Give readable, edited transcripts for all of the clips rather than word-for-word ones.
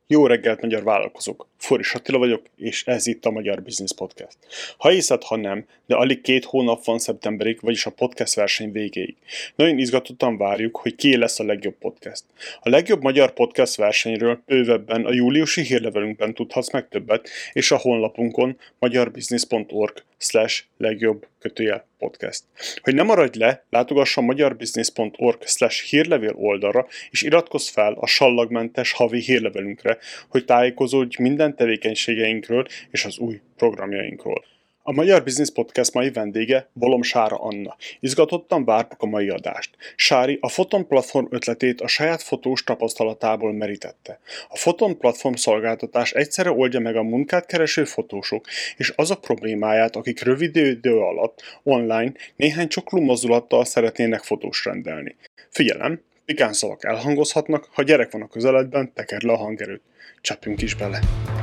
Jó reggelt, magyar vállalkozók! Forris Attila vagyok, és ez itt a Magyar Business Podcast. Ha hiszed, ha nem, de alig 2 hónap van szeptemberig, vagyis a podcast verseny végéig. Nagyon izgatottan várjuk, hogy ki lesz a legjobb podcast. A legjobb magyar podcast versenyről bővebben a júliusi hírlevelünkben tudhatsz meg többet, és a honlapunkon magyarbusiness.org/legjobb-podcast. Hogy ne maradj le, látogass a magyarbusiness.org/hírlevél oldalra, és iratkozz fel a sallagmentes havi hírlevelünkre, hogy tájékozódj minden tevékenységeinkről és az új programjainkról. A Magyar Business Podcast mai vendége Bolom Sára Anna. Izgatottan vártuk a mai adást. Sári a Foton platform ötletét a saját fotós tapasztalatából merítette. A Foton platform szolgáltatás egyszerre oldja meg a munkát kereső fotósok és azok problémáját, akik rövid idő alatt online néhány csokló mozdulattal szeretnének fotós rendelni. Figyelem! Pikán szavak elhangozhatnak, ha gyerek van a közeledben, tekerd le a hangerőt. Csapjunk is bele!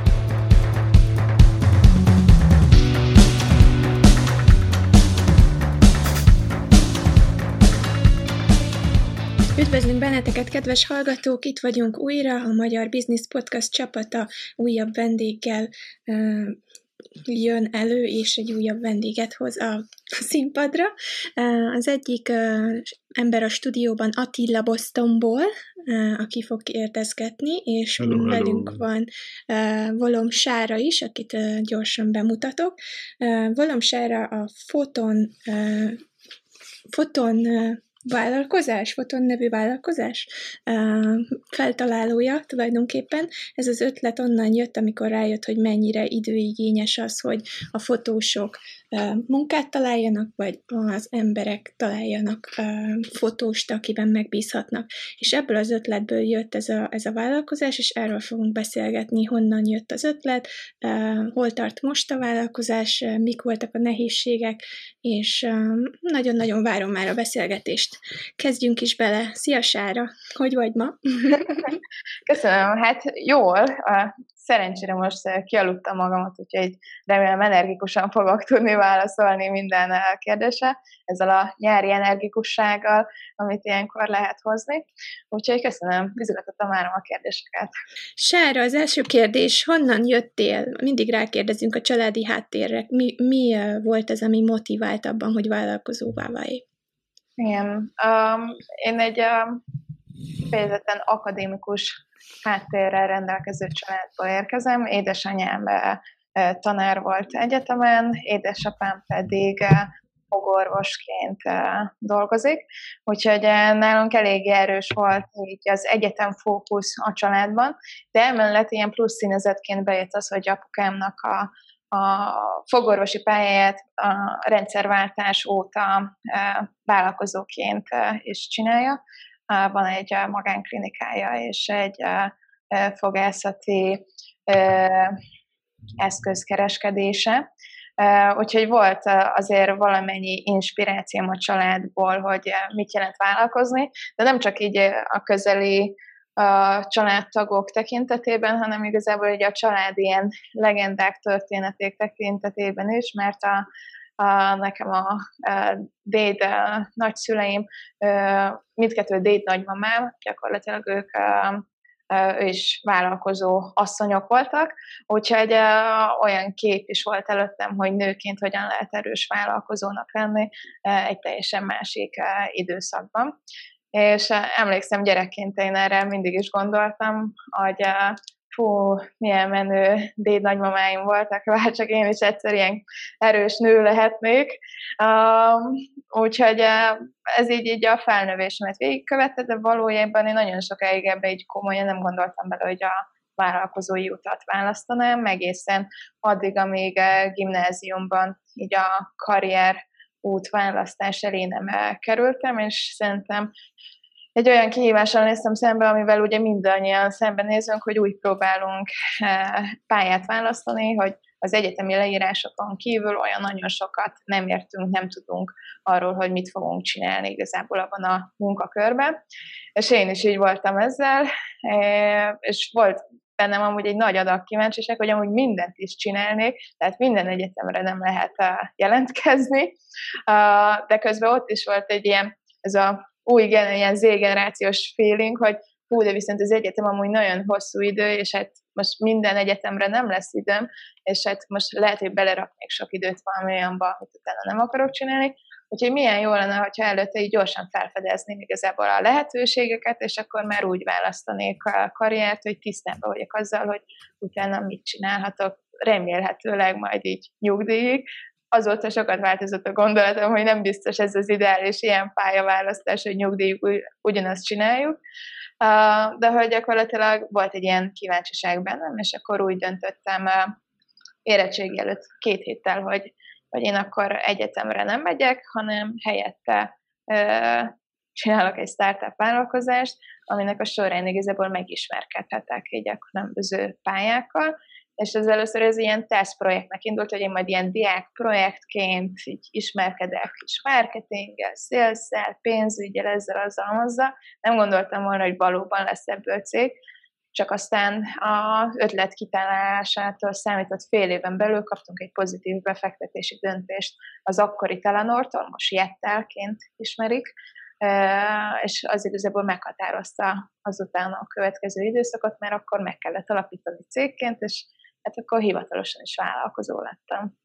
Üdvözlünk benneteket, kedves hallgatók! Itt vagyunk újra, a Magyar Business Podcast csapata újabb vendéggel jön elő, és egy újabb vendéget hoz a színpadra. Az egyik ember a stúdióban Attila Bostonból, aki fog kérdezgetni, és velünk van Bolom Sára is, akit gyorsan bemutatok. Bolom Sára a Foton nevű vállalkozás feltalálója tulajdonképpen. Ez az ötlet onnan jött, amikor rájött, hogy mennyire időigényes az, hogy a fotósok munkát találjanak, vagy az emberek találjanak fotóst, akiben megbízhatnak. És ebből az ötletből jött ez a vállalkozás, és erről fogunk beszélgetni, honnan jött az ötlet, hol tart most a vállalkozás, mik voltak a nehézségek, és nagyon-nagyon várom már a beszélgetést. Kezdjünk is bele. Szia, Sára! Hogy vagy ma? Köszönöm, hát jól. Szerencsére most kialudtam magamat, úgyhogy remélem energikusan fogok tudni válaszolni minden kérdésre, ezzel a nyári energikussággal, amit ilyenkor lehet hozni. Úgyhogy köszönöm, izgatottan várom a kérdéseket. Sára, az első kérdés, honnan jöttél? Mindig rákérdezünk a családi háttérre. Mi volt az, ami motivált abban, hogy vállalkozóvá válj? Igen, én egy kifejezetten akadémikus háttérrel rendelkező családból érkezem. Édesanyám tanár volt egyetemen, édesapám pedig fogorvosként dolgozik, úgyhogy nálunk elég erős volt így az egyetem fókusz a családban, de emellett ilyen plusz színezetként bejött az, hogy apukámnak a fogorvosi pályáját a rendszerváltás óta vállalkozóként is csinálja. Van egy magánklinikája és egy fogászati eszközkereskedése. Úgyhogy volt azért valamennyi inspirációm a családból, hogy mit jelent vállalkozni, de nem csak így a közeli családtagok tekintetében, hanem igazából így a család ilyen legendák, történeték tekintetében is, mert nekem a déd nagyszüleim, mindkettő déd nagymamám, gyakorlatilag ők is vállalkozó asszonyok voltak, úgyhogy olyan kép is volt előttem, hogy nőként hogyan lehet erős vállalkozónak lenni egy teljesen másik időszakban. És emlékszem, gyerekként én erre mindig is gondoltam, hogy milyen menő déd nagymamáim voltak, bár csak én is egyszer ilyen erős nő lehetnék. Úgyhogy ez így a felnövésemet végigkövette, de valójában én nagyon sokáig ebbe így komolyan nem gondoltam bele, hogy a vállalkozói utat választanám, egészen addig, amíg gimnáziumban így a karrier útválasztás elé nem kerültem, és szerintem egy olyan kihívással néztem szembe, amivel ugye mindannyian szembenézünk, hogy úgy próbálunk pályát választani, hogy az egyetemi leírásokon kívül olyan nagyon sokat nem értünk, nem tudunk arról, hogy mit fogunk csinálni igazából abban a munkakörben. És én is így voltam ezzel, és volt bennem amúgy egy nagy adag kíváncsiság, hogy amúgy mindent is csinálnék, tehát minden egyetemre nem lehet jelentkezni, de közben ott is volt egy ilyen, ez a új ilyen Z-generációs feeling, hogy hú, de viszont az egyetem amúgy nagyon hosszú idő, és hát most minden egyetemre nem lesz időm, és hát most lehet, hogy beleraknék sok időt valami olyanba, amit utána nem akarok csinálni. Úgyhogy milyen jó lenne, hogyha előtte így gyorsan felfedezném igazából a lehetőségeket, és akkor már úgy választanék a karriert, hogy tisztában vagyok azzal, hogy utána mit csinálhatok, remélhetőleg majd így nyugdíjig. Azóta sokat változott a gondolatom, hogy nem biztos ez az ideális ilyen pályaválasztás, hogy nyugdíjig ugyanazt csináljuk, de hogy gyakorlatilag volt egy ilyen kíváncsiság bennem, és akkor úgy döntöttem érettségi előtt 2 héttel, hogy én akkor egyetemre nem megyek, hanem helyette csinálok egy startup vállalkozást, aminek a során igazából megismerkedhetek így a különböző pályákkal, és az először ez ilyen tesztprojektnek indult, hogy én majd ilyen diák projektként így ismerkedek is marketinggel, szélsszel, pénzügyel, ezzel, azzal. Nem gondoltam volna, hogy valóban lesz ebből cég, csak aztán az ötlet kitalálásától számított fél éven belül kaptunk egy pozitív befektetési döntést az akkori Telenortól, most Jettelként ismerik, és az igazából meghatározta azután a következő időszakot, mert akkor meg kellett alapítani cégként, és hát akkor hivatalosan is vállalkozó lettem.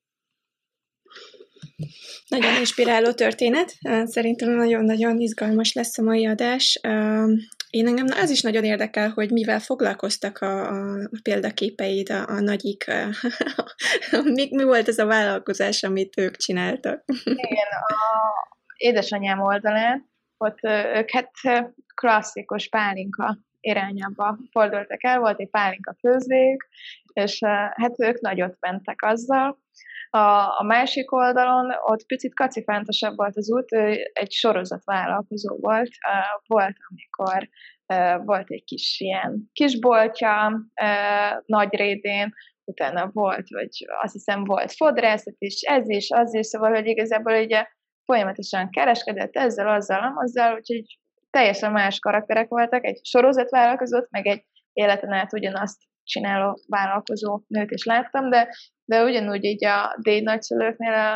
Nagyon inspiráló történet. Szerintem nagyon-nagyon izgalmas lesz a mai adás. Én engem az is nagyon érdekel, hogy mivel foglalkoztak a példaképeid, a nagyik. Mi volt ez a vállalkozás, amit ők csináltak? Igen, a édesanyám oldalán, ott ők hát klasszikus pálinka irányába fordultak el, volt egy pálinka főzdéjük, és hát ők nagyot mentek azzal. A másik oldalon ott picit kacifántosabb volt az út, egy sorozatvállalkozó volt. Volt, amikor volt egy kis ilyen kisboltja Nagyrédén, utána volt, vagy azt hiszem volt fodrászat is, ez is, az is, szóval, hogy igazából ugye folyamatosan kereskedett ezzel, azzal, úgyhogy teljesen más karakterek voltak, egy sorozatvállalkozót, meg egy életen át ugyanazt csináló vállalkozó nőt is láttam, de ugyanúgy így a déd nagyszülőknél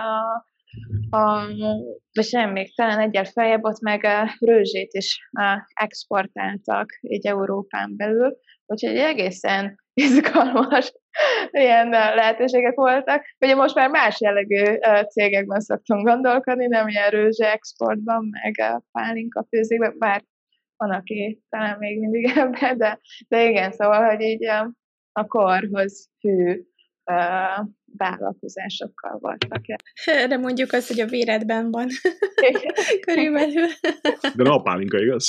vagy nem, még talán egyel feljebb ott meg rőzsét is exportáltak így Európán belül, úgyhogy egészen izgalmas ilyen lehetőségek voltak. Ugye most már más jellegű cégekben szoktunk gondolkodni, nem ilyen rőzse exportban, meg pálinka főzékben, bár van, aki talán még mindig ebben, de igen, szóval, hogy így a korhoz hű vállalkozásokkal voltak. De mondjuk azt, hogy a véredben van. Körülbelül. De nem a pálinka, igaz?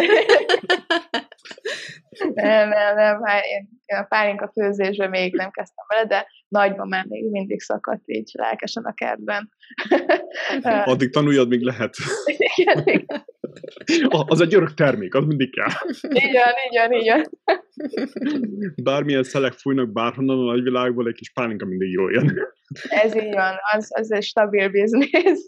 Nem, én a pálinka főzésben még nem kezdtem vele, de nagyban már még mindig szakadt így lelkesen a kertben. Addig tanuljad, még lehet. Igen. Az egy örök termék, az mindig kell. Így van. Bármilyen szelek fújnak bárhonnan a nagyvilágból, egy kis pálinka mindig jól jön. Ez így van, az egy stabil biznisz.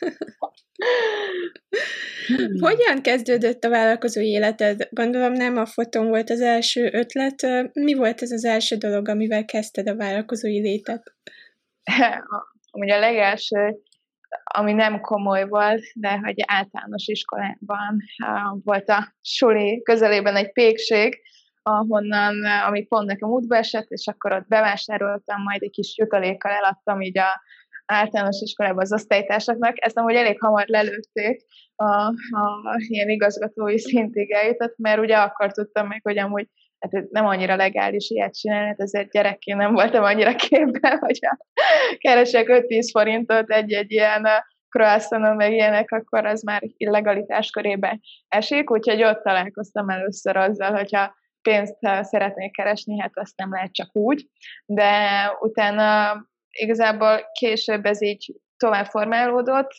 Hogyan kezdődött a vállalkozói életed? Gondolom nem a fotón volt az első ötlet. Mi volt ez az első dolog, amivel kezdted a vállalkozói létet? Ugye a legelső, ami nem komoly volt, de hogy általános iskolában volt a suli közelében egy pékség, ahonnan, ami pont nekem útba esett, és akkor ott bevásároltam, majd egy kis jutalékkal eladtam így a általános iskolában az osztálytársaknak. Ezt amúgy elég hamar lelőtték, ilyen igazgatói szintig eljutott, mert ugye akkor tudtam meg, hogy amúgy hát nem annyira legális ilyet csinálni, hát ezért gyerekként nem voltam annyira képben, hogy keresek 5-10 forintot egy ilyen croissanton meg ilyenek, akkor az már illegalitás körébe esik, úgyhogy ott találkoztam először azzal, hogyha pénzt szeretnék keresni, hát azt nem lehet csak úgy, de utána igazából később ez így tovább formálódott.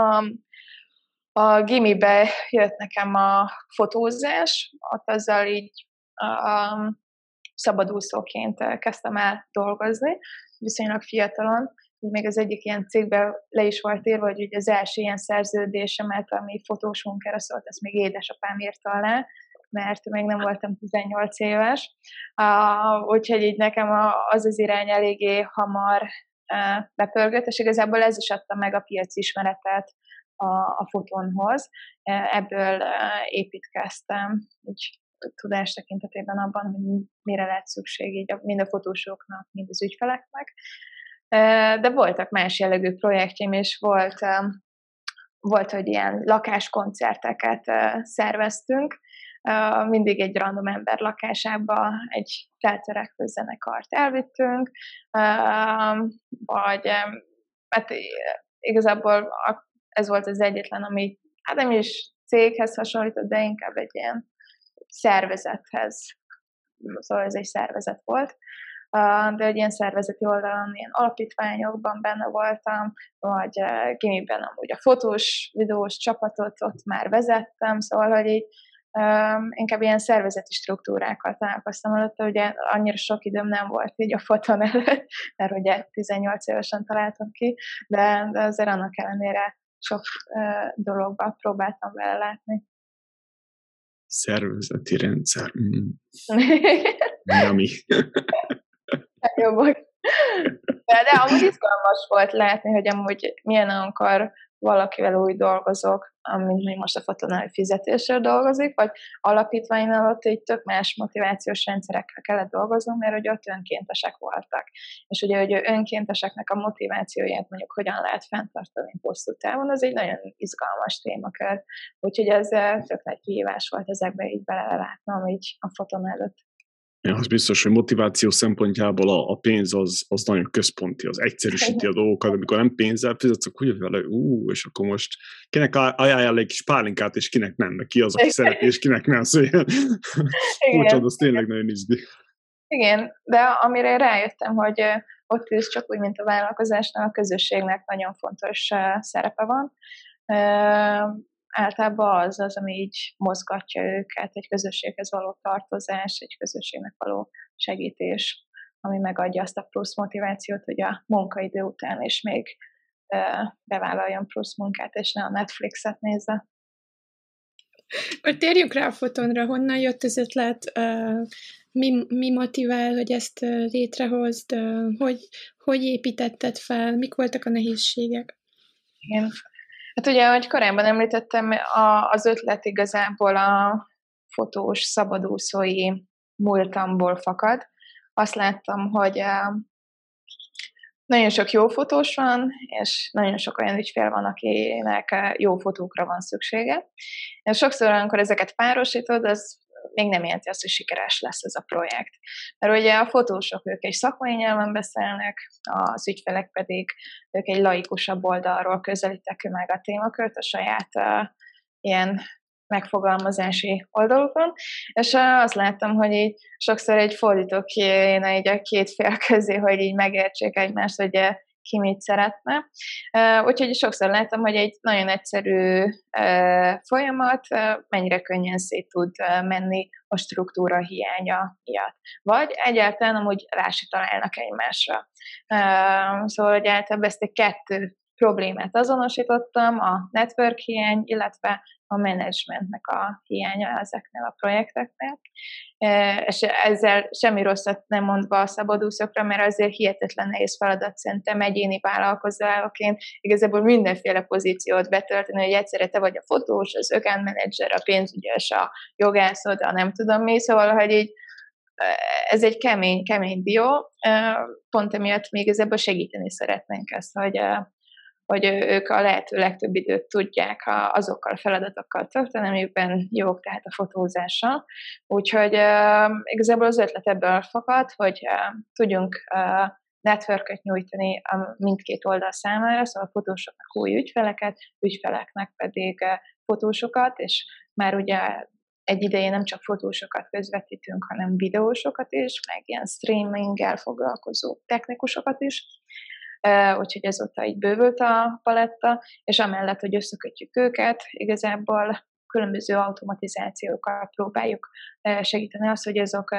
A gimibe jött nekem a fotózás, ott azzal így szabadúszóként kezdtem el dolgozni, viszonylag fiatalon. Így még az egyik ilyen cégben le is volt írva, hogy ugye az első ilyen szerződésemet, ami fotós munkára szólt, ezt még édesapám írta alá, mert még nem voltam 18 éves. Úgyhogy így nekem az irány eléggé hamar bepörgött, és igazából ez is adta meg a piaci ismeretet a fotónhoz. Ebből építkeztem így tudás tekintetében abban, hogy mire lehet szükség így mind a fotósoknak, mind az ügyfeleknek. De voltak más jellegű projektjeim, és volt, hogy ilyen lakáskoncerteket szerveztünk, mindig egy random ember lakásába egy feltörekvő zenekart elvittünk, vagy hát igazából ez volt az egyetlen, ami hát nem is céghez hasonlított, de inkább egy ilyen szervezethez. Szóval ez egy szervezet volt. De egy ilyen szervezeti oldalon, ilyen alapítványokban benne voltam, vagy gimiben amúgy a fotós, videós csapatot ott már vezettem, szóval, hogy így inkább ilyen szervezeti struktúrákkal találkoztam előtte, ugye annyira sok időm nem volt így a foton előtt, mert ugye 18 évesen találtam ki, de azért annak ellenére sok dologba próbáltam belelátni. Szervezeti rendszer. Ami. Jobbak. De amúgy izgalmas volt látni, hogy amúgy milyen, amikor valakivel úgy dolgozok, mint most a fotónál fizetésről dolgozik, vagy alapítványnál ott egy tök más motivációs rendszerekkel kellett dolgoznunk, mert ugye ott önkéntesek voltak. És ugye, hogy önkénteseknek a motivációját mondjuk hogyan lehet fenntartani hosszú távon, az egy nagyon izgalmas témakör. Úgyhogy ez tök nagy kihívás volt ezekbe így belelátnom így a fotón előtt. Ja, az biztos, hogy motiváció szempontjából a pénz az nagyon központi, az egyszerűsíti a dolgokat, amikor nem pénzzel fizetsz, akkor úgy vele, és akkor most kinek ajánljál egy kis pálinkát, és kinek nem, meg ki az, aki szereti, és kinek nem, szóval bocsánat, az tényleg nagyon izgi. Igen, de amire rájöttem, hogy ott is csak úgy, mint a vállalkozásnál, a közösségnek nagyon fontos szerepe van. Általában az, ami így mozgatja őket, egy közösséghez való tartozás, egy közösségnek való segítés, ami megadja azt a plusz motivációt, hogy a munkaidő után is még bevállaljon plusz munkát, és ne a Netflixet nézze. Hogy térjünk rá a fotónra, honnan jött az ötlet, mi motivál, hogy ezt létrehozd, hogy építetted fel, mik voltak a nehézségek? Igen. Hát ugye, ahogy korábban említettem, az ötlet igazából a fotós, szabadúszói múltamból fakad. Azt láttam, hogy nagyon sok jó fotós van, és nagyon sok olyan ügyfél van, akinek jó fotókra van szüksége. És sokszor, amikor ezeket párosítod, az még nem jelenti azt, hogy sikeres lesz ez a projekt. Mert ugye a fotósok, ők egy szakmai nyelven beszélnek, az ügyfelek pedig ők egy laikusabb oldalról közelítik meg a témakört a saját ilyen megfogalmazási oldalukon, és azt láttam, hogy így sokszor egy fordító kéne így a két fél közé, hogy így megértsék egymást, hogy ki mit szeretne. Úgyhogy sokszor láttam, hogy egy nagyon egyszerű folyamat mennyire könnyen szét tud menni a struktúra hiánya miatt. Vagy egyáltalán amúgy rá se találnak egymásra. Szóval, hogy általában ezt egy kettő problémát azonosítottam, a network hiány, illetve a menedzsmentnek a hiánya ezeknél a projekteknél. És ezzel semmi rosszat nem mondva a szabadúszókra, mert azért hihetetlen nehéz feladat szerintem egyéni vállalkozóként igazából mindenféle pozíciót betölteni, hogy egyszerre te vagy a fotós, az account manager, a pénzügyes, a jogászod, a nem tudom mi, szóval, hogy így ez egy kemény dió, pont emiatt még igazából segíteni szeretnénk ezt, hogy ők a lehető legtöbb időt tudják azokkal a feladatokkal tölteni, amikben jók, tehát a fotózással. Úgyhogy igazából az ötlet ebből fakad, hogy tudjunk networköt nyújtani mindkét oldal számára, szóval a fotósoknak új ügyfeleket, ügyfeleknek pedig fotósokat, és már ugye egy ideje nem csak fotósokat közvetítünk, hanem videósokat is, meg ilyen streaminggel foglalkozó technikusokat is. Úgyhogy ezóta így bővült a paletta, és amellett, hogy összekötjük őket, igazából különböző automatizációkkal próbáljuk segíteni azt, hogy azok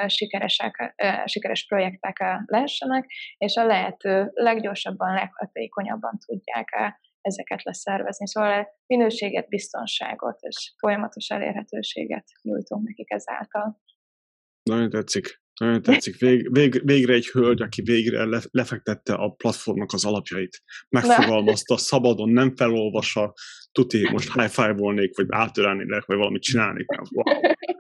sikeres projektek lehessenek, és a lehető leggyorsabban, leghatékonyabban tudják ezeket leszervezni. Szóval minőséget, biztonságot és folyamatos elérhetőséget nyújtunk nekik ezáltal. Nagyon tetszik. Nagyon tetszik. Végre egy hölgy, aki végre lefektette a platformnak az alapjait. Megfogalmazta szabadon, nem felolvassa, tuti, most high-five-volnék, vagy átölelnék, vagy valamit csinálnék. Wow.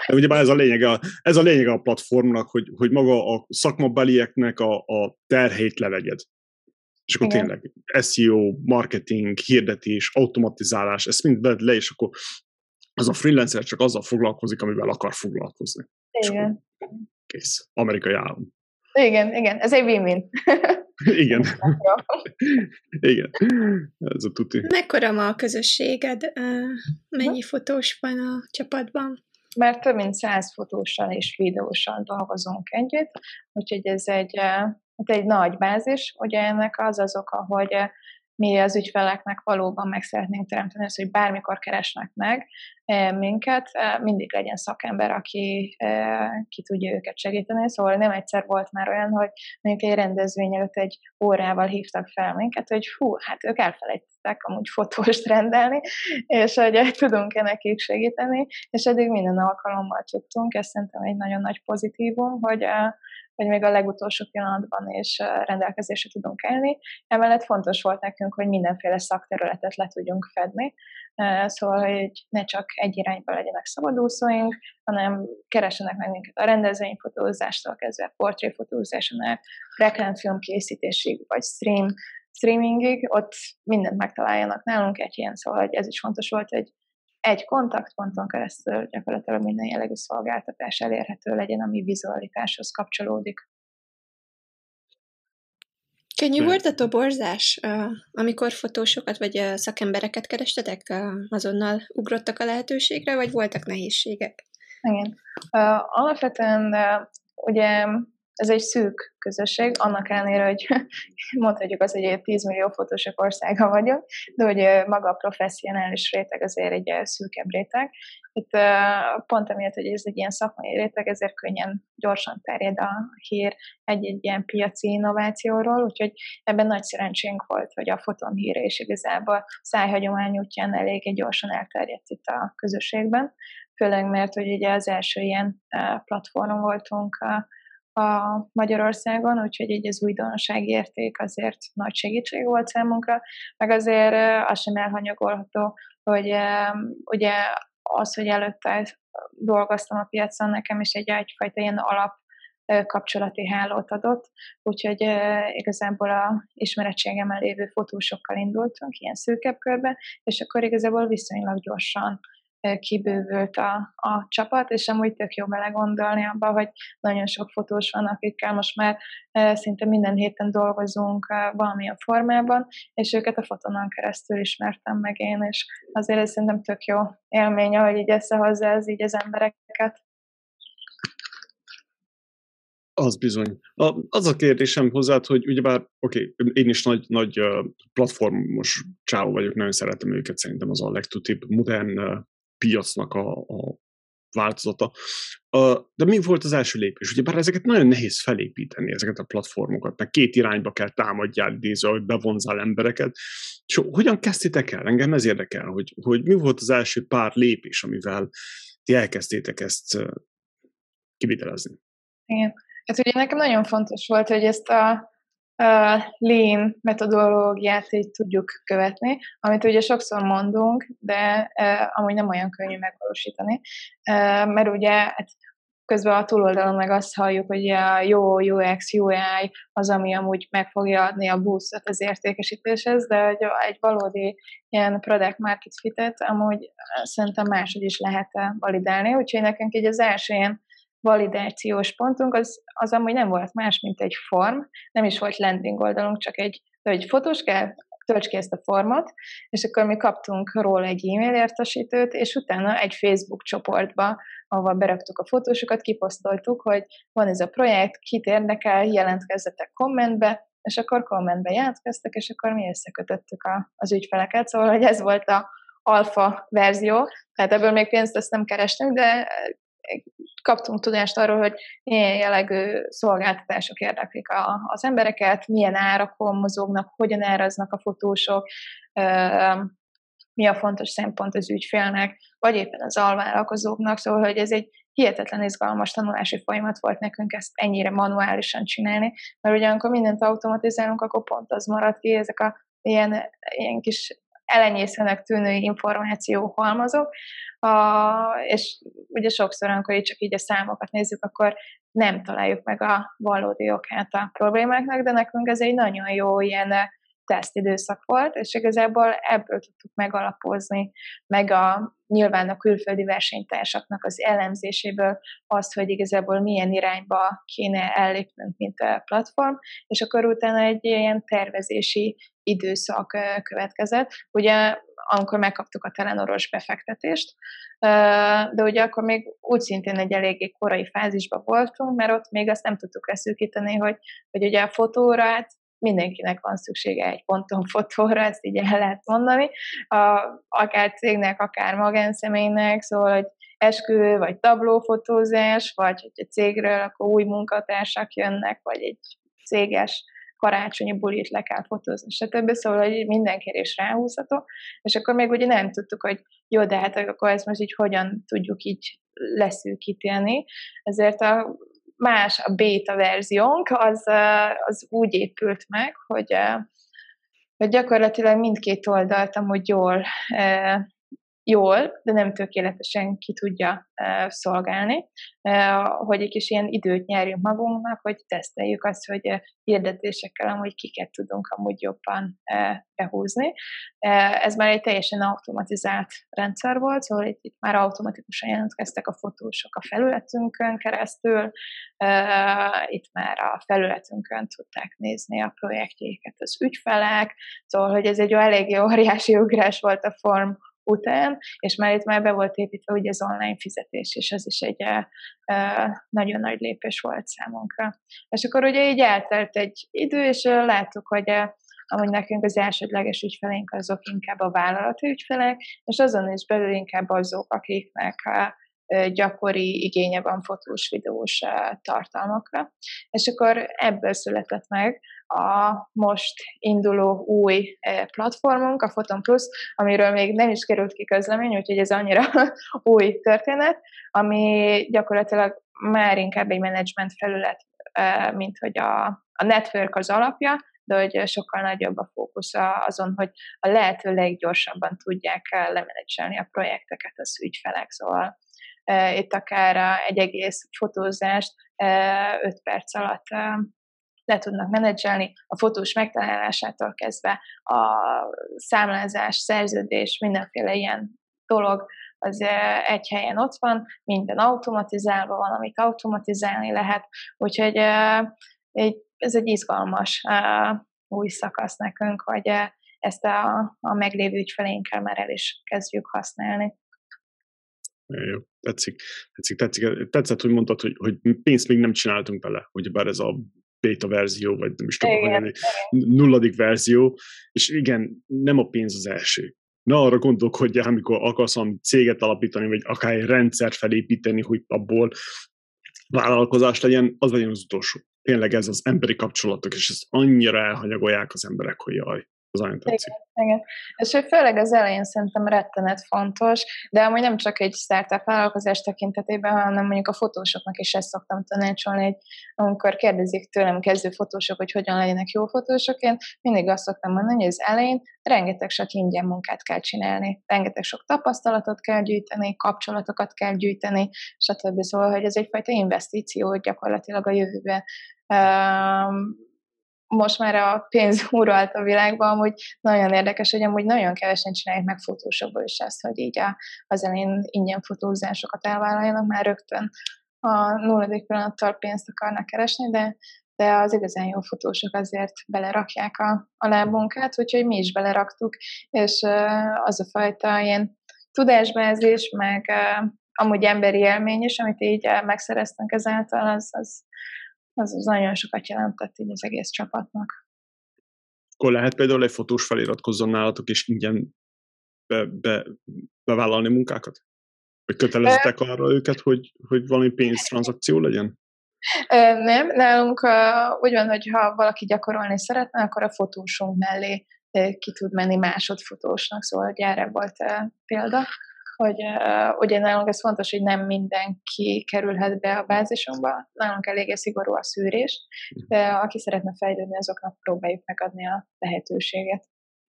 Ugyebár ez a lényege a platformnak, hogy maga a szakmabelieknek a terheit levegyed. És akkor tényleg SEO, marketing, hirdetés, automatizálás, ezt mind vedd le, és akkor az a freelancer csak azzal foglalkozik, amivel akar foglalkozni. Igen. Kész. Amerikai állam. Igen, ez egy win-win. Igen. Igen. Ez a tuti. Mekkora ma a közösséged? Mennyi fotós van a csapatban? Mert több mint 100 fotóssal és videóssal dolgozunk együtt, úgyhogy ez egy nagy bázis. Ugye ennek az oka, hogy mi az ügyfeleknek valóban meg szeretnénk teremteni azt, hogy bármikor keresnek meg minket, mindig legyen szakember, aki ki tudja őket segíteni. Szóval nem egyszer volt már olyan, hogy mondjuk egy rendezvény előtt egy órával hívtak fel minket, hogy hát ők elfelejtettek amúgy fotóst rendelni, és hogy tudunk-e nekik segíteni, és eddig minden alkalommal tudtunk. Ez szerintem egy nagyon nagy pozitívum, hogy még a legutolsó pillanatban is rendelkezésre tudunk állni. Emellett fontos volt nekünk, hogy mindenféle szakterületet le tudjunk fedni, szóval, hogy ne csak egy irányba legyenek szabadúszóink, hanem keressenek meg minket a rendezvényfotózástól kezdve portréfotózáson át, reklámfilm készítésig, vagy streamingig, ott mindent megtaláljanak nálunk egy ilyen, szóval hogy ez is fontos volt, hogy egy kontaktponton keresztül gyakorlatilag minden jellegű szolgáltatás elérhető legyen, ami vizualitáshoz kapcsolódik. Könnyű volt a toborzás, amikor fotósokat vagy szakembereket kerestetek? Azonnal ugrottak a lehetőségre, vagy voltak nehézségek? Igen. Alapvetően ugye ez egy szűk közösség, annak ellenére, hogy mondhatjuk azt, hogy egy 10 millió fotósok országa vagyunk, de hogy maga a professzionális réteg azért egy szűkebb réteg. Itt pont amiatt, hogy ez egy ilyen szakmai réteg, ezért könnyen, gyorsan terjed a hír egy ilyen piaci innovációról, úgyhogy ebben nagy szerencsénk volt, hogy a Foton híre is igazából szájhagyomány útján eléggé gyorsan elterjedt itt a közösségben, főleg mert, hogy ugye az első ilyen platformon voltunk a Magyarországon, úgyhogy így az újdonsági érték azért nagy segítség volt számunkra, meg azért az sem elhanyagolható, hogy ugye az, hogy előtte dolgoztam a piacon, nekem is egyfajta ilyen alap kapcsolati hálót adott, úgyhogy igazából a ismerettségemmel lévő fotósokkal indultunk ilyen szűkebb körbe, és akkor igazából viszonylag gyorsan kibővült a csapat, és amúgy tök jó belegondolni abba, hogy nagyon sok fotós van, akikkel most már szinte minden héten dolgozunk valamilyen formában, és őket a Fotonon keresztül ismertem meg én, és azért ez szerintem tök jó élmény, hogy így összehozza ez így az embereket. Az bizony. Az a kérdésem hozzád, hogy ugyebár, én is nagy platformos csávó vagyok, nagyon szeretem őket, szerintem az a legtutibb modern piacnak a változata. De mi volt az első lépés? Ugyebár ezeket nagyon nehéz felépíteni, ezeket a platformokat, meg két irányba kell támadjál idézve, hogy bevonzál embereket. És hogyan kezdtétek el? Engem ez érdekel, hogy mi volt az első pár lépés, amivel ti elkezdtétek ezt kivitelezni? Igen. Hát ugye nekem nagyon fontos volt, hogy ezt a lean metodológiát így tudjuk követni, amit ugye sokszor mondunk, de amúgy nem olyan könnyű megvalósítani, mert ugye hát közben a túloldalon meg azt halljuk, hogy a jó UX, UI az, ami amúgy meg fogja adni a boostot az értékesítéshez, de hogy egy valódi ilyen product market fitet amúgy szerintem máshogy is lehet validálni, úgyhogy nekünk így az első ilyen validációs pontunk az amúgy nem volt más, mint egy form, nem is volt landing oldalunk, csak egy fotós kell, tölts ki ezt a formot, és akkor mi kaptunk róla egy e-mail értesítőt, és utána egy Facebook csoportba, ahol beraktuk a fotósokat, kiposztoltuk, hogy van ez a projekt, kit érdekel, jelentkezzetek kommentbe, és akkor kommentbe jelentkeztek, és akkor mi összekötöttük az ügyfeleket, szóval hogy ez volt a alfa verzió, tehát ebből még pénzt ezt nem kerestünk, de kaptunk tudást arról, hogy milyen jellegű szolgáltatások érdeklik az embereket, milyen árakon mozognak, hogyan áraznak a fotósok, mi a fontos szempont az ügyfélnek, vagy éppen az alvállalkozóknak, szóval, hogy ez egy hihetetlen izgalmas tanulási folyamat volt nekünk ezt ennyire manuálisan csinálni, mert ugyanakkor mindent automatizálunk, akkor pont az marad ki, ezek a ilyen kis elenyészőnek tűnő információhalmazok, és ugye sokszor, amikor csak így a számokat nézzük, akkor nem találjuk meg a valódi okát a problémáknak, de nekünk ez egy nagyon jó ilyen tesztidőszak volt, és igazából ebből tudtuk megalapozni, meg nyilván a külföldi versenytársaknak az elemzéséből azt, hogy igazából milyen irányba kéne ellépnünk, mint a platform, és akkor utána egy ilyen tervezési időszak következett. Ugye, amikor megkaptuk a Telenoros befektetést, de ugye akkor még úgy szintén egy eléggé korai fázisban voltunk, mert ott még azt nem tudtuk leszűkíteni, hogy ugye a fotóra mindenkinek van szüksége egy ponton fotóra, ezt így el lehet mondani, akár cégnek, akár magánszemélynek, szóval, hogy esküvő, vagy tablófotózás, vagy hogy a cégről akkor új munkatársak jönnek, vagy egy céges karácsonyi bulit le kell fotózni, stb. Szóval, hogy mindenkire is ráhúzható, és akkor még ugye nem tudtuk, hogy jó, de hát akkor ezt most így hogyan tudjuk így leszűkíteni, ezért a beta verziónk az úgy épült meg, hogy gyakorlatilag mindkét oldalt amúgy jól, de nem tökéletesen ki tudja szolgálni, hogy egy kis ilyen időt nyerjünk magunknak, hogy teszteljük azt, hogy hirdetésekkel amúgy kiket tudunk amúgy jobban behúzni. Ez már egy teljesen automatizált rendszer volt, szóval itt már automatikusan jelentkeztek a fotósok a felületünkön keresztül, itt már a felületünkön tudták nézni a projektjeiket az ügyfelek, szóval, hogy ez egy eléggé óriási ugrás volt a form után, és már itt már be volt építve ugye az online fizetés, és ez is egy nagyon nagy lépés volt számunkra. És akkor ugye így eltelt egy idő, és láttuk, hogy amúgy nekünk az elsődleges ügyfeleink azok inkább a vállalati ügyfelek, és azon is belül inkább azok, akiknek gyakori igénye van fotós, videós tartalmakra. És akkor ebből született meg a most induló új platformunk, a Photon Plus, amiről még nem is került ki közlemény, úgyhogy ez annyira új történet, ami gyakorlatilag már inkább egy menedzsment felület, mint hogy a network az alapja, de hogy sokkal nagyobb a fókusz azon, hogy a lehető leggyorsabban tudják lemenedzselni a projekteket az ügyfelek, szóval itt akár egy egész fotózást 5 perc alatt le tudnak menedzselni, a fotós megtalálásától kezdve a számlázás, szerződés, mindenféle ilyen dolog, az egy helyen ott van, minden automatizálva van, amit automatizálni lehet, úgyhogy ez egy izgalmas új szakasz nekünk, hogy ezt a meglévő ügyfelénkkel már el is kezdjük használni. Jó, tetszik. Tetszett, hogy mondtad, hogy pénzt még nem csináltunk vele, ugyebár ez a beta verzió, vagy nem is tudom, hogy nulladik verzió, és igen, nem a pénz az első. Ne arra gondolkodjál, amikor akarsz valami céget alapítani, vagy akár egy rendszert felépíteni, hogy abból vállalkozás legyen, az legyen az utolsó. Tényleg ez az emberi kapcsolatok, és ezt annyira elhanyagolják az emberek, hogy jaj, az nagyon tetszik. Igen. És hogy főleg az elején szerintem rettenet fontos, de amúgy nem csak egy startup vállalkozás tekintetében, hanem mondjuk a fotósoknak is ezt szoktam tanácsolni, hogy amikor kérdezik tőlem kezdő fotósok, hogy hogyan legyenek jó fotósok, én mindig azt szoktam mondani, hogy az elején rengeteg sok ingyen munkát kell csinálni, rengeteg sok tapasztalatot kell gyűjteni, kapcsolatokat kell gyűjteni, stb. Szóval, hogy ez egyfajta investíció gyakorlatilag a jövőbe. Most már a pénz uralt a világban, amúgy nagyon érdekes, hogy amúgy nagyon kevesen csinálják meg fotósokból is azt, hogy így az elején ingyen fotózásokat elvállaljanak, már rögtön a nulladik pillanattól pénzt akarnak keresni, de az igazán jó fotósok azért belerakják a lábunkat, úgyhogy mi is beleraktuk, és az a fajta ilyen tudásbázis, meg amúgy emberi élmény is, amit így megszereztünk ezáltal, az nagyon sokat jelentett így az egész csapatnak. Akkor lehet például egy fotós feliratkozzon nálatok, és ingyen bevállalni munkákat? Vagy kötelezettek arra őket, hogy valami pénztranszakció legyen? Nem, nálunk úgy van, hogy ha valaki gyakorolni szeretne, akkor a fotósunk mellé ki tud menni másodfotósnak, szóval erre volt példa, hogy ugye nálunk ez fontos, hogy nem mindenki kerülhet be a bázisunkba, nálunk eléggé szigorú a szűrés, de aki szeretne fejlődni, azoknak próbáljuk megadni a lehetőséget.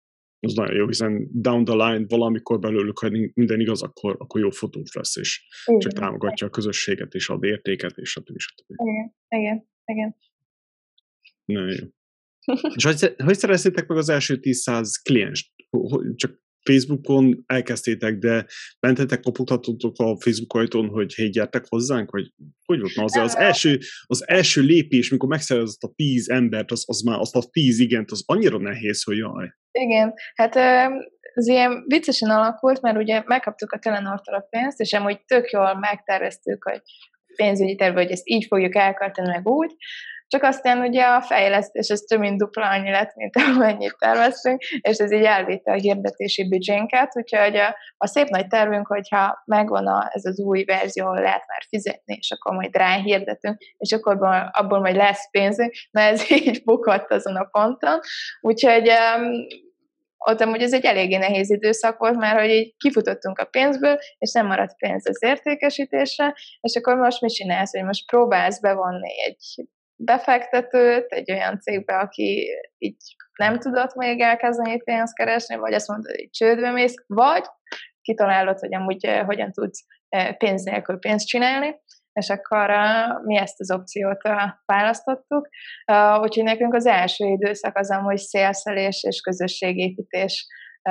az nagyon jó, hiszen down the line valamikor belőlük, ha minden igaz, akkor jó fotós lesz, és csak támogatja a közösséget, és ad értéket, és stb. Igen. Nagyon jó. És hogy szereztétek meg az első 10 klienst? Csak Facebookon elkezdtétek, de bentetek, kopogtatok a Facebook ajtón, hogy hé, gyertek hozzánk? Vagy hogy volt? Na, az első lépés, mikor megszerezett a 10 embert, az már azt a 10 igent, az annyira nehéz, hogy jaj. Igen, hát ez ilyen viccesen alakult, mert ugye megkaptuk a Telenortól a pénzt, és amúgy tök jól megterveztük, hogy pénzügyi terve, hogy ezt így fogjuk elkölteni, meg úgy, csak aztán ugye a fejlesztés ez több mint dupla annyi lett, mint amennyit terveztünk, és ez így elvitte a hirdetési büdzsénket, úgyhogy a szép nagy tervünk, hogyha megvan ez az új verzió, ahol lehet már fizetni, és akkor majd ráhirdetünk, és akkor abból majd lesz pénzünk, na ez így bukott azon a ponton, úgyhogy ott amúgy ez egy eléggé nehéz időszak volt, mert hogy így kifutottunk a pénzből, és nem maradt pénz az értékesítésre, és akkor most mit csinálsz, hogy most próbálsz bevonni egy befektetőt egy olyan cégbe, aki így nem tudott még elkezdeni pénzt keresni, vagy azt mondta, hogy csődbe mész, vagy kitalálod, hogy amúgy hogyan tudsz pénz nélkül pénzt csinálni, és akkor mi ezt az opciót választottuk. Úgyhogy nekünk az első időszak az amúgy szélszelés és közösségépítés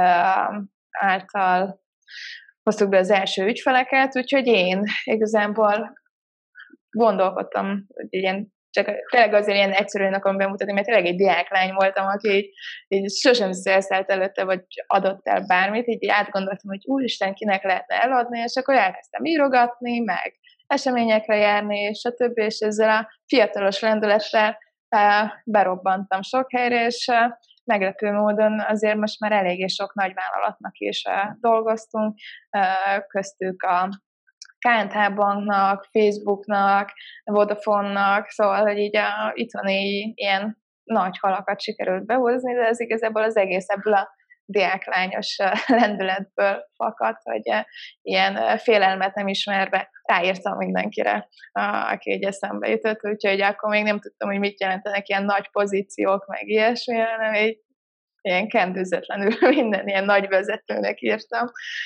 által hoztuk be az első ügyfeleket, úgyhogy én igazából gondolkodtam, hogy ilyen csak tényleg azért ilyen egyszerűen akarom bemutatni, mert tényleg egy diáklány voltam, aki így sosem szélszelt előtte, vagy adott el bármit, így átgondoltam, hogy úristen, kinek lehetne eladni, és akkor elkezdtem írogatni, meg eseményekre járni, és a többi, és ezzel a fiatalos lendülettel berobbantam sok helyre, és meglepő módon azért most már eléggé sok nagyvállalatnak is dolgoztunk, köztük a KNH Banknak, Facebooknak, Vodafone-nak, szóval, hogy így a itthoni ilyen nagy halakat sikerült behozni, de ez igazából az egész ebből a diáklányos lendületből fakadt, hogy ilyen félelmet nem ismerve ráírtam mindenkire, aki egy eszembe jutott, úgyhogy akkor még nem tudtam, hogy mit jelentenek ilyen nagy pozíciók, meg ilyesmi, hanem így ilyen kendőzetlenül minden ilyen nagy vezetőnek írtam,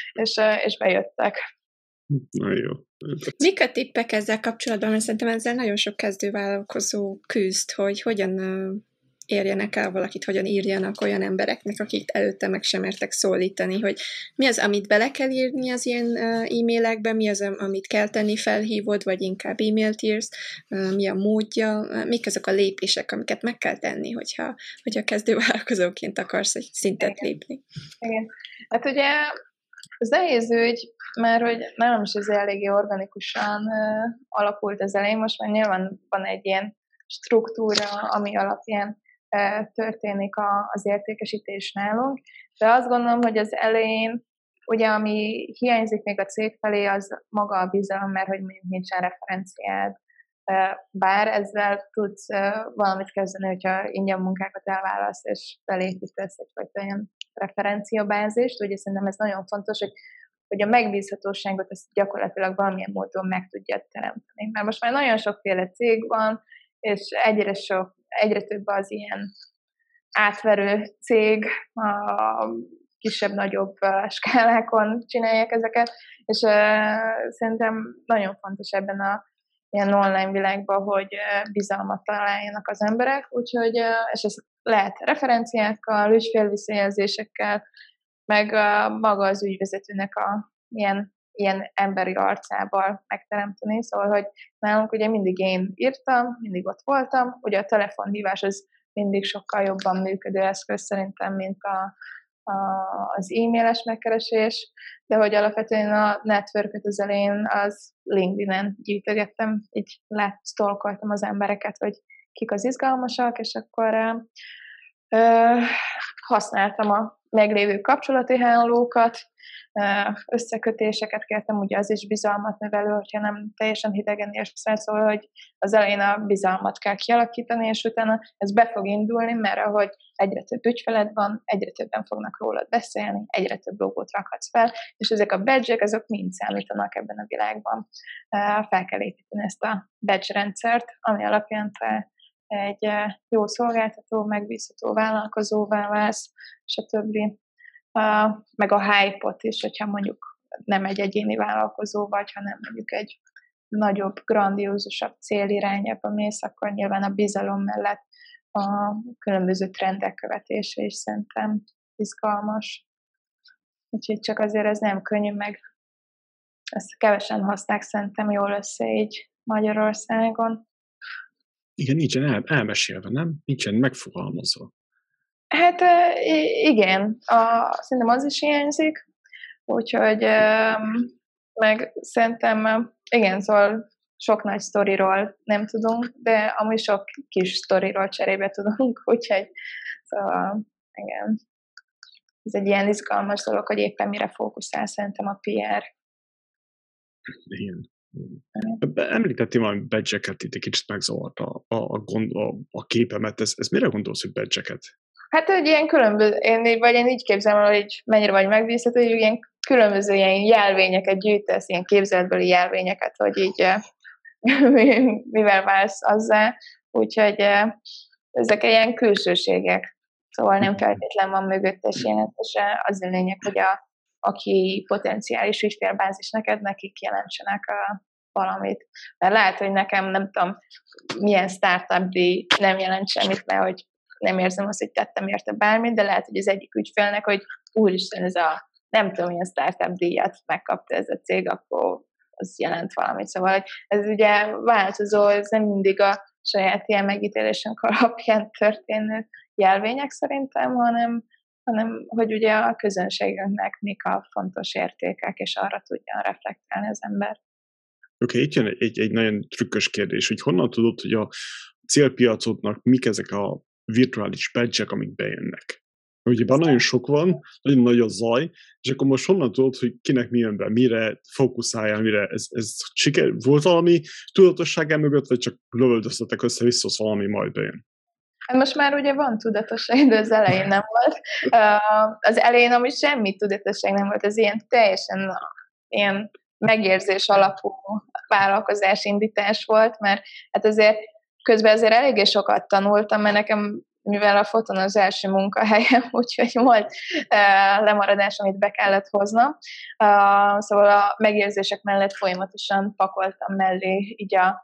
és bejöttek. Nagyon jó. Mik a tippek ezzel kapcsolatban? Mert szerintem ezzel nagyon sok kezdővállalkozó küzd, hogy hogyan érjenek el valakit, hogyan írjanak olyan embereknek, akik előtte meg sem mertek szólítani, hogy mi az, amit bele kell írni az ilyen e-mailekbe, mi az, amit kell tenni, felhívod, vagy inkább e-mailt írsz, mi a módja, mik azok a lépések, amiket meg kell tenni, hogyha kezdővállalkozóként akarsz egy szintet lépni. Igen. Hát ugye ez nehéz ügy, mert hogy nálam is ez eléggé organikusan alakult az elején, most már nyilván van egy ilyen struktúra, ami alapján történik az értékesítés nálunk, de azt gondolom, hogy az elején, ugye ami hiányzik még a cég felé, az maga a bizalom, mert hogy nincsen referenciád. Bár ezzel tudsz valamit kezdeni, hogyha ingyen munkákat elválasz, és felépítesz egyfajta ilyen referenciabázist, ugye szerintem ez nagyon fontos, hogy a megbízhatóságot ezt gyakorlatilag valamilyen módon meg tudja teremteni. Mert most már nagyon sokféle cég van, és egyre több az ilyen átverő cég, a kisebb-nagyobb skálákon csinálják ezeket, és szerintem nagyon fontos ebben a ilyen online világban, hogy bizalmat találjanak az emberek, úgyhogy, és ez lehet referenciákkal, ügyfélvisszajelzésekkel, meg maga az ügyvezetőnek a ilyen emberi arcával megteremteni, szóval, hogy nálunk ugye mindig én írtam, mindig ott voltam, ugye a telefonhívás az mindig sokkal jobban működő eszköz szerintem, mint az e-mailes megkeresés, de hogy alapvetően a networköt az elején az LinkedIn-en gyűjtögettem, így lesztolkoltam az embereket, hogy kik az izgalmasak, és akkor használtam a meglévő kapcsolati hálókat, összekötéseket kértem, ugye az is bizalmat növelő, hogyha nem teljesen hidegen érszel, szóval, hogy az elején a bizalmat kell kialakítani, és utána ez be fog indulni, mert ahogy egyre több ügyfeled van, egyre többen fognak rólad beszélni, egyre több logót rakhatsz fel, és ezek a badge-ek, azok mind számítanak ebben a világban. Fel kell építeni ezt a badge rendszert, ami alapján te egy jó szolgáltató, megbízható vállalkozóvá válsz, stb. meg a hype-ot is, hogyha mondjuk nem egy egyéni vállalkozó vagy, hanem mondjuk egy nagyobb, grandiózusabb célirányába mész, akkor nyilván a bizalom mellett a különböző trendek követése is szerintem izgalmas. Úgyhogy csak azért ez nem könnyű, meg ezt kevesen hozták szerintem jól össze így Magyarországon. Igen, nincsen elmesélve, nem? Nincsen megfogalmazva. Hát igen, szerintem az is hiányzik, úgyhogy meg szerintem igen, szóval sok nagy sztoriról nem tudunk, de amúgy sok kis sztoriról cserébe tudunk, úgyhogy szóval igen. Ez egy ilyen izgalmas dolog, hogy éppen mire fókuszál szerintem a PR. Igen. Említettél valami badge-eket, itt egy kicsit megzavart a képemet. Ez mire gondolsz, hogy badge-eket? Hát, hogy ilyen különböző, én így képzelem, hogy mennyire vagy megbízható, hogy ilyen különböző ilyen jelvényeket gyűjtesz, ilyen képzeletbeli jelvényeket, hogy így mivel válsz azzá. Úgyhogy ezek ilyen külsőségek. Szóval nem feltétlen van mögöttes jelentese. Az a lényeg, hogy aki potenciális ügyfélbázis neked, nekik jelentsenek valamit. Mert lehet, hogy nekem nem tudom, milyen startup díj nem jelent semmit, mert hogy nem érzem azt, hogy tettem érte bármit, de lehet, hogy az egyik ügyfélnek, hogy úristen, ez a nem tudom, milyen startup díjat megkapta ez a cég, akkor az jelent valamit. Szóval ez ugye változó, ez nem mindig a saját ilyen megítélésünk alapján történő jelvények szerintem, hanem hogy ugye a közönségünknek mik a fontos értékek, és arra tudjon reflektálni az ember. Oké, itt jön egy nagyon trükkös kérdés, hogy honnan tudod, hogy a célpiacodnak mik ezek a virtuális badge-ek, amik bejönnek? Ugye bár nagyon sok van, nagyon nagy a zaj, és akkor most honnan tudod, hogy kinek mi jön be, mire fókuszáljál, mire ez siker, volt valami tudatosságán mögött, vagy csak lövöldöztetek össze-vissza, valami majd bejön? Hát most már ugye van tudatosság, de az elején nem volt. Az elején amúgy semmi tudatosság nem volt, ez ilyen teljesen ilyen megérzés alapú vállalkozásindítás volt, mert hát azért közben azért eléggé sokat tanultam, mert nekem, mivel a Foton az első munkahelyem, úgyhogy volt lemaradás, amit be kellett hoznom. Szóval a megérzések mellett folyamatosan pakoltam mellé így a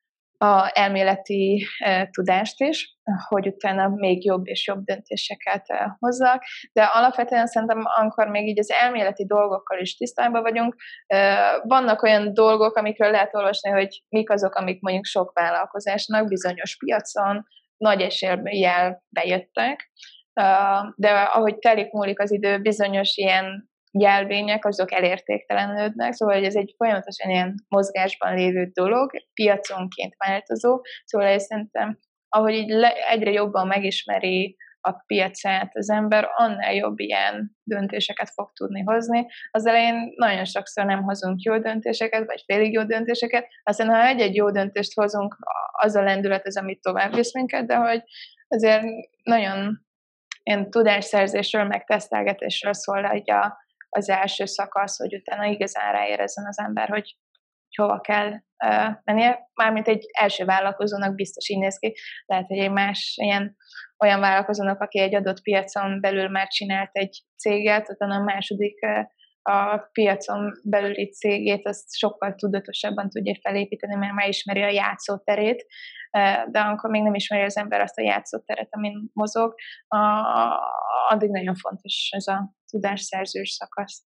elméleti tudást is, hogy utána még jobb és jobb döntéseket hozzak, de alapvetően szerintem amikor még így az elméleti dolgokkal is tisztában vagyunk, vannak olyan dolgok, amikről lehet olvasni, hogy mik azok, amik mondjuk sok vállalkozásnak bizonyos piacon nagy eséllyel bejöttek, de ahogy múlik az idő, bizonyos ilyen jelvények, azok elértéktelenődnek, szóval hogy ez egy folyamatosan ilyen mozgásban lévő dolog, piaconként változó, szóval ez szerintem, ahogy így egyre jobban megismeri a piacát az ember, annál jobb ilyen döntéseket fog tudni hozni. Az elején nagyon sokszor nem hozunk jó döntéseket, vagy félig jó döntéseket, aztán ha egy-egy jó döntést hozunk, az a lendület az, amit tovább visz minket, de hogy azért nagyon ilyen tudásszerzésről, meg tesztelgetésről szól az első szakasz, hogy utána igazán ráérezzen az ember, hogy hova kell mennie. Mármint egy első vállalkozónak biztos így néz ki. Lehet, hogy egy más olyan vállalkozónak, aki egy adott piacon belül már csinált egy céget, utána a második a piacon belüli cégét, azt sokkal tudatosabban tudja felépíteni, mert már ismeri a játszóterét, de amikor még nem ismeri az ember azt a játszóteret, amin mozog, addig nagyon fontos ez a tudásszerzős szakasz.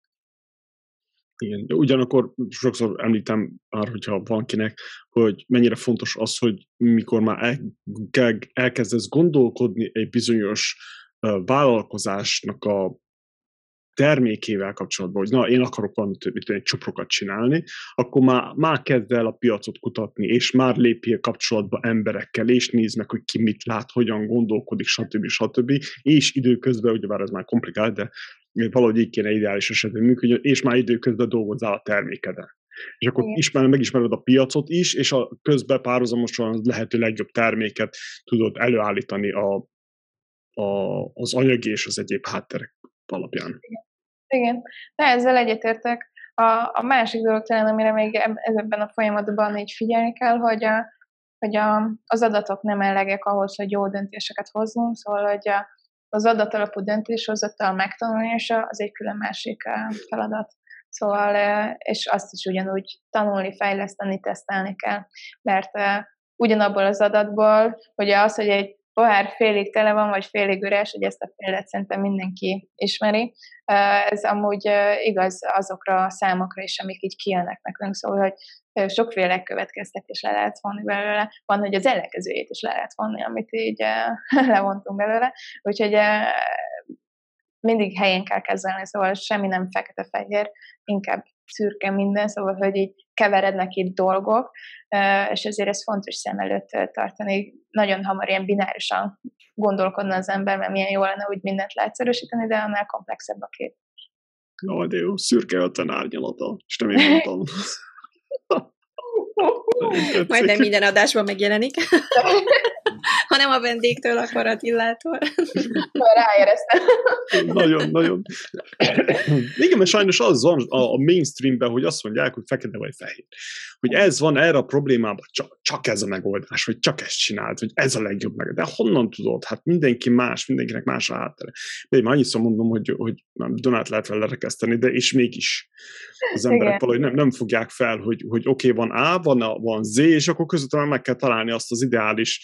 Igen, de ugyanakkor sokszor említem már, hogyha valakinek, hogy mennyire fontos az, hogy mikor már elkezdesz gondolkodni egy bizonyos vállalkozásnak a termékével kapcsolatban, hogy na, én akarok valamit, egy csoprokat csinálni, akkor már kezd el a piacot kutatni, és már lépjél kapcsolatba emberekkel, és nézd meg, hogy ki mit lát, hogyan gondolkodik, stb. És időközben, ugyebár ez már komplikált, de valahogy így kéne ideális esetben működni, és már időközben dolgozzál a termékeden. És akkor megismered a piacot is, és a közben párhuzamosan az lehető legjobb terméket tudod előállítani az anyagi és az egyéb hátterek alapján. Igen, de ezzel egyetértek. A másik dolog talán, amire még ebben a folyamatban így figyelni kell, hogy az adatok nem elegek ahhoz, hogy jó döntéseket hozzunk, szóval, hogy az adatalapú döntéshozatal megtanulása az egy külön másik feladat. Szóval, és azt is ugyanúgy tanulni, fejleszteni, tesztelni kell, mert ugyanabból az adatból, ugye az, hogy egy pohár félig tele van, vagy félig üres, hogy ezt a példát szerintem mindenki ismeri, ez amúgy igaz azokra a számokra is, amik így kijönnek nekünk, szóval, hogy sokféle következtetés le lehet vonni belőle, van, hogy az ellenkezőjét is le lehet vonni, amit így levontunk belőle, úgyhogy mindig helyén kell kezelni, szóval semmi nem fekete-fehér, inkább szürke minden, szóval, hogy így keverednek itt dolgok, és ezért ez fontos szem előtt tartani. Nagyon hamar ilyen binárisan gondolkodna az ember, mert milyen jó lenne úgy mindent leegyszerűsíteni, de annál komplexebb a kép. No, de jó, szürke a árnyalata, és nem én mondtam. Majd nem minden adásban megjelenik. hanem a vendégtől, akkor Attilától. Ráéreztem. Nagyon, nagyon. Igen, mert sajnos az van a mainstreamben, hogy azt mondják, hogy fekete vagy fehér. Hogy ez van erre a problémában, csak ez a megoldás, vagy csak ezt csináld, hogy ez a legjobb meg. De honnan tudod? Hát mindenki más, mindenkinek más a háttere. De én már annyiszor mondom, hogy Donát lehet vele rekeszteni, de és mégis az emberek valahogy nem fogják fel, hogy oké, van A, van Z, és akkor közöttem meg kell találni azt az ideális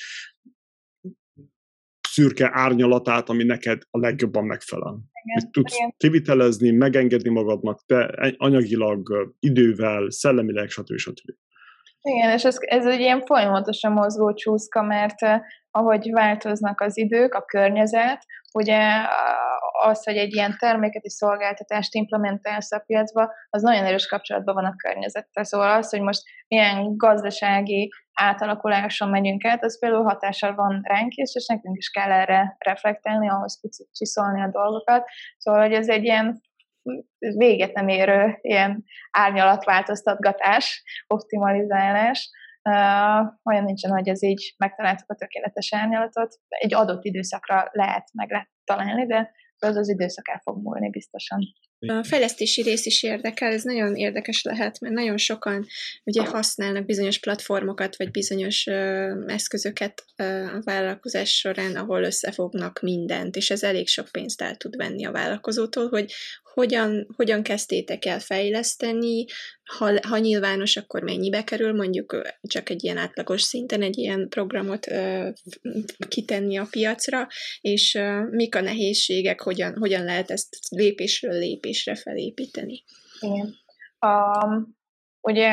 szürke árnyalatát, ami neked a legjobban megfelel. Hogy tudsz kivitelezni, megengedni magadnak, te anyagilag, idővel, szellemileg, stb. Igen, és ez egy ilyen folyamatosan mozgó csúszka, mert ahogy változnak az idők, a környezet, ugye az, hogy egy ilyen terméket és szolgáltatást implementálsz a piacba, az nagyon erős kapcsolatban van a környezettel. Szóval az, hogy most milyen gazdasági átalakuláson megyünk át, az például hatással van ránk is, és nekünk is kell erre reflektálni, ahhoz picit csiszolni a dolgokat. Szóval, hogy ez egy ilyen véget nem érő ilyen árnyalatváltoztatgatás, optimalizálás. Olyan nincsen, hogy ez így megtaláltuk a tökéletes árnyalatot. Egy adott időszakra lehet találni, de az időszak el fog múlni biztosan. A fejlesztési rész is érdekel, ez nagyon érdekes lehet, mert nagyon sokan ugye használnak bizonyos platformokat, vagy bizonyos eszközöket a vállalkozás során, ahol összefognak mindent, és ez elég sok pénzt el tud venni a vállalkozótól, hogy hogyan kezdtétek el fejleszteni, ha nyilvános, akkor mennyibe kerül, mondjuk csak egy ilyen átlagos szinten egy ilyen programot kitenni a piacra, és mik a nehézségek, hogyan lehet ezt lépésről lépésre felépíteni. Igen. Ugye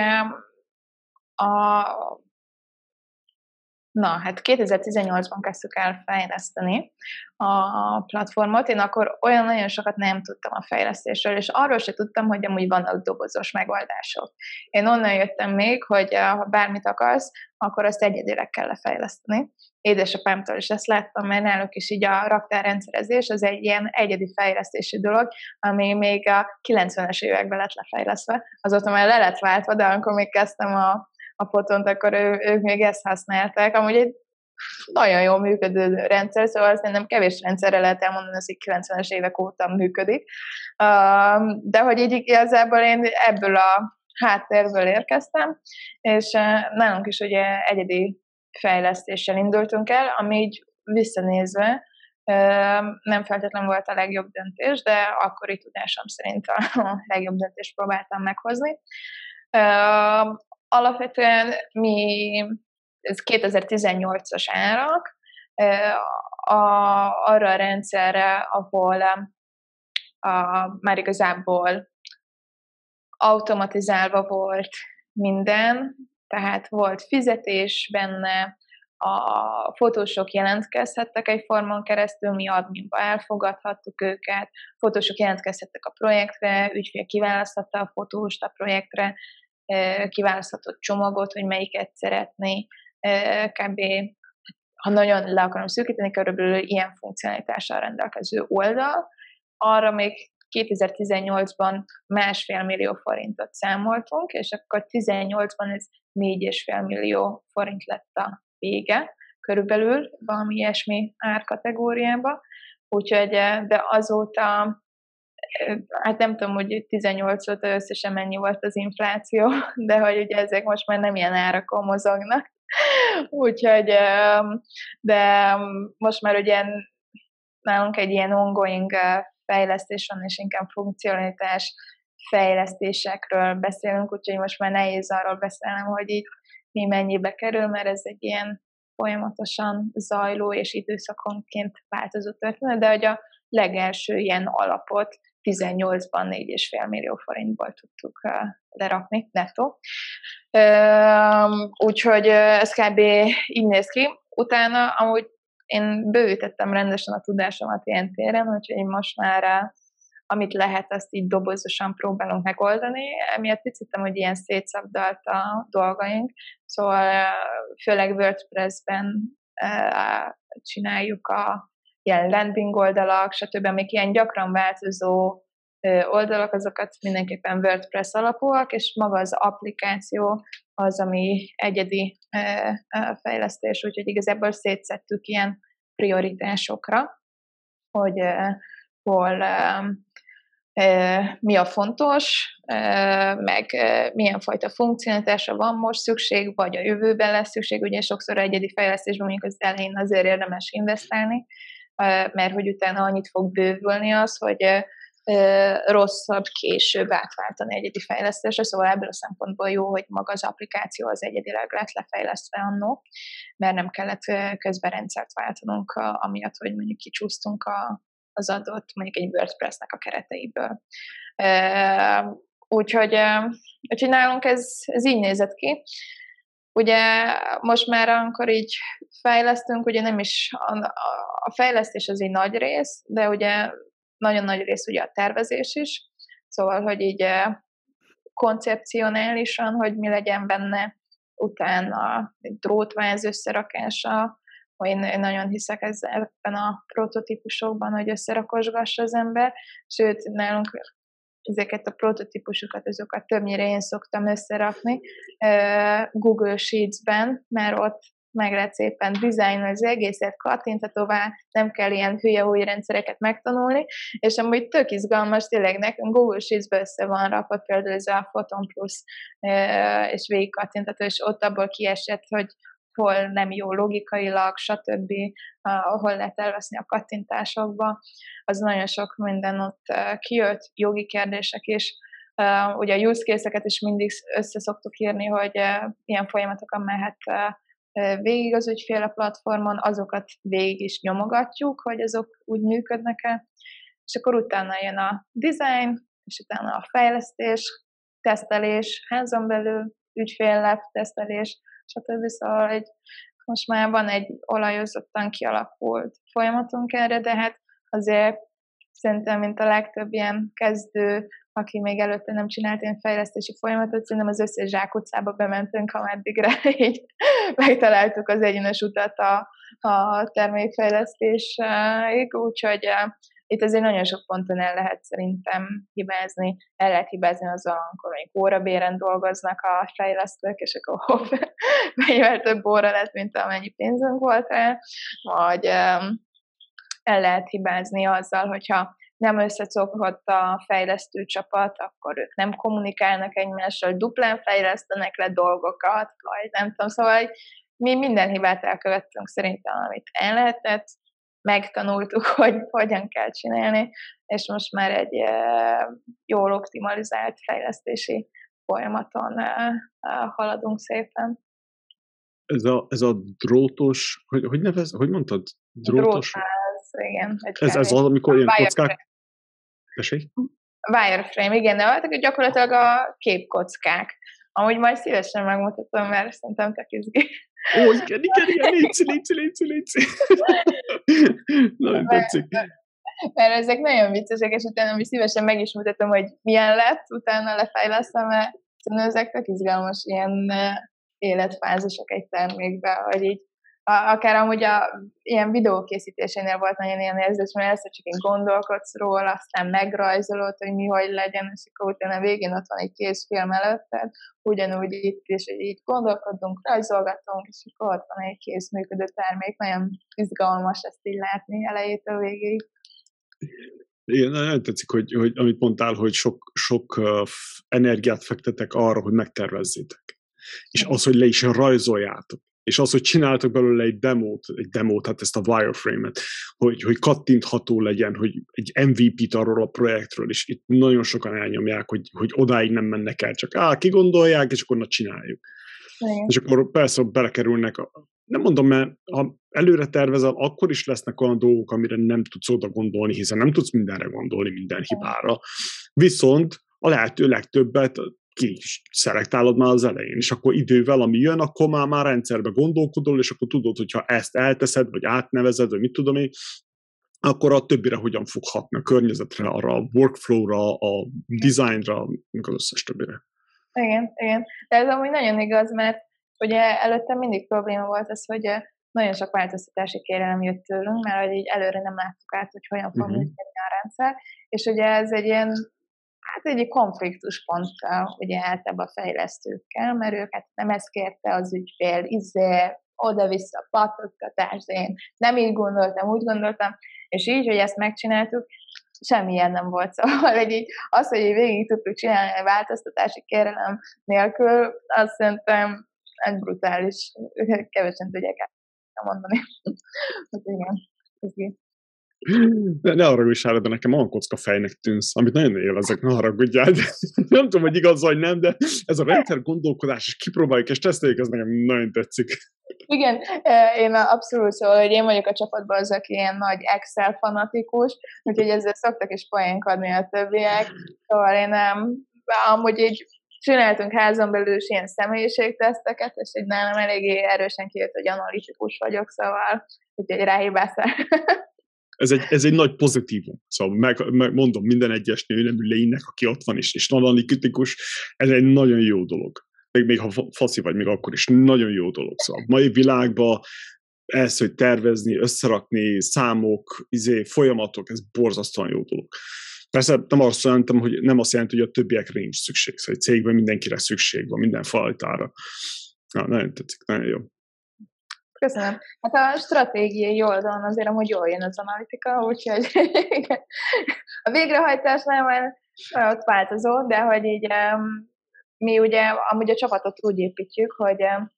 hát 2018-ban kezdtük el fejleszteni a platformot. Én akkor olyan nagyon sokat nem tudtam a fejlesztésről, és arról se tudtam, hogy amúgy vannak dobozos megoldások. Én onnan jöttem még, hogy ha bármit akarsz, akkor azt egyedileg kell lefejleszteni. Édesapámtól is ezt láttam, mert náluk is így a raktárrendszerezés az egy ilyen egyedi fejlesztési dolog, ami még a 90-es években lett lefejlesztve. Azóta már le lett váltva, de amikor még kezdtem a Fotont, akkor ők még ezt használták. Amúgy egy nagyon jól működő rendszer, szóval szerintem kevés rendszerre lehet elmondani, hogy 90-es évek óta működik. De hogy így igazából én ebből a háttérből érkeztem, és nálunk is ugye egyedi fejlesztéssel indultunk el, ami így visszanézve nem feltétlenül volt a legjobb döntés, de akkori tudásom szerint a legjobb döntést próbáltam meghozni. Alapvetően ez 2018-as árak, arra a rendszerre, ahol már igazából automatizálva volt minden, tehát volt fizetés benne, a fotósok jelentkezhettek egy formon keresztül, mi adminba elfogadhattuk őket, fotósok jelentkezhettek a projektre, ügyfél kiválaszthatta a fotóst a projektre, kiválaszthatott csomagot, hogy melyiket szeretné, kb. Ha nagyon le akarom szűkíteni, körülbelül ilyen funkcionalitással rendelkező oldal. Arra még 2018-ban 1,5 millió forintot számoltunk, és akkor 2018-ban ez 4,5 millió forint lett a vége, körülbelül valami ilyesmi árkategóriába. Úgyhogy, de azóta, hát nem tudom, hogy 18 óta összesen mennyi volt az infláció, de hogy ugye ezek most már nem ilyen árakon mozognak. Úgyhogy, de most már ugye nálunk egy ilyen ongoing fejlesztés van, és inkább funkcionalitás fejlesztésekről beszélünk, úgyhogy most már nehéz arról beszélnem, hogy így mi mennyibe kerül, mert ez egy ilyen folyamatosan zajló és időszakonként változó történet, de hogy a legelső ilyen alapot 18-ban 4,5 millió forintból tudtuk lerakni nettó. Úgyhogy ez kb. Így néz ki. Utána amúgy én bővítettem rendesen a tudásomat ilyen téren, úgyhogy én most már amit lehet, azt így dobozosan próbálunk megoldani. Emiatt picit hogy ilyen szétszabdalt a dolgaink, szóval főleg WordPress-ben csináljuk a ilyen landing oldalak, stb. Amik ilyen gyakran változó oldalak, azokat mindenképpen WordPress alapúak, és maga az applikáció az, ami egyedi fejlesztés, úgyhogy igazából szétszettük ilyen prioritásokra, hogy hol mi a fontos, meg milyen fajta funkcionalitásra van most szükség, vagy a jövőben lesz szükség. Ugye sokszor egyedi fejlesztésben mondjuk az elején azért érdemes investálni, mert hogy utána annyit fog bővülni az, hogy rosszabb később átváltani egyedi fejlesztésre, szóval ebből a szempontból jó, hogy maga az applikáció az egyedileg lett lefejlesztve annó, mert nem kellett közben rendszert váltanunk, amiatt, hogy mondjuk kicsúsztunk az adott, mondjuk egy WordPress-nek a kereteiből. Úgyhogy nálunk ez így nézett ki. Ugye most már, amikor így fejlesztünk, ugye nem is a fejlesztés az egy nagy rész, de ugye nagyon nagy rész ugye a tervezés is, szóval, hogy így koncepcionálisan, hogy mi legyen benne, utána egy drótváz összerakása, hogy én nagyon hiszek ebben a prototípusokban, hogy összerakosgassa az ember, sőt, nálunk ezeket a prototípusokat, azokat többnyire én szoktam összerakni Google Sheets-ben, mert ott meg lehet szépen dizájnolni az egészet, kattinthatóvá, nem kell ilyen hülye új rendszereket megtanulni, és amúgy tök izgalmas, tényleg nekünk Google Sheets-be össze van rakva például ez a Photon Plus, és végig kattintható, és ott abból kiesett, hogy hol nem jó logikailag, stb., hol lehet elveszni a kattintásokba. Az nagyon sok minden ott kijött, jogi kérdések is. Ugye a use case-eket is mindig össze szoktuk írni, hogy ilyen folyamatokon mehet végig az ügyfél a platformon, azokat végig is nyomogatjuk, hogy azok úgy működnek-e, és akkor utána jön a design, és utána a fejlesztés, tesztelés, házon belül, ügyféllap, tesztelés, stb. Szóval most már van egy olajozottan kialakult folyamatunk erre, de hát azért szerintem, mint a legtöbb ilyen kezdő, aki még előtte nem csinált ilyen fejlesztési folyamatot, szerintem az összes zsákutcába bementünk, ameddigre így megtaláltuk az egyenes utat a termékfejlesztésig, úgyhogy itt azért nagyon sok ponton el lehet szerintem hibázni. El lehet hibázni azzal, amikor mondjuk órabéren dolgoznak a fejlesztők, és akkor mennyivel több óra lett, mint amennyi pénzünk volt rá, vagy el lehet hibázni azzal, hogyha nem összecogott a fejlesztő csapat, akkor ők nem kommunikálnak egymással, duplán fejlesztenek le dolgokat, vagy nem tudom, szóval mi minden hibát elkövettünk szerintem, amit el lehetett, megtanultuk, hogy hogyan kell csinálni, és most már egy jól optimalizált fejlesztési folyamaton haladunk szépen. Ez a drótos, hogy mondtad? Drótos? Drótház, igen. Ez az, amikor ilyen kockák? Tessék? Wireframe, igen, de gyakorlatilag a képkockák. Amúgy majd szívesen megmutatom, mert szerintem tök izgi. Ó, igen, léci. Nagyon tetszik. Mert ezek nagyon viccesek, és utána mi szívesen meg is mutatom, hogy milyen lett, utána lefejlesztem, mert szerintem ezek tök izgalmas ilyen életfázisok egy termékben, hogy így akár amúgy ilyen videókészítésénél volt nagyon ilyen érzés, mert először csak így gondolkodsz róla, aztán megrajzolod, hogy mi hogy legyen, és akkor utána végén ott van egy készfilm előtted, ugyanúgy itt is, hogy így gondolkodunk, rajzolgatunk, és akkor ott van egy kész működő termék, nagyon izgalmas ezt így látni elejétől végig. Igen, nagyon tetszik, hogy amit mondtál, hogy sok energiát fektetek arra, hogy megtervezzétek. És az, hogy le is rajzoljátok. És az, hogy csináltak belőle egy demót, hát ezt a wireframe-et, hogy kattintható legyen, hogy egy MVP-t arról a projektről, és itt nagyon sokan elnyomják, hogy odáig nem mennek el, csak kigondolják, és akkor csináljuk. Igen. És akkor persze belekerülnek, nem mondom, mert ha előre tervezel, akkor is lesznek olyan dolgok, amire nem tudsz oda gondolni, hiszen nem tudsz mindenre gondolni, minden hibára. Viszont a lehető legtöbbet ki szelektálod már az elején, és akkor idővel, ami jön, akkor már rendszerbe gondolkodol, és akkor tudod, hogyha ezt elteszed, vagy átnevezed, vagy mit tudom én, akkor a többire hogyan fog hatni, a környezetre, arra a workflow-ra, a designra, meg az összes többire. Igen. De ez amúgy nagyon igaz, mert ugye előtte mindig probléma volt az, hogy nagyon sok változtatási kérelem jött tőlünk, mert hogy így előre nem láttuk át, hogy hogyan fog működni a rendszer, és ugye ez egy ilyen, egy konfliktuspont ugye általában a fejlesztőkkel, mert őket nem ezt kérte az ügyfél, oda-vissza pattogtatás, de én nem így gondoltam, úgy gondoltam, és így, hogy ezt megcsináltuk, semmilyen nem volt. Szóval így, az, hogy így végig tudtuk csinálni a változtatási kérelem nélkül, azt szerintem egy brutális, kevesen tudják elmondani. Igen, ez így. Ne haragudj, de nekem olyan kocka fejnek tűnsz, amit nagyon élvezek, ne haragudjál, de nem tudom, hogy igaz vagy nem, de ez a rendszer gondolkodás, és kipróbáljuk, és teszteljük, ez nekem nagyon tetszik. Igen, én abszolút, szóval, hogy én vagyok a csapatban az, aki ilyen nagy Excel fanatikus, úgyhogy ezzel szoktak is poénkodni a többiek, szóval én amúgy így csináltunk házon belül is ilyen személyiségteszteket, és így nálam eléggé erősen kijött, hogy analitikus vagyok, szóval úgyhogy ráhibáztál. Ez egy nagy pozitívum. Szóval mondom, minden egyes nőnemű lénynek, aki ott van és analitikus, ez egy nagyon jó dolog. Még ha faszi vagy, még akkor is nagyon jó dolog. Szóval a mai világban ez, hogy tervezni, összerakni, számok, folyamatok, ez borzasztóan jó dolog. Persze nem azt jelenti, hogy a többiekre nincs szükség. Szóval egy cégben mindenkire szükség van, minden fajtára. Nagyon tetszik, nagyon jó. Köszönöm. Hát a stratégiai oldalon azért amúgy jól jön az analitika, úgyhogy a végrehajtásnál már ott változó, de hogy így mi ugye amúgy a csapatot úgy építjük, hogy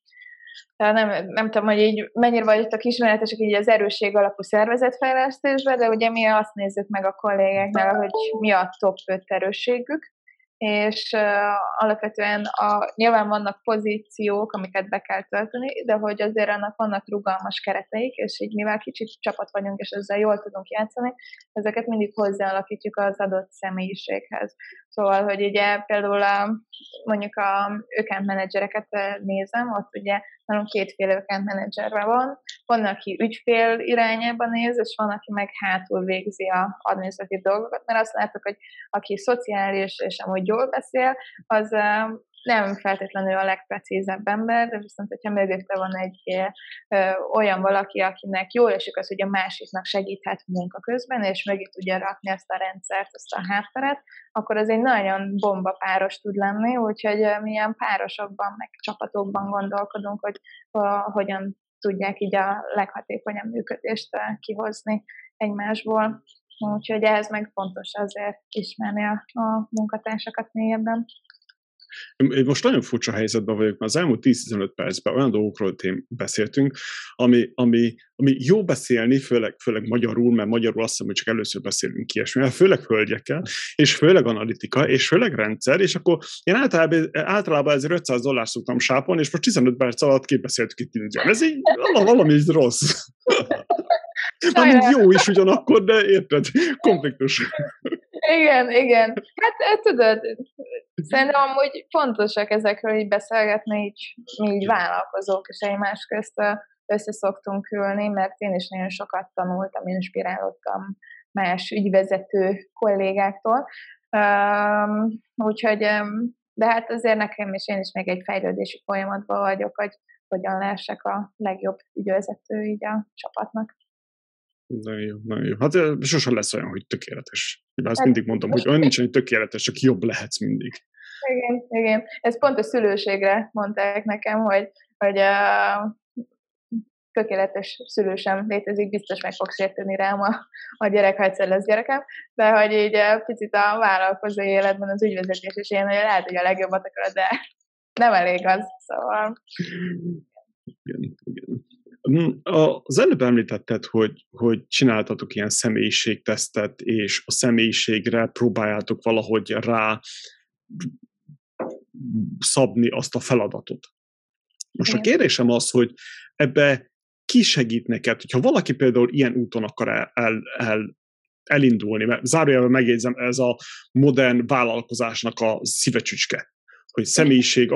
nem tudom, hogy így mennyire vagytok ismeretesek így az erősség alapú szervezetfejlesztésben, de ugye mi azt nézzük meg a kollégáknál, hogy mi a top 5 erősségük, és alapvetően nyilván vannak pozíciók, amiket be kell tölteni, de hogy azért annak vannak rugalmas kereteik, és így mivel kicsit csapat vagyunk, és ezzel jól tudunk játszani, ezeket mindig hozzáalakítjuk az adott személyiséghez. Szóval, hogy ugye például mondjuk a account menedzsereket nézem, ott ugye nálunk kétféle account menedzserve van, aki ügyfél irányába néz, és van, aki meg hátul végzi a adminisztratív dolgokat, mert azt látjuk, hogy aki szociális és amúgy jól beszél, az nem feltétlenül a legprecízebb ember, de viszont, hogyha mögötte van egy olyan valaki, akinek jól esik az, hogy a másiknak segíthet munka közben, és mögé tudja rakni ezt a rendszert, ezt a hátteret, akkor az egy nagyon bomba páros tud lenni, úgyhogy milyen párosokban, meg csapatokban gondolkodunk, hogy hogyan tudják így a leghatékonyabb működést kihozni egymásból. Úgyhogy ehhez meg fontos azért ismerni a munkatársakat mélyebben. Én most nagyon furcsa helyzetben vagyok, mert az elmúlt 10-15 percben olyan dolgokról beszéltünk, ami jó beszélni, főleg magyarul, mert magyarul azt hiszem, hogy csak először beszélünk ilyesmivel, főleg hölgyekkel, és főleg analitika, és főleg rendszer, és akkor én általában $500 szoktam sápolni, és most 15 perc alatt kibeszéltük itt ingyen. Ez így valami így rossz. Amúgy jó is ugyanakkor, de érted, konfliktus. Igen. Hát tudod, szerintem amúgy fontosak ezekről így beszélgetni, így vállalkozók, és egymás közt össze szoktunk ülni, mert én is nagyon sokat tanultam, inspirálódtam más ügyvezető kollégáktól. Úgyhogy, de hát azért nekem is, én is még egy fejlődési folyamatban vagyok, hogy hogyan lássak a legjobb ügyvezető így a csapatnak. Nagyon jó. Hát sosem lesz olyan, hogy tökéletes. Azt mindig mondom, hogy olyan nincsen, hogy tökéletes, csak jobb lehetsz mindig. Igen. Ez pont a szülőségre mondták nekem, hogy tökéletes szülő sem létezik, biztos meg fog sérteni rám a gyerek, ha egyszer lesz gyerekem, de hogy így picit a vállalkozói életben az ügyvezetés is ilyen, hogy lehet, hogy a legjobbat akarod, de nem elég az, szóval. Igen. Az előbb említetted, hogy csináltatok ilyen személyiségtesztet, és a személyiségre próbáljátok valahogy rá szabni azt a feladatot. Most a kérdésem az, hogy ebbe ki segít neked, hogyha valaki például ilyen úton akar elindulni, mert zárójelben megjegyzem, ez a modern vállalkozásnak a szívecsücske, hogy személyiség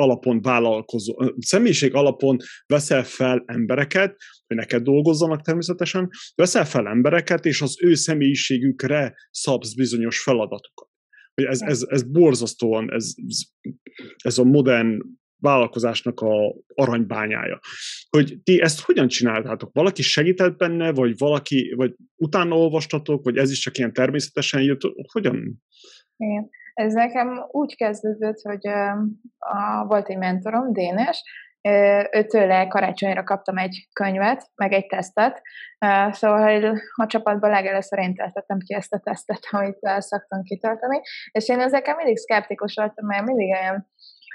alapon veszel fel embereket, hogy neked dolgozzanak természetesen, veszel fel embereket, és az ő személyiségükre szabsz bizonyos feladatokat. Hogy ez borzasztóan, ez a modern vállalkozásnak a aranybányája. Hogy ti ezt hogyan csináltátok? Valaki segített benne, vagy utána olvastatok, vagy ez is csak ilyen természetesen jött? Hogyan? Igen. Ez nekem úgy kezdődött, hogy volt egy mentorom, Dénes, őtőle karácsonyra kaptam egy könyvet, meg egy tesztet, szóval a csapatban legelőször én töltöttem ki ezt a tesztet, amit szoktam kitölteni, és én ezekkel mindig szkeptikus voltam, mert mindig olyan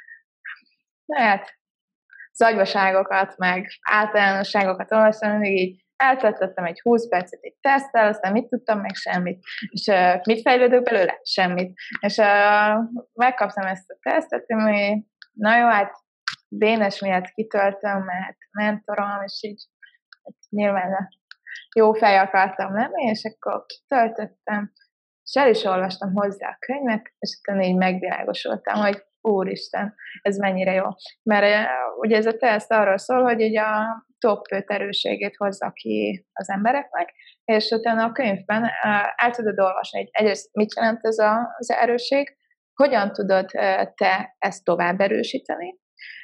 zagyvaságokat, meg általánosságokat olvastam, mindig így eltöltöttem egy 20 percet egy teszttel, aztán mit tudtam, meg semmit. És mit fejlődök belőle? Semmit. És megkaptam ezt a tesztet, ami, na jó, hát Dénes miatt kitöltöm, mert mentorom, és így hát nyilván jó fej akartam lenni, és akkor kitöltöttem, és el is olvastam hozzá a könyvet, és utána így megvilágosultam, hogy úristen, ez mennyire jó. Mert ugye ez a teszt arról szól, hogy így a top 5 erősségét hozza ki az embereknek, és utána a könyvben el tudod olvasni, hogy egyrészt mit jelent ez az erősség, hogyan tudod te ezt tovább erősíteni,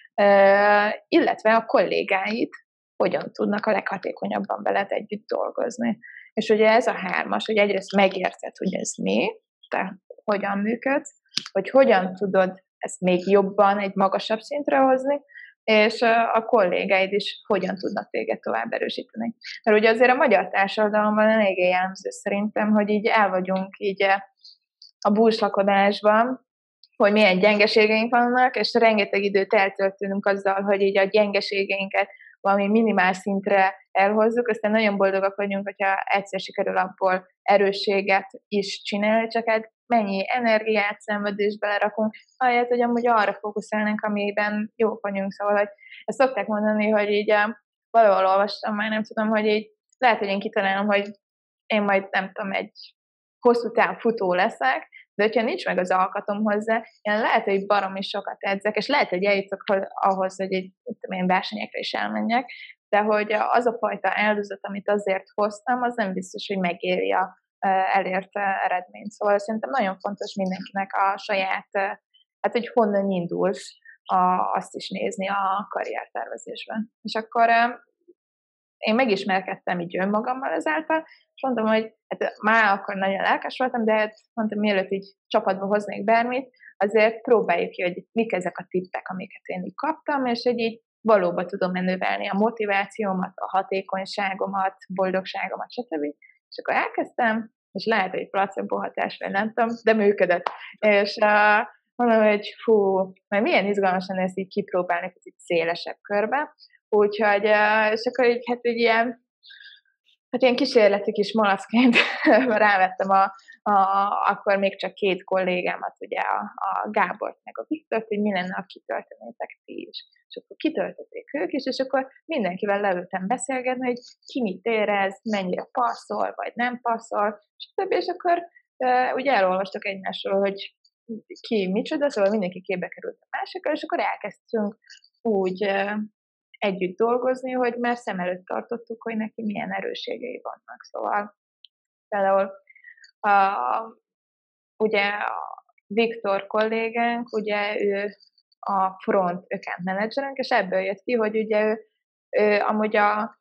illetve a kollégáid hogyan tudnak a leghatékonyabban veled együtt dolgozni. És ugye ez a 3-as, hogy egyrészt megérted, hogy ez mi, te hogyan működsz, hogy hogyan tudod ezt még jobban egy magasabb szintre hozni, és a kollégáid is hogyan tudnak téged tovább erősíteni. Mert ugye azért a magyar társadalomban eléggé jellemző szerintem, hogy így el vagyunk így a búslakodásban, hogy milyen gyengeségeink vannak, és rengeteg időt eltöltünk azzal, hogy így a gyengeségeinket valami minimál szintre elhozzuk, aztán nagyon boldogak vagyunk, hogyha egyszer sikerül abból erősséget is csinálni, csak hát mennyi energiát, szenvedést belerakunk, ahelyett, hogy amúgy arra fókuszálnánk, amiben jók vagyunk. Szóval, hogy ezt szokták mondani, hogy így valahol olvastam már, nem tudom, hogy így lehet, hogy én kitalálom, hogy én majd nem tudom, egy hosszú táv futó leszek, de hogyha nincs meg az alkatom hozzá, én lehet, hogy baromi sokat edzek, és lehet, hogy eljutok ahhoz, hogy egy versenyekre is elmenjek, de hogy az a fajta áldozat, amit azért hoztam, az nem biztos, hogy megéri a elért eredményt. Szóval szerintem nagyon fontos mindenkinek a saját, hát hogy honnan indulsz, azt is nézni a karriertervezésben. És akkor én megismerkedtem így önmagammal ezáltal, és mondtam, hogy hát már akkor nagyon lelkes voltam, de hát mondtam, mielőtt így csapatba hoznék bármit, azért próbáljuk ki, hogy mik ezek a tippek, amiket én így kaptam, és hogy így valóban tudom növelni a motivációmat, a hatékonyságomat, boldogságomat, stb. És akkor elkezdtem, és lehet, hogy placebo hatás, vagy nem tudom, de működött. És mondom, hogy mert milyen izgalmas lenne ezt így kipróbálni egy szélesebb körbe. Úgyhogy, és akkor így, hát ilyen kísérleti kis malacként rávettem akkor még csak 2 kollégámat, ugye a Gábort meg a Viktort, hogy mi lenne, ha kitöltenétek ti is. És akkor kitöltötték ők is, és akkor mindenkivel leültem beszélgetni, hogy ki mit érez, mennyire passzol, vagy nem passzol, stb. És akkor ugye elolvastak egymásról, hogy ki micsoda, szóval mindenki képbe került a másikkal, és akkor elkezdtünk úgy együtt dolgozni, hogy már szem előtt tartottuk, hogy neki milyen erősségei vannak. Szóval például ugye a Viktor kollégánk, ugye ő a front account managerünk, és ebből jött ki, hogy ugye ő amúgy a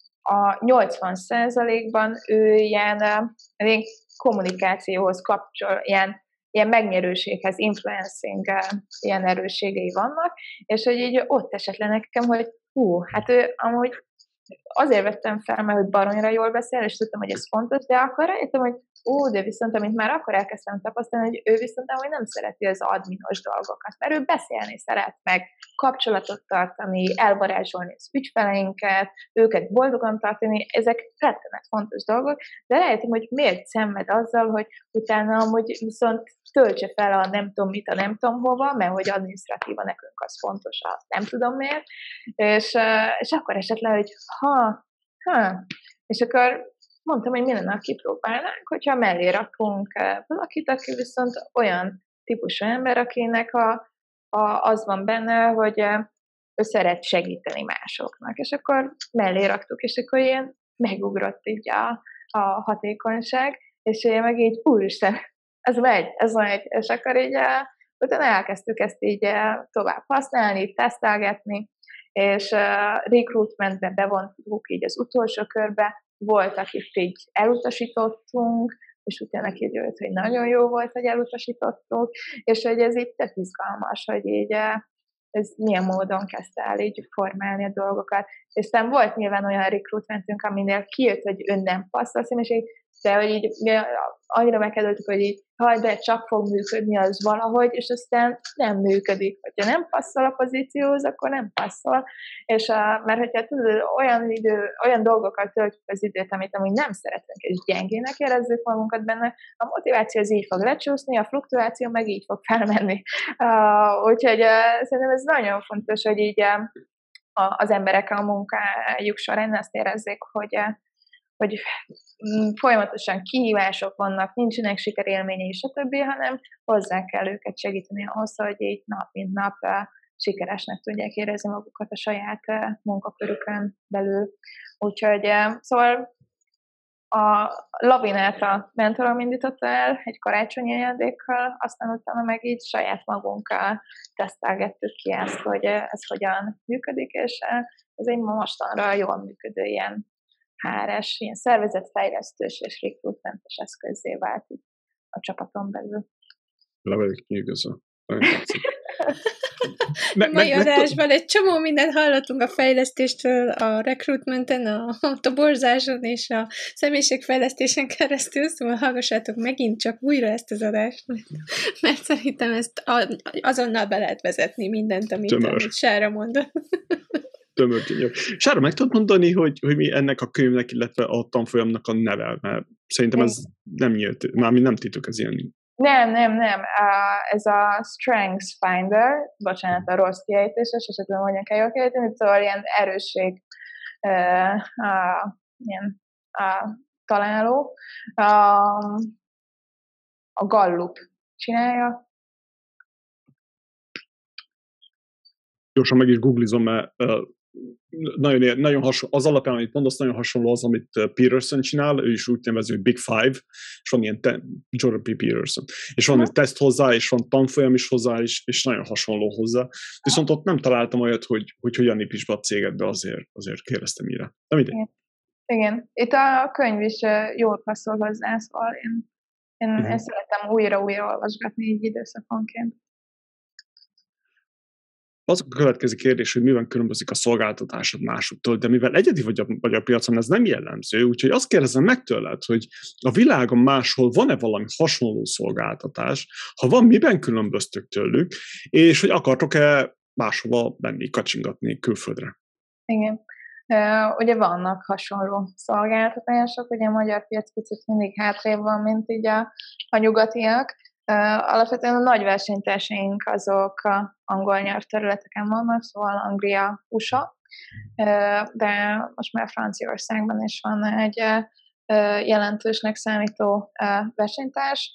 80%-ban ő ilyen kommunikációhoz kapcsol, ilyen megnyerőséghez, influencing ilyen erősségei vannak, és hogy így ott esett le nekem, hogy hát ő amúgy azért vettem fel, mert hogy baromira jól beszél, és tudtam, hogy ez fontos, de akkor rájöttem, hogy de viszont, amit már akkor elkezdtem tapasztalni, hogy ő viszont amúgy nem szereti az adminos dolgokat, mert ő beszélni szeret meg, kapcsolatot tartani, elvarázsolni az ügyfeleinket, őket boldogan tartani, ezek rettenet fontos dolgok, de rájöttem, hogy miért szenved azzal, hogy utána amúgy viszont töltse fel a nem tudom mit, a nem tudom hova, mert hogy adminisztratíva nekünk az fontos, azt nem tudom miért, és akkor esett le, hogy és akkor mondtam, hogy minden nap kipróbálnánk, hogyha mellé rakunk valakit, aki viszont olyan típusú ember, akinek az van benne, hogy ő szeret segíteni másoknak, és akkor mellé raktuk, és akkor ilyen megugrott így a hatékonyság, és én meg így, úristen, ez megy, és akkor így utána elkezdtük ezt így tovább használni, tesztelgetni, és recruitmentbe bevontuk így az utolsó körbe, volt, akit így elutasítottunk, és utána kiderült, hogy nagyon jó volt, hogy elutasítottuk, és hogy ez így tök izgalmas, hogy így ez milyen módon kezdte el így formálni a dolgokat. És aztán volt nyilván olyan recruitmentünk, aminél kijött, hogy ön nem passzol színűség, de hogy így annyira megkedveltük, hogy így, de csak fog működni az valahogy, és aztán nem működik. Ha nem passzol a pozícióhoz, akkor nem passzol. És mert hogyha tudod, olyan dolgokkal töltjük az időt, amit amúgy nem szeretünk, és gyengének érezzük magunkat benne, a motiváció az így fog lecsúszni, a fluktuáció meg így fog felmenni. Úgyhogy szerintem ez nagyon fontos, hogy így az emberek a munkájuk során azt érezzék, hogy folyamatosan kihívások vannak, nincsenek sikerélményei, stb., hanem hozzá kell őket segíteni ahhoz, hogy így nap mint nap sikeresnek tudják érezni magukat a saját munkakörükön belül. Úgyhogy szóval a lavinát a mentorom indította el egy karácsonyi ajándékkal, aztán utána meg így saját magunkkal tesztelgettük ki ezt, hogy ez hogyan működik, és ez egy mostanra jól működő ilyen HR-es, ilyen szervezetfejlesztős és recruitmentes eszközzé vált itt a csapaton belül. Le vagyok nyűgözve. Mai adásban egy csomó mindent hallottunk a fejlesztéstől, a recruitmenten, a toborzáson és a személyiségfejlesztésen keresztül, szóval hallgassátok megint csak újra ezt az adást, mert szerintem ezt azonnal be lehet vezetni mindent, amit Sára mondott. Tömör. Sára, meg tudod mondani, hogy mi ennek a könyvnek, illetve a tanfolyamnak a neve? Mert szerintem ez nem nyílt, mármint nem titok, ez ilyen. Nem. Ez a Strengths Finder, bocsánat, a rossz kiejtéses, esetleg mondjam kell jól kiejteni, szóval ilyen erősség ilyen találó. A Gallup csinálja. Gyorsan meg is googlizom, mert nagyon hasonló, az alapján, amit mondasz, nagyon hasonló az, amit Peterson csinál, ő is úgy nevezi, hogy Big Five, és van ilyen Jordan P. Peterson, és van egy teszt hozzá, és van tanfolyam is hozzá, és nagyon hasonló hozzá. Viszont ott nem találtam olyat, hogy hogyan építs be a cégedbe, azért kérdeztem ide. Nem ide? Igen. Itt a könyv is jól passzol hozzá, szóval én szeretem újra olvasgatni így időszakonként. Az a következő kérdés, hogy miben különbözik a szolgáltatásod másoktól, de mivel egyedi vagy a piacon, ez nem jellemző, úgyhogy azt kérdezem meg tőled, hogy a világon máshol van-e valami hasonló szolgáltatás, ha van, miben különböztök tőlük, és hogy akartok-e máshova menni, kacsingatni külföldre? Igen. Ugye vannak hasonló szolgáltatások, ugye a magyar piac picit mindig hátrébb van, mint így a nyugatiak. Alapvetően a nagy versenytársaink azok angol nyelvterületeken vannak, szóval Anglia, USA, de most már Franciaországban is van egy jelentősnek számító versenytárs.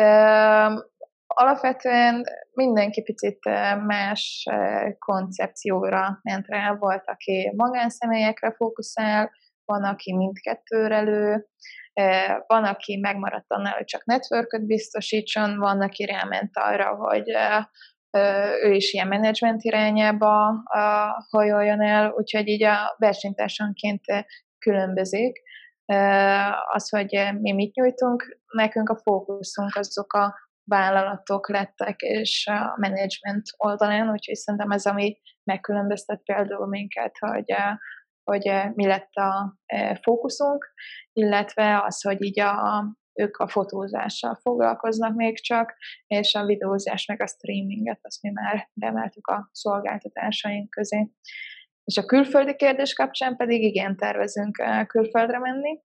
Alapvetően mindenki picit más koncepcióra ment rá, volt, aki magánszemélyekre fókuszál, van, aki mindkettőre lő, van, aki megmaradt annál, hogy csak networköt biztosítson, van, aki ráment arra, hogy ő is ilyen menedzsment irányába hajoljon el, úgyhogy így a versenytársanként különbözik. Az, hogy mi mit nyújtunk, nekünk a fókuszunk azok a vállalatok lettek, és a menedzsment oldalán, úgyhogy szerintem ez, ami megkülönböztet például minket, hogy hogy mi lett a fókuszunk, illetve az, hogy így ők a fotózással foglalkoznak még csak, és a videózás meg a streaminget, azt mi már beemeltük a szolgáltatásaink közé. És a külföldi kérdés kapcsán pedig igen, tervezünk külföldre menni.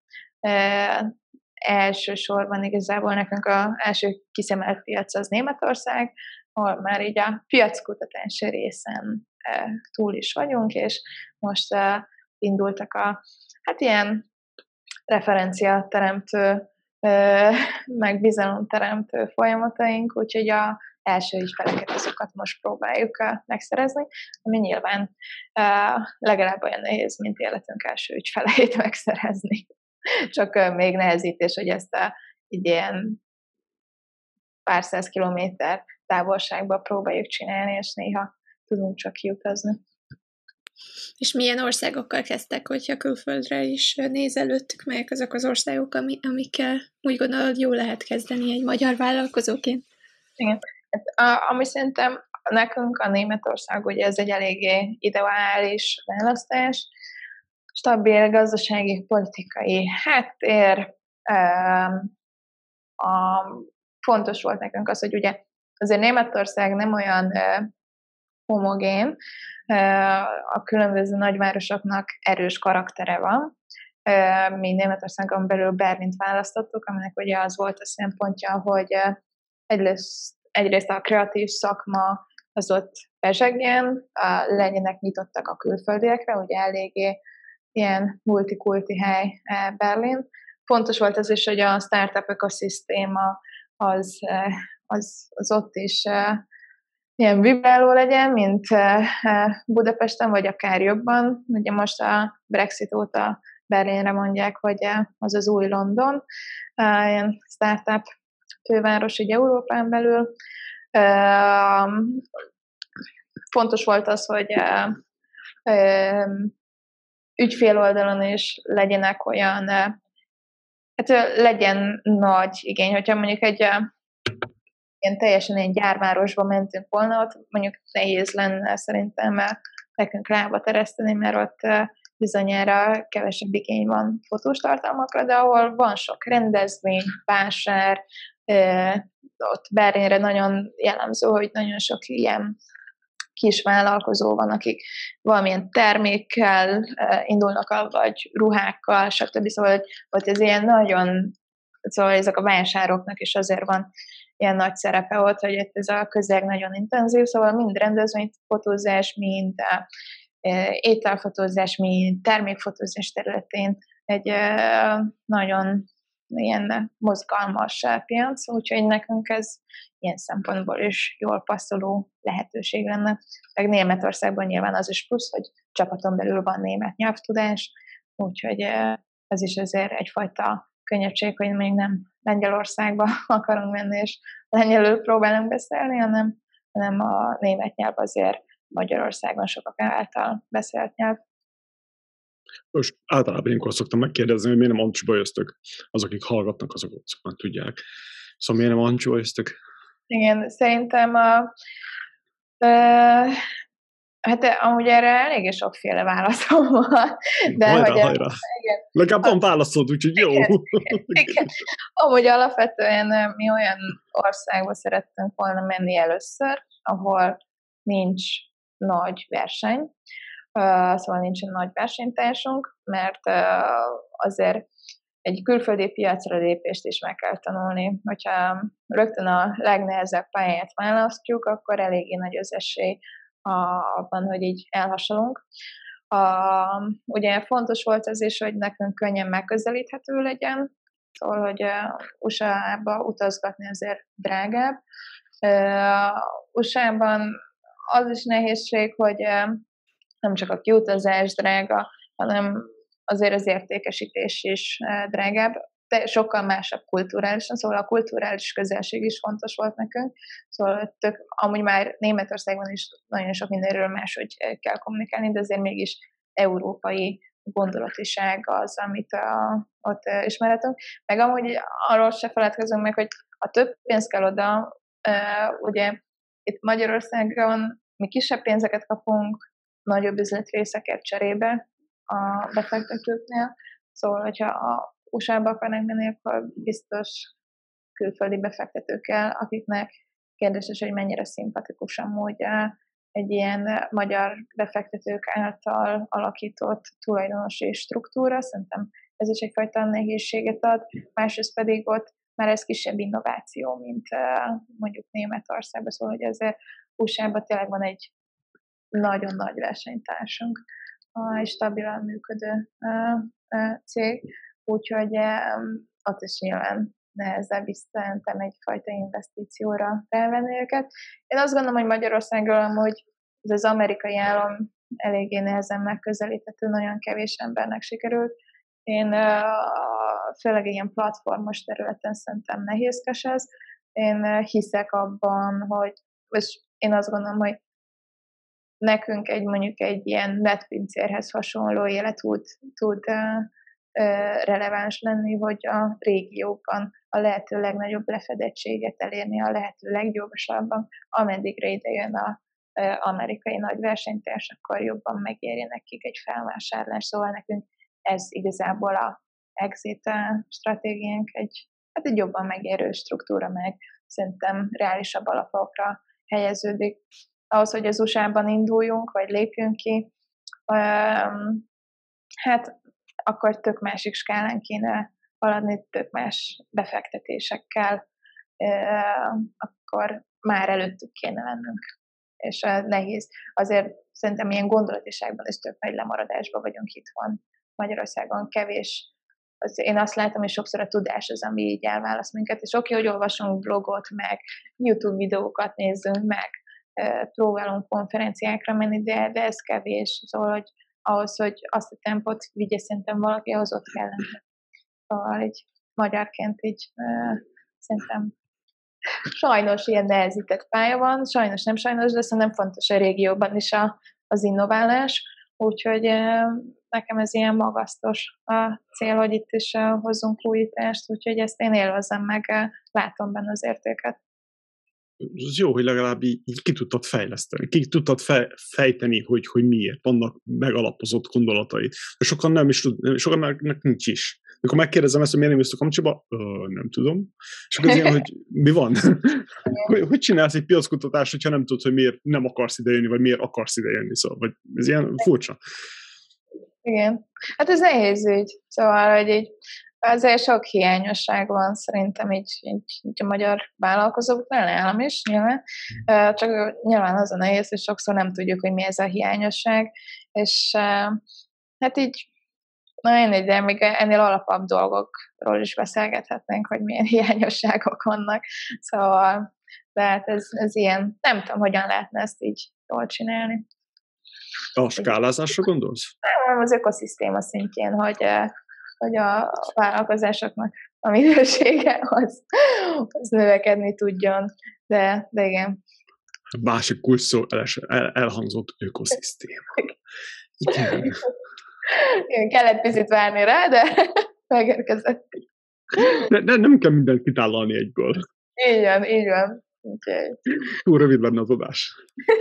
Elsősorban igazából nekünk az első kiszemelt piac az Németország, ahol már így a piackutatási részen túl is vagyunk, és most indultak ilyen referenciateremtő, meg bizalomteremtő folyamataink, úgyhogy az első ügyfeleket azokat most próbáljuk megszerezni, ami nyilván legalább olyan nehéz, mint életünk első ügyfeleit megszerezni. Csak még nehezítés, hogy ezt így ilyen pár száz kilométer távolságban próbáljuk csinálni, és néha tudunk csak kiutazni. És milyen országokkal kezdtek, hogyha külföldre is nézelődtük, melyek azok az országok, amikkel úgy gondolod jó lehet kezdeni egy magyar vállalkozóként? Igen. Ami szerintem nekünk a Németország, ugye ez egy eléggé ideális választás, stabil gazdasági, politikai háttér. Fontos volt nekünk az, hogy ugye azért Németország nem olyan homogén, a különböző nagyvárosoknak erős karaktere van. Mi Németországon belül Berlint választottuk, aminek ugye az volt a szempontja, hogy egyrészt a kreatív szakma az ott bezsegjen, legyenek nyitottak a külföldiekre, ugye eléggé ilyen multikulti hely Berlin. Fontos volt az is, hogy a startup ökoszisztéma az ott is ilyen vibráló legyen, mint Budapesten, vagy akár jobban. Ugye most a Brexit óta Berlinre mondják, hogy az az új London, ilyen startup főváros így Európán belül. Fontos volt az, hogy ügyfél oldalon is legyenek olyan, legyen nagy igény, hogyha mondjuk egy ilyen teljesen egy gyárvárosba mentünk volna, ott mondjuk nehéz lenne szerintem nekünk lába tereszteni, mert ott bizonyára kevesebb igény van fotós tartalmakra, de ahol van sok rendezvény, vásár, ott Berlinre nagyon jellemző, hogy nagyon sok ilyen kis vállalkozó van, akik valamilyen termékkel indulnak, vagy ruhákkal, stb. Szóval hogy ez ilyen nagyon, szóval ezek a vásároknak is azért van ilyen nagy szerepe ott, hogy itt ez a közeg nagyon intenzív, szóval mind rendezvényfotózás, mind ételfotózás, mind termékfotózás területén egy nagyon ilyen mozgalmas piac, úgyhogy nekünk ez ilyen szempontból is jól passzoló lehetőség lenne. Meg Németországban nyilván az is plusz, hogy csapaton belül van német nyelvtudás, úgyhogy ez is azért egyfajta könnyebbség, hogy még nem Lengyelországba akarunk menni, és lengyelül próbálunk beszélni, hanem a német nyelv azért Magyarországon sokak által beszélt nyelv. Most általában ilyenkor szoktam megkérdezni, hogy miért nem Ancsúba-jöztök. Azok, akik hallgatnak, azok már tudják. Szóval miért nem Ancsúba-jöztök? Igen, szerintem hát amúgy erre eléggé sokféle válaszom van. De hajrá. Legalább van válaszod, úgyhogy jó. Igen. Amúgy alapvetően mi olyan országba szerettünk volna menni először, ahol nincs nagy verseny, szóval nincsen nagy versenytársunk, mert azért egy külföldi piacra lépést is meg kell tanulni. Hogyha rögtön a legnehezebb pályát választjuk, akkor eléggé nagy az esély abban, hogy így elhasalunk. Ugye fontos volt az is, hogy nekünk könnyen megközelíthető legyen, szóval, hogy USA-ba utazgatni azért drágább. USA-ban az is nehézség, hogy nem csak a kiutazás drága, hanem azért az értékesítés is drágább, de sokkal másabb kulturálisan, szóval a kulturális közelség is fontos volt nekünk, szóval amúgy már Németországban is nagyon sok mindenről máshogy kell kommunikálni, de azért mégis európai gondolatiság az, amit ott ismerhetünk. Meg amúgy arról se feledkezünk meg, hogy ha több pénz kell oda, ugye itt Magyarországon mi kisebb pénzeket kapunk, nagyobb üzletrészeket cserébe, a befektetőknél. Szóval, hogyha a USA-ba akarnak menni, akkor biztos külföldi befektetőkkel, akiknek kérdéses, hogy mennyire szimpatikus amúgy egy ilyen magyar befektetők által alakított tulajdonosi struktúra. Szerintem ez is egyfajta nehézséget ad. Másrészt pedig ott már ez kisebb innováció, mint mondjuk Németországban, szóval, hogy ezért USA-ban tényleg van egy nagyon nagy versenytársunk, egy stabilan működő cég, úgyhogy ott is nyilván nehezebb is szerintem egyfajta investícióra felvenni őket. Én azt gondolom, hogy Magyarországról amúgy ez az amerikai állam eléggé nehezen megközelíthető, nagyon kevés embernek sikerült. Én főleg ilyen platformos területen szerintem nehézkes ez. Én hiszek abban, hogy, és én azt gondolom, hogy nekünk mondjuk egy ilyen netpincérhez hasonló élet tud releváns lenni, hogy a régióban a lehető legnagyobb lefedettséget elérni a lehető leggyorsabban, ameddig ide jön az amerikai nagy versenytárs, akkor jobban megéri nekik egy felvásárlás. Szóval nekünk ez igazából a exit stratégiánk egy jobban megérő struktúra, meg szerintem reálisabb alapokra helyeződik. Ahhoz, hogy az USA-ban induljunk, vagy lépjünk ki, hát akkor tök másik skálán kéne haladni, tök más befektetésekkel, akkor már előttük kéne lennünk. És nehéz. Azért szerintem ilyen gondolatiságban is tök nagy lemaradásban vagyunk itthon. Magyarországon kevés. Én azt látom, hogy sokszor a tudás az, ami így elválaszt minket, és oké, hogy olvasunk blogot, meg YouTube videókat nézzünk, meg próbálunk konferenciákra menni, de ez kevés. Szóval, hogy ahhoz, hogy azt a tempót vigye, szerintem valaki, ahhoz ott kell lenni. Szóval egy magyarként így szerintem sajnos ilyen nehezített pálya van, sajnos nem sajnos, de szerintem fontos a régióban is az innoválás, úgyhogy nekem ez ilyen magasztos a cél, hogy itt is hozzunk újítást, úgyhogy ezt én élvezem meg, látom benne az értéket. Ez jó, hogy legalább így ki tudtad fejleszteni, ki tudtad fejteni, hogy miért vannak megalapozott gondolatai. De sokan nem is tud, sokan nincs is. Amikor megkérdezem ezt, hogy miért nem jössz a kamcsiba, nem tudom. És akkor az ilyen, hogy mi van? hogy csinálsz egy piackutatást, hogyha nem tudod, hogy miért nem akarsz idejönni, vagy miért akarsz idejönni. Szóval, vagy ez ilyen furcsa. Igen. Hát ez nehéz ügy. Szóval, hogy így azért sok hiányosság van szerintem így a magyar vállalkozóknál, nálam is nyilván. Csak nyilván az a nehéz, és sokszor nem tudjuk, hogy mi ez a hiányosság. És hát így de még ennél alapabb dolgokról is beszélgethetnénk, hogy milyen hiányosságok vannak. Szóval, de hát ez ilyen, nem tudom, hogyan lehetne ezt így jól csinálni. A skálázásra gondolsz? Nem, az ökoszisztéma szintjén, hogy a vállalkozásoknak a minősége az növekedni tudjon. De igen. Másik kulcs szó elhangzott ökoszisztéma. Igen. Igen, kellett picit várni rá, de megérkezett. De nem kell mindent kitállalni egyből. Így van. Okay. Túl rövid lenne az adás.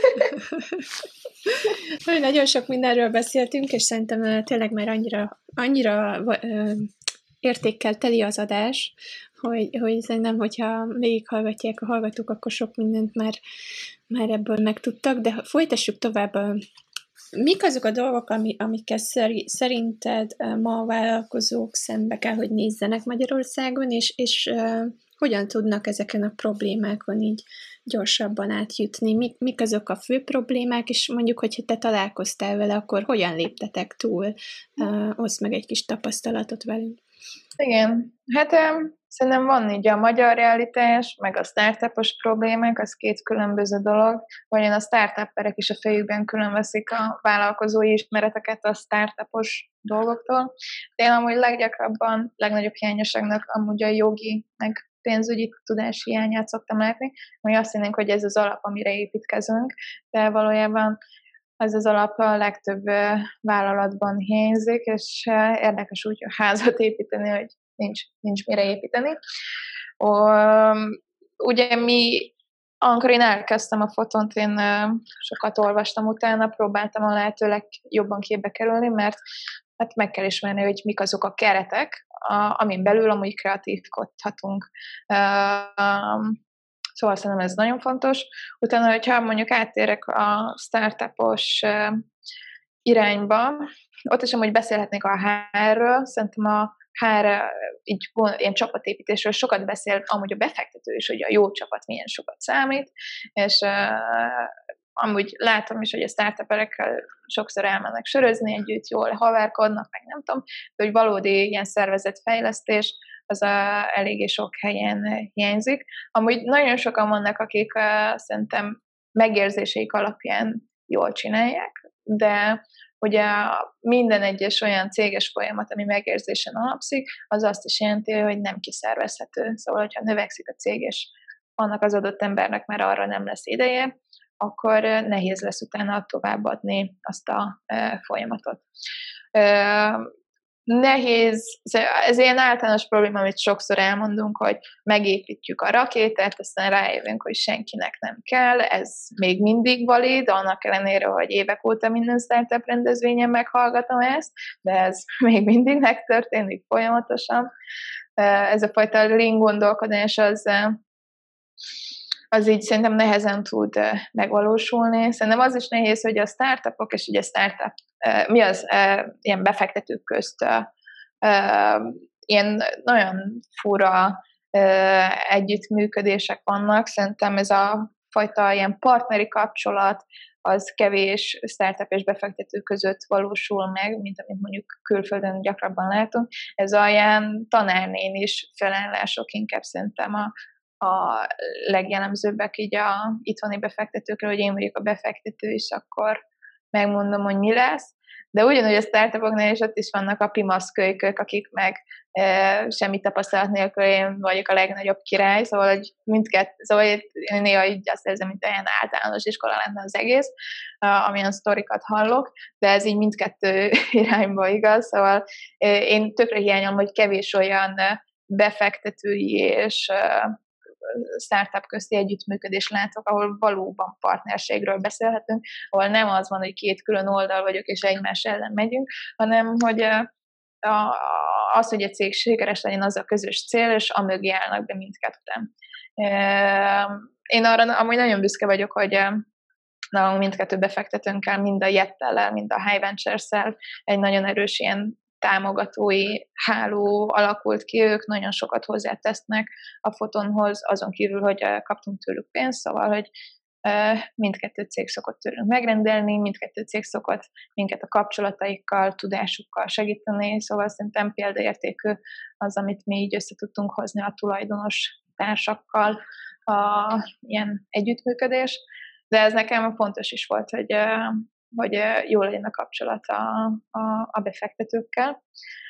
Nagyon sok mindenről beszéltünk, és szerintem tényleg már annyira értékkel teli az adás, hogy szerintem, hogyha végighallgatják a hallgatók, akkor sok mindent már ebből megtudtak, de folytassuk tovább. Mik azok a dolgok, amikkel szerinted ma a vállalkozók szembe kell, hogy nézzenek Magyarországon, és hogyan tudnak ezeken a problémákon így gyorsabban átjutni? Mik azok a fő problémák, és mondjuk, hogyha te találkoztál vele, akkor hogyan léptetek túl? Oszd meg egy kis tapasztalatot velünk. Igen, hát szerintem van így a magyar realitás, meg a startupos problémák, az két különböző dolog, vagy a startupperek is a fejükben különveszik a vállalkozói ismereteket a startupos dolgoktól. De én amúgy leggyakrabban, legnagyobb hiányosságnak amúgy a jogi, meg pénzügyi tudás hiányát szoktam látni, hogy azt hinnénk, hogy ez az alap, amire építkezünk, de valójában ez az alap a legtöbb vállalatban hiányzik, és érdekes úgy házat építeni, hogy nincs mire építeni. Ugye mi amikor én elkezdtem a Fotont, én sokat olvastam utána, próbáltam a lehető legjobban képbe kerülni, mert hát meg kell ismerni, hogy mik azok a keretek, amin belül amúgy kreatívkodhatunk. Szóval szerintem ez nagyon fontos. Utána, hogyha mondjuk áttérek a startupos irányba, ott is amúgy beszélhetnék a HR-ről, szerintem a HR így ilyen csapatépítésről sokat beszél, amúgy a befektető is, hogy a jó csapat milyen sokat számít, és amúgy látom is, hogy a startuperekkel sokszor elmennek sörözni együtt, jól haverkodnak, meg nem tudom, de hogy valódi ilyen szervezetfejlesztés, az eléggé sok helyen hiányzik. Amúgy nagyon sokan vannak, akik szerintem megérzéseik alapján jól csinálják, de ugye minden egyes olyan céges folyamat, ami megérzésen alapszik, az azt is jelenti, hogy nem kiszervezhető. Szóval, hogyha növekszik a cég, és annak az adott embernek már arra nem lesz ideje, akkor nehéz lesz utána továbbadni azt a folyamatot. Nehéz, ez ilyen általános probléma, amit sokszor elmondunk, hogy megépítjük a rakétát, aztán rájövünk, hogy senkinek nem kell, ez még mindig valid, annak ellenére, hogy évek óta minden startup rendezvényen meghallgatom ezt, de ez még mindig megtörténik folyamatosan. Ez a fajta lean gondolkodás az így szerintem nehezen tud megvalósulni. Szerintem az is nehéz, hogy a startupok és ugye startup, ilyen befektetők közt ilyen nagyon fura együttműködések vannak. Szerintem ez a fajta ilyen partneri kapcsolat az kevés startup és befektető között valósul meg, mint amit mondjuk külföldön gyakrabban látunk. Ez olyan tanárnén is felállások inkább szerintem a legjellemzőbbek így a itthoni befektetőkre, hogy én vagyok a befektető, és akkor megmondom, hogy mi lesz. De ugyanúgy a startupoknál is ott is vannak a pimaszkölykök, akik meg semmi tapasztalat nélkül én vagyok a legnagyobb király, szóval hogy szóval én néha így azt érzem, mint olyan általános iskola lenne az egész, amilyen sztorikat hallok, de ez így mindkettő irányba igaz, szóval én tökre hiányolom, hogy kevés olyan befektetői és startup közti együttműködés látok, ahol valóban partnerségről beszélhetünk, ahol nem az van, hogy két külön oldal vagyok, és egymás ellen megyünk, hanem hogy az, hogy egy cég sikeres legyen, az a közös cél, és amögé állnak be mindketten. Én arra amúgy nagyon büszke vagyok, hogy nálunk mindkettő befektetőnkkel, mind a Jettellel, mind a High Ventures-szel egy nagyon erős ilyen támogatói háló alakult ki, ők nagyon sokat hozzátesznek a Fotonhoz, azon kívül, hogy kaptunk tőlük pénzt, szóval, hogy mindkettő cég szokott tőlünk megrendelni, mindkettő cég szokott minket a kapcsolataikkal, tudásukkal segíteni, szóval szerintem példaértékű az, amit mi így össze tudtunk hozni a tulajdonos társakkal, ilyen együttműködés, de ez nekem fontos is volt, hogy jó legyen a kapcsolat a befektetőkkel.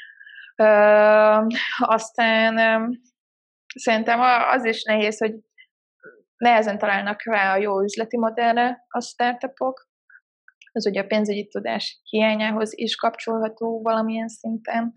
Aztán szerintem az is nehéz, hogy nehezen találnak rá a jó üzleti modellre a startupok. Ez ugye a pénzügyi tudás hiányához is kapcsolható valamilyen szinten.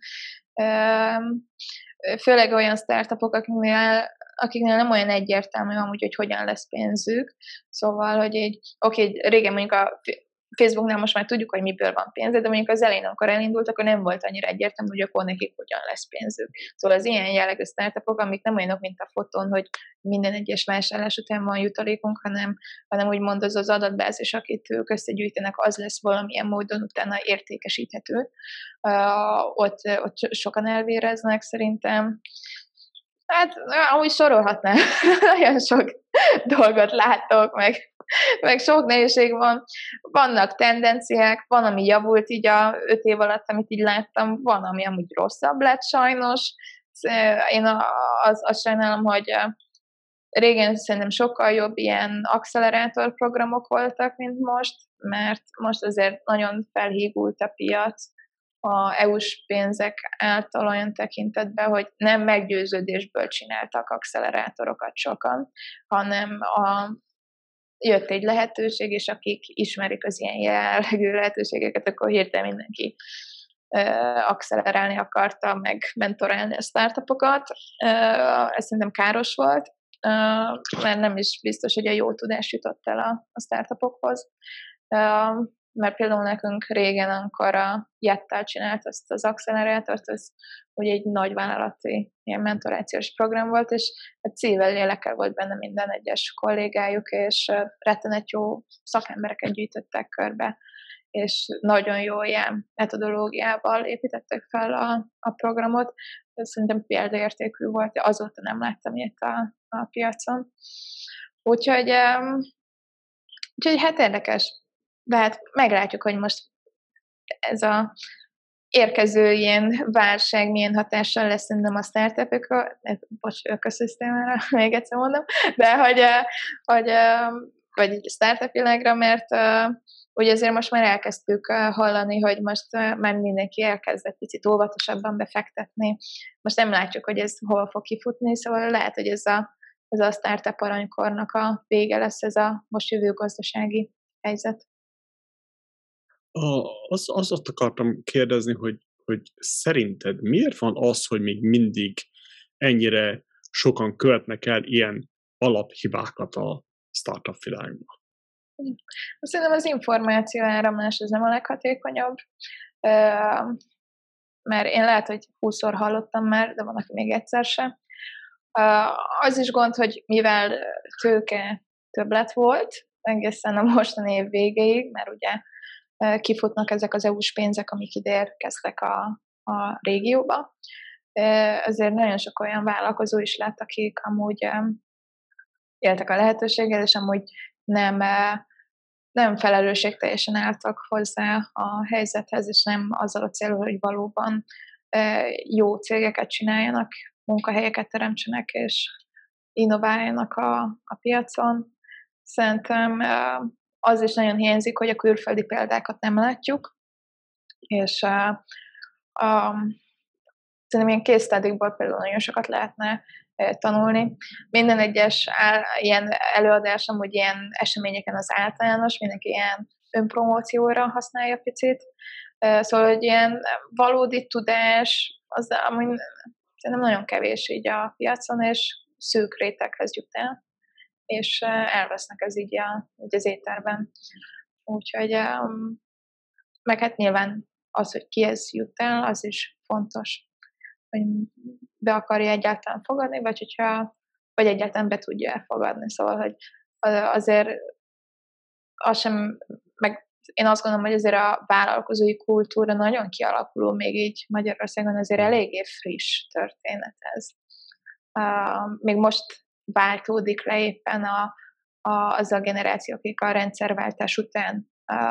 Főleg olyan startupok, akiknél nem olyan egyértelmű amúgy, hogy hogyan lesz pénzük. Szóval, hogy régen mondjuk a Facebooknál most már tudjuk, hogy miből van pénze, de mondjuk az elején, amikor elindult, akkor nem volt annyira egyértelmű, hogy akkor nekik hogyan lesz pénzük. Szóval az ilyen jellegű startupok, amik nem olyanok, mint a Foton, hogy minden egyes vásárlás után van jutalékunk, hanem úgymond az adatbázis, akit ők összegyűjtenek, az lesz valamilyen módon utána értékesíthető. Ott sokan elvéreznek szerintem. Hát, amúgy sorolhatnám. Nagyon sok dolgot látok, meg sok nehézség van. Vannak tendenciák, van, ami javult így a 5 év alatt, amit így láttam, van, ami amúgy rosszabb lett sajnos. Én azt sajnálom, hogy régen szerintem sokkal jobb ilyen accelerátor programok voltak, mint most, mert most azért nagyon felhígult a piac a EU-s pénzek által olyan tekintetben, hogy nem meggyőződésből csináltak accelerátorokat sokan, hanem jött egy lehetőség, és akik ismerik az ilyen jellegű lehetőségeket, akkor hirtelen mindenki accelerálni akarta, meg mentorálni a startupokat. Ez szerintem káros volt. mert nem is biztos, hogy a jó tudás jutott el a startupokhoz. Mert például nekünk régen, amikor a Jettel csinált azt az accelerátort, az ugye egy nagyvállalati ilyen mentorációs program volt, és szívvel, lélekkel volt benne minden egyes kollégájuk, és rettenet jó szakembereket gyűjtöttek körbe, és nagyon jó ilyen metodológiával építettek fel a programot. Ez szerintem példaértékű volt, azóta nem láttam ilyet a piacon. Úgyhogy hát érdekes. De hát meglátjuk, hogy most ez a érkező ilyen válság milyen hatással lesz szerintem a startupokra, ökoszisztémára, még egyszer mondom, de vagy egy startup világra, mert ugye azért most már elkezdtük hallani, hogy most már mindenki elkezdett picit óvatosabban befektetni. Most nem látjuk, hogy ez hol fog kifutni, szóval lehet, hogy ez a startup aranykornak a vége lesz, ez a most jövő gazdasági helyzet. Azt akartam kérdezni, hogy szerinted miért van az, hogy még mindig ennyire sokan követnek el ilyen alaphibákat a startup világban? Szerintem az információ áramlás ez nem a leghatékonyabb, mert én lehet, hogy 20-szor hallottam már, de van, aki még egyszer sem. Az is gond, hogy mivel tőke többlet volt egészen a mostani év végéig, mert ugye kifutnak ezek az EU-s pénzek, amik ide érkeztek a régióba. Ezért nagyon sok olyan vállalkozó is lett, akik amúgy éltek a lehetőséggel, és amúgy nem felelősségteljesen álltak hozzá a helyzethez, és nem azzal a célról, hogy valóban jó cégeket csináljanak, munkahelyeket teremtsenek, és innováljanak a piacon. Szerintem az is nagyon hiányzik, hogy a külföldi példákat nem látjuk, és szerintem ilyen case study-ból például nagyon sokat lehetne tanulni. Minden egyes ilyen előadás, amúgy ilyen eseményeken az általános, mindenki ilyen önpromócióra használja picit. Szóval, hogy ilyen valódi tudás, az amúgy szerintem nagyon kevés így a piacon, és szűk réteghez jut el, és elvesznek ez így az éterben. Úgyhogy meg hát nyilván az, hogy kihez jut el, az is fontos, hogy be akarja egyáltalán fogadni, vagy egyáltalán be tudja elfogadni. Szóval, hogy azért az sem, meg én azt gondolom, hogy azért a vállalkozói kultúra nagyon kialakuló, még így Magyarországon azért eléggé friss történet ez. Még most váltódik le éppen az a generáció, akik a rendszerváltás után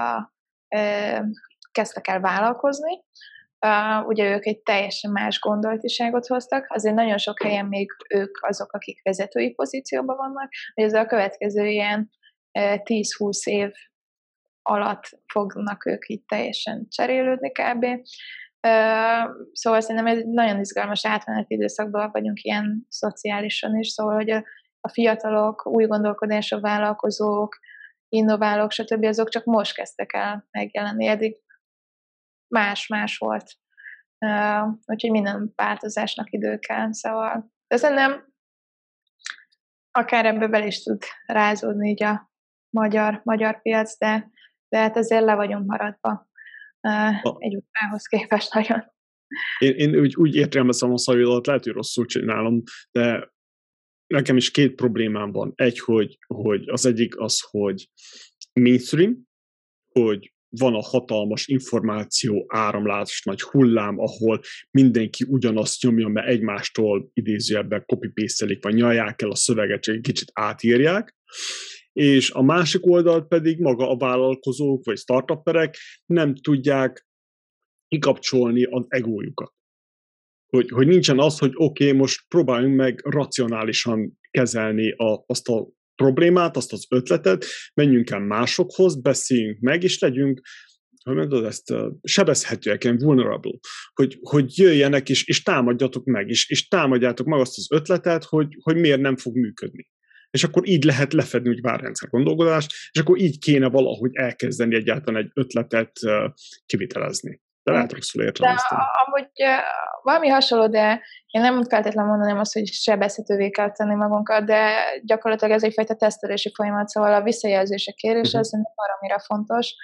kezdtek el vállalkozni. Ugye ők egy teljesen más gondolatiságot hoztak, azért nagyon sok helyen még ők azok, akik vezetői pozícióban vannak, hogy ez a következő ilyen 10-20 év alatt fognak ők így teljesen cserélődni kb. Szóval szerintem ez egy nagyon izgalmas átmeneti időszakban vagyunk ilyen szociálisan is, szóval, hogy a fiatalok, új gondolkodású vállalkozók, innoválók, stb. Azok csak most kezdtek el megjelenni, eddig más volt. Úgyhogy minden változásnak idő kell, szóval. De szerintem akár ebbe bele is tud rázódni így a magyar piac, de hát ezért le vagyunk maradva egy utához képest nagyon. Én úgy értelmezem a szavadat, lehet, hogy rosszul csinálom, de nekem is két problémám van. Egy, hogy az egyik az, hogy mainstream, hogy van a hatalmas információ áramlás, nagy hullám, ahol mindenki ugyanazt nyomja, mert egymástól idézőjelben copy-paste-elik, vagy nyalják el a szöveget, csak egy kicsit átírják. És a másik oldalt pedig maga a vállalkozók, vagy startupperek nem tudják kikapcsolni az egójukat. Hogy nincsen az, hogy oké, most próbáljunk meg racionálisan kezelni azt a problémát, azt az ötletet, menjünk el másokhoz, beszéljünk meg, és legyünk, hogy mondod ezt, sebezhetőek, ilyen vulnerable, hogy jöjjenek és támadjatok meg, és támadjátok meg azt az ötletet, hogy miért nem fog működni. És akkor így lehet lefedni úgy várrendszer gondolkodást, és akkor így kéne valahogy elkezdeni egyáltalán egy ötletet kivitelezni. De lehet rosszul értelmeztem. Amúgy valami hasonló, de én nem feltétlenül mondanám azt, hogy sebezhetővé kell tenni magunkat, de gyakorlatilag ez egyfajta tesztelési folyamat, szóval a visszajelzések kérése, ez nem valamire fontos,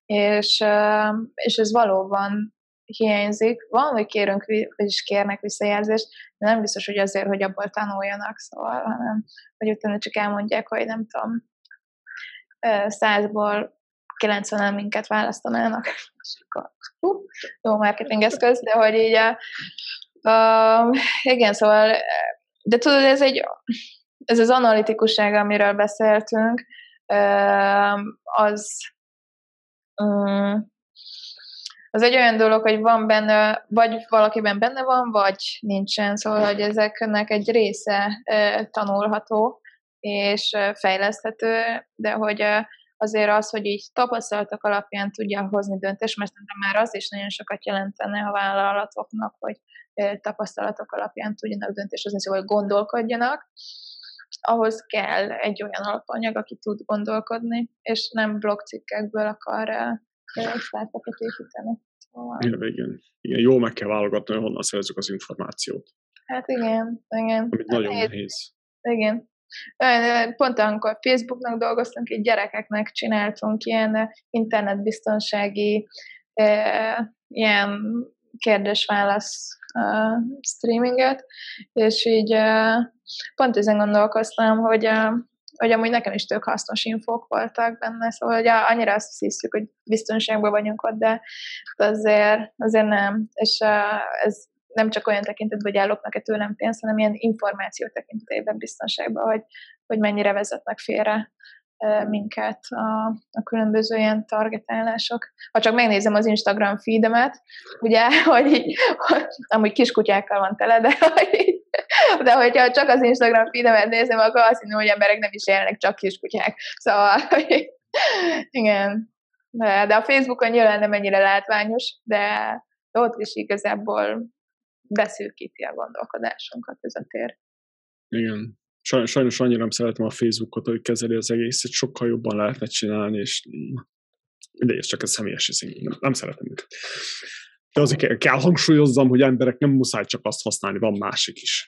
és ez valóban hiányzik. Van, hogy kérünk, vagyis kérnek visszajelzést, de nem biztos, hogy azért, hogy abból tanuljanak, szóval, hanem, hogy utána csak elmondják, hogy nem tudom, 100-ból 90-en minket választanának. Jó marketingeszköz, de hogy így igen, szóval, de tudod, ez az analitikusság, amiről beszéltünk, az egy olyan dolog, hogy van benne, vagy valakiben benne van, vagy nincsen, szóval, hogy ezeknek egy része tanulható és fejleszthető, de hogy azért az, hogy így tapasztalatok alapján tudja hozni döntést, mert szerintem már az is nagyon sokat jelentene a vállalatoknak, hogy tapasztalatok alapján tudjanak döntést hozni, szóval gondolkodjanak. Ahhoz kell egy olyan alapanyag, aki tud gondolkodni, és nem blogcikkekből akar startupot építeni. Igen. Jól meg kell válogatni, hogy honnan szerezzük az információt. Hát igen. Amit nagyon nehéz. Igen. Pont amikor Facebooknak dolgoztunk, így gyerekeknek csináltunk ilyen internetbiztonsági ilyen kérdés-válasz streaminget, és így pont ezen gondolkoztam, hogy amúgy nekem is tök hasznos infók voltak benne, szóval hogy annyira azt hiszük, hogy biztonságban vagyunk ott, de azért nem. És ez nem csak olyan tekintetben, hogy ellopnak-e tőlem pénzt, hanem ilyen információ tekintetében biztonságban, hogy mennyire vezetnek félre minket a különböző ilyen targetálások. Ha csak megnézem az Instagram feedemet, ugye, hogy amúgy kiskutyákkal van tele, de hogyha csak az Instagram feedemet nézem, akkor azt hiszem, hogy emberek nem is élnek, csak kiskutyák. Szóval, igen. De a Facebookon nyilván nem ennyire látványos, de ott is igazából beszűkíti a gondolkodásunkat ez a tér. Igen. Sajnos annyira nem szeretem a Facebookot, hogy kezeli az egészet, sokkal jobban lehetne csinálni, és de ez csak egy személyes szín. Nem szeretem őket. De azért kell hangsúlyozzam, hogy emberek nem muszáj csak azt használni, van másik is.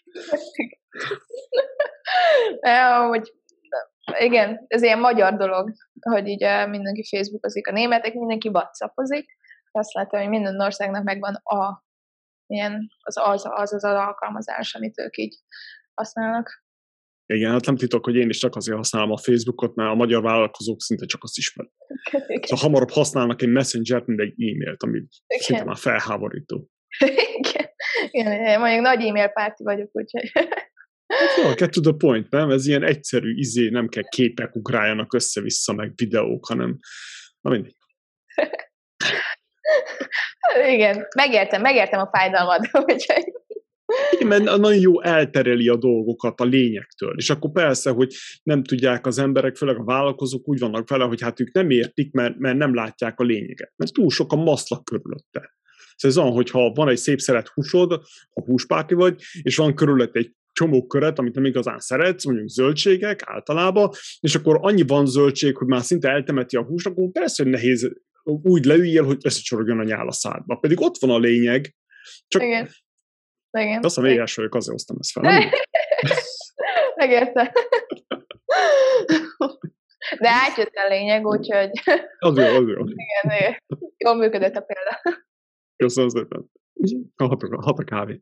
Hogy igen, ez ilyen magyar dolog, hogy így mindenki Facebookozik, a németek mindenki WhatsAppozik. Azt látom, hogy minden országnak megvan az alkalmazás, amit ők így használnak. Igen, hát nem titok, hogy én is csak azért használom a Facebookot, mert a magyar vállalkozók szinte csak azt ismerik. Szóval hamarabb használnak egy Messengert, mint egy e-mailt, ami szinte már felháborító. Igen, mondjuk nagy e-mail párti vagyok, úgyhogy... Hát get to the point, nem? Ez ilyen egyszerű, nem kell képek ugráljanak össze-vissza, meg videók, hanem... Na mindegy. Igen, megértem a fájdalmat, úgyhogy... Igen, mert nagyon jó eltereli a dolgokat a lényektől. És akkor persze, hogy nem tudják az emberek, főleg a vállalkozók úgy vannak vele, hogy hát ők nem értik, mert nem látják a lényeget. Mert túl sok a maszlak körülötte. Szóval ez olyan, hogyha van egy szép szeret húsod, ha húspárti vagy, és van körülött egy csomó köret, amit nem igazán szeretsz, mondjuk zöldségek általában, és akkor annyi van zöldség, hogy már szinte eltemeti a húst, akkor persze, hogy nehéz úgy leüljél, hogy összecsorogjon a nyál a szádba. Pedig ott van a lényeg, csak igen. Azt a véges vagyok, azért hoztam ezt fel. Megérte. De átjött a lényeg, úgyhogy... Az jó. Igen. Jól működött a példa. Köszönöm szépen. Hat a kávé.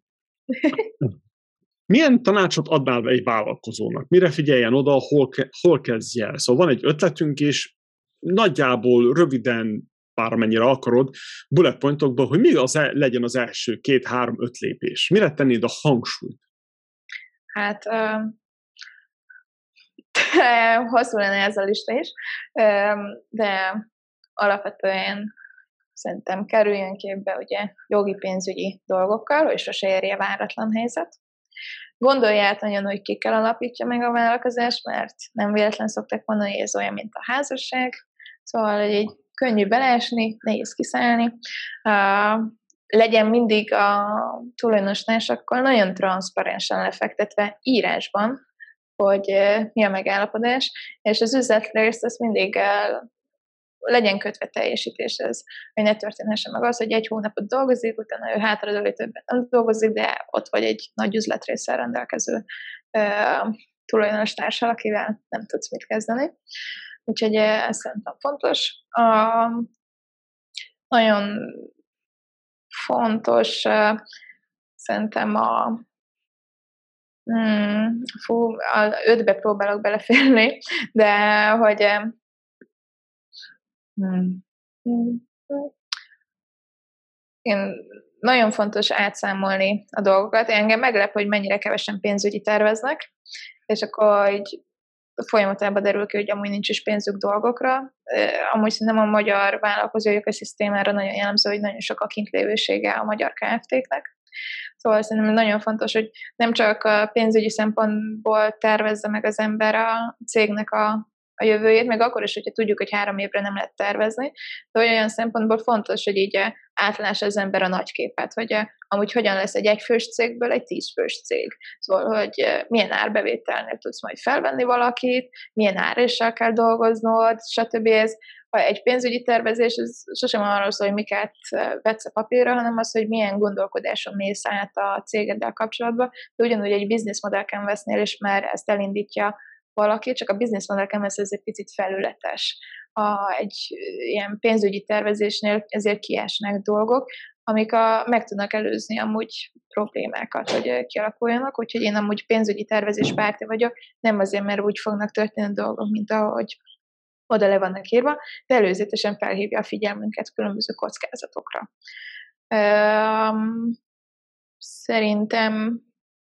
Milyen tanácsot adnál egy vállalkozónak? Mire figyeljen oda, hol kezdj el? Szóval van egy ötletünk, és nagyjából röviden, bármennyire akarod, bullet pointokban, hogy mi legyen az első 2-3-5 lépés. Mire tennéd a hangsúlyt? Hát hosszú lenne ez a lista is, de alapvetően szerintem kerüljön képbe ugye jogi pénzügyi dolgokkal, hogy sose érje váratlan helyzet. Gondolj át nagyon, hogy kikkel alapítja meg a vállalkozást, mert nem véletlen szokták mondani, hogy ez olyan, mint a házasság. Szóval, hogy így könnyű beleesni, nehéz kiszállni. Legyen mindig a tulajdonostársakkal nagyon transzparensen lefektetve írásban, hogy mi a megállapodás, és az üzletrészt azt mindig legyen kötve teljesítéshez, hogy ne történhessen meg az, hogy egy hónapot dolgozik, utána ő hátradől, hogy többet nem dolgozik, de ott vagy egy nagy üzletrésszel rendelkező tulajdonos társal, akivel nem tudsz mit kezdeni. Úgyhogy ez szerintem fontos. Nagyon fontos szerintem a 5-be próbálok beleférni, de hogy én nagyon fontos átszámolni a dolgokat. Engem meglep, hogy mennyire kevesen pénzügyi terveznek, és akkor így folyamatában derül ki, hogy amúgy nincs is pénzük dolgokra. Amúgy szerintem a magyar vállalkozói ökoszisztémára nagyon jellemző, hogy nagyon sok a kintlévősége a magyar Kft-knek. Szóval szerintem nagyon fontos, hogy nem csak a pénzügyi szempontból tervezze meg az ember a cégnek a jövőjét, meg akkor is, hogyha tudjuk, hogy 3 évre nem lehet tervezni, de olyan szempontból fontos, hogy így átlássa az ember a nagy képet, hogy amúgy hogyan lesz egy egyfős cégből egy 10 fős cég. Szóval, hogy milyen árbevételnél tudsz majd felvenni valakit, milyen áréssel kell dolgoznod, stb. Egy pénzügyi tervezés, ez sosem arról szól, hogy miket vetsz a papírra, hanem az, hogy milyen gondolkodáson mész át a cégeddel kapcsolatban. De ugyanúgy egy business model canvasnél is már ezt elindítja valaki, csak a business model canvas ez egy picit felületes. Egy ilyen pénzügyi tervezésnél ezért kiesnek dolgok, amik meg tudnak előzni amúgy problémákat, hogy kialakuljanak, úgyhogy én amúgy pénzügyi tervezés párti vagyok, nem azért, mert úgy fognak történni dolgok, mint ahogy oda le vannak írva, de előzetesen felhívja a figyelmünket különböző kockázatokra. Szerintem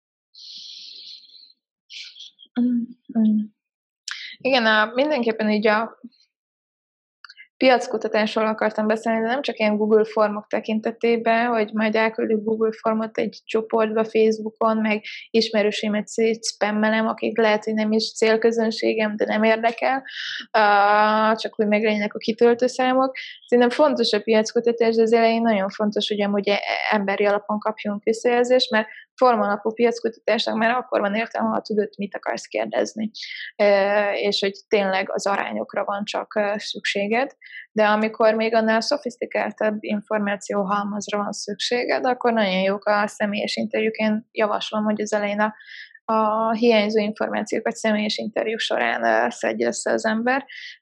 igen, mindenképpen így a piackutatásról akartam beszélni, de nem csak ilyen Google formok tekintetében, hogy majd elküldök Google formot egy csoportba Facebookon, meg ismerősémet szétspammelem, akik lehet, hogy nem is célközönségem, de nem érdekel, csak hogy meglegyenek a kitöltőszámok. Szerintem fontos a piackutatás, de az elején nagyon fontos, hogy amúgy emberi alapon kapjunk visszajelzést, mert formalapú piackutatásnak már akkor van értelme, ha tudod, mit akarsz kérdezni, és hogy tényleg az arányokra van csak szükséged, de amikor még annál szofisztikáltabb információhalmazra van szükséged, akkor nagyon jók a személyes interjúk. Én javaslom, hogy az elején a hiányzó információkat személyes interjú során szedje össze az ember,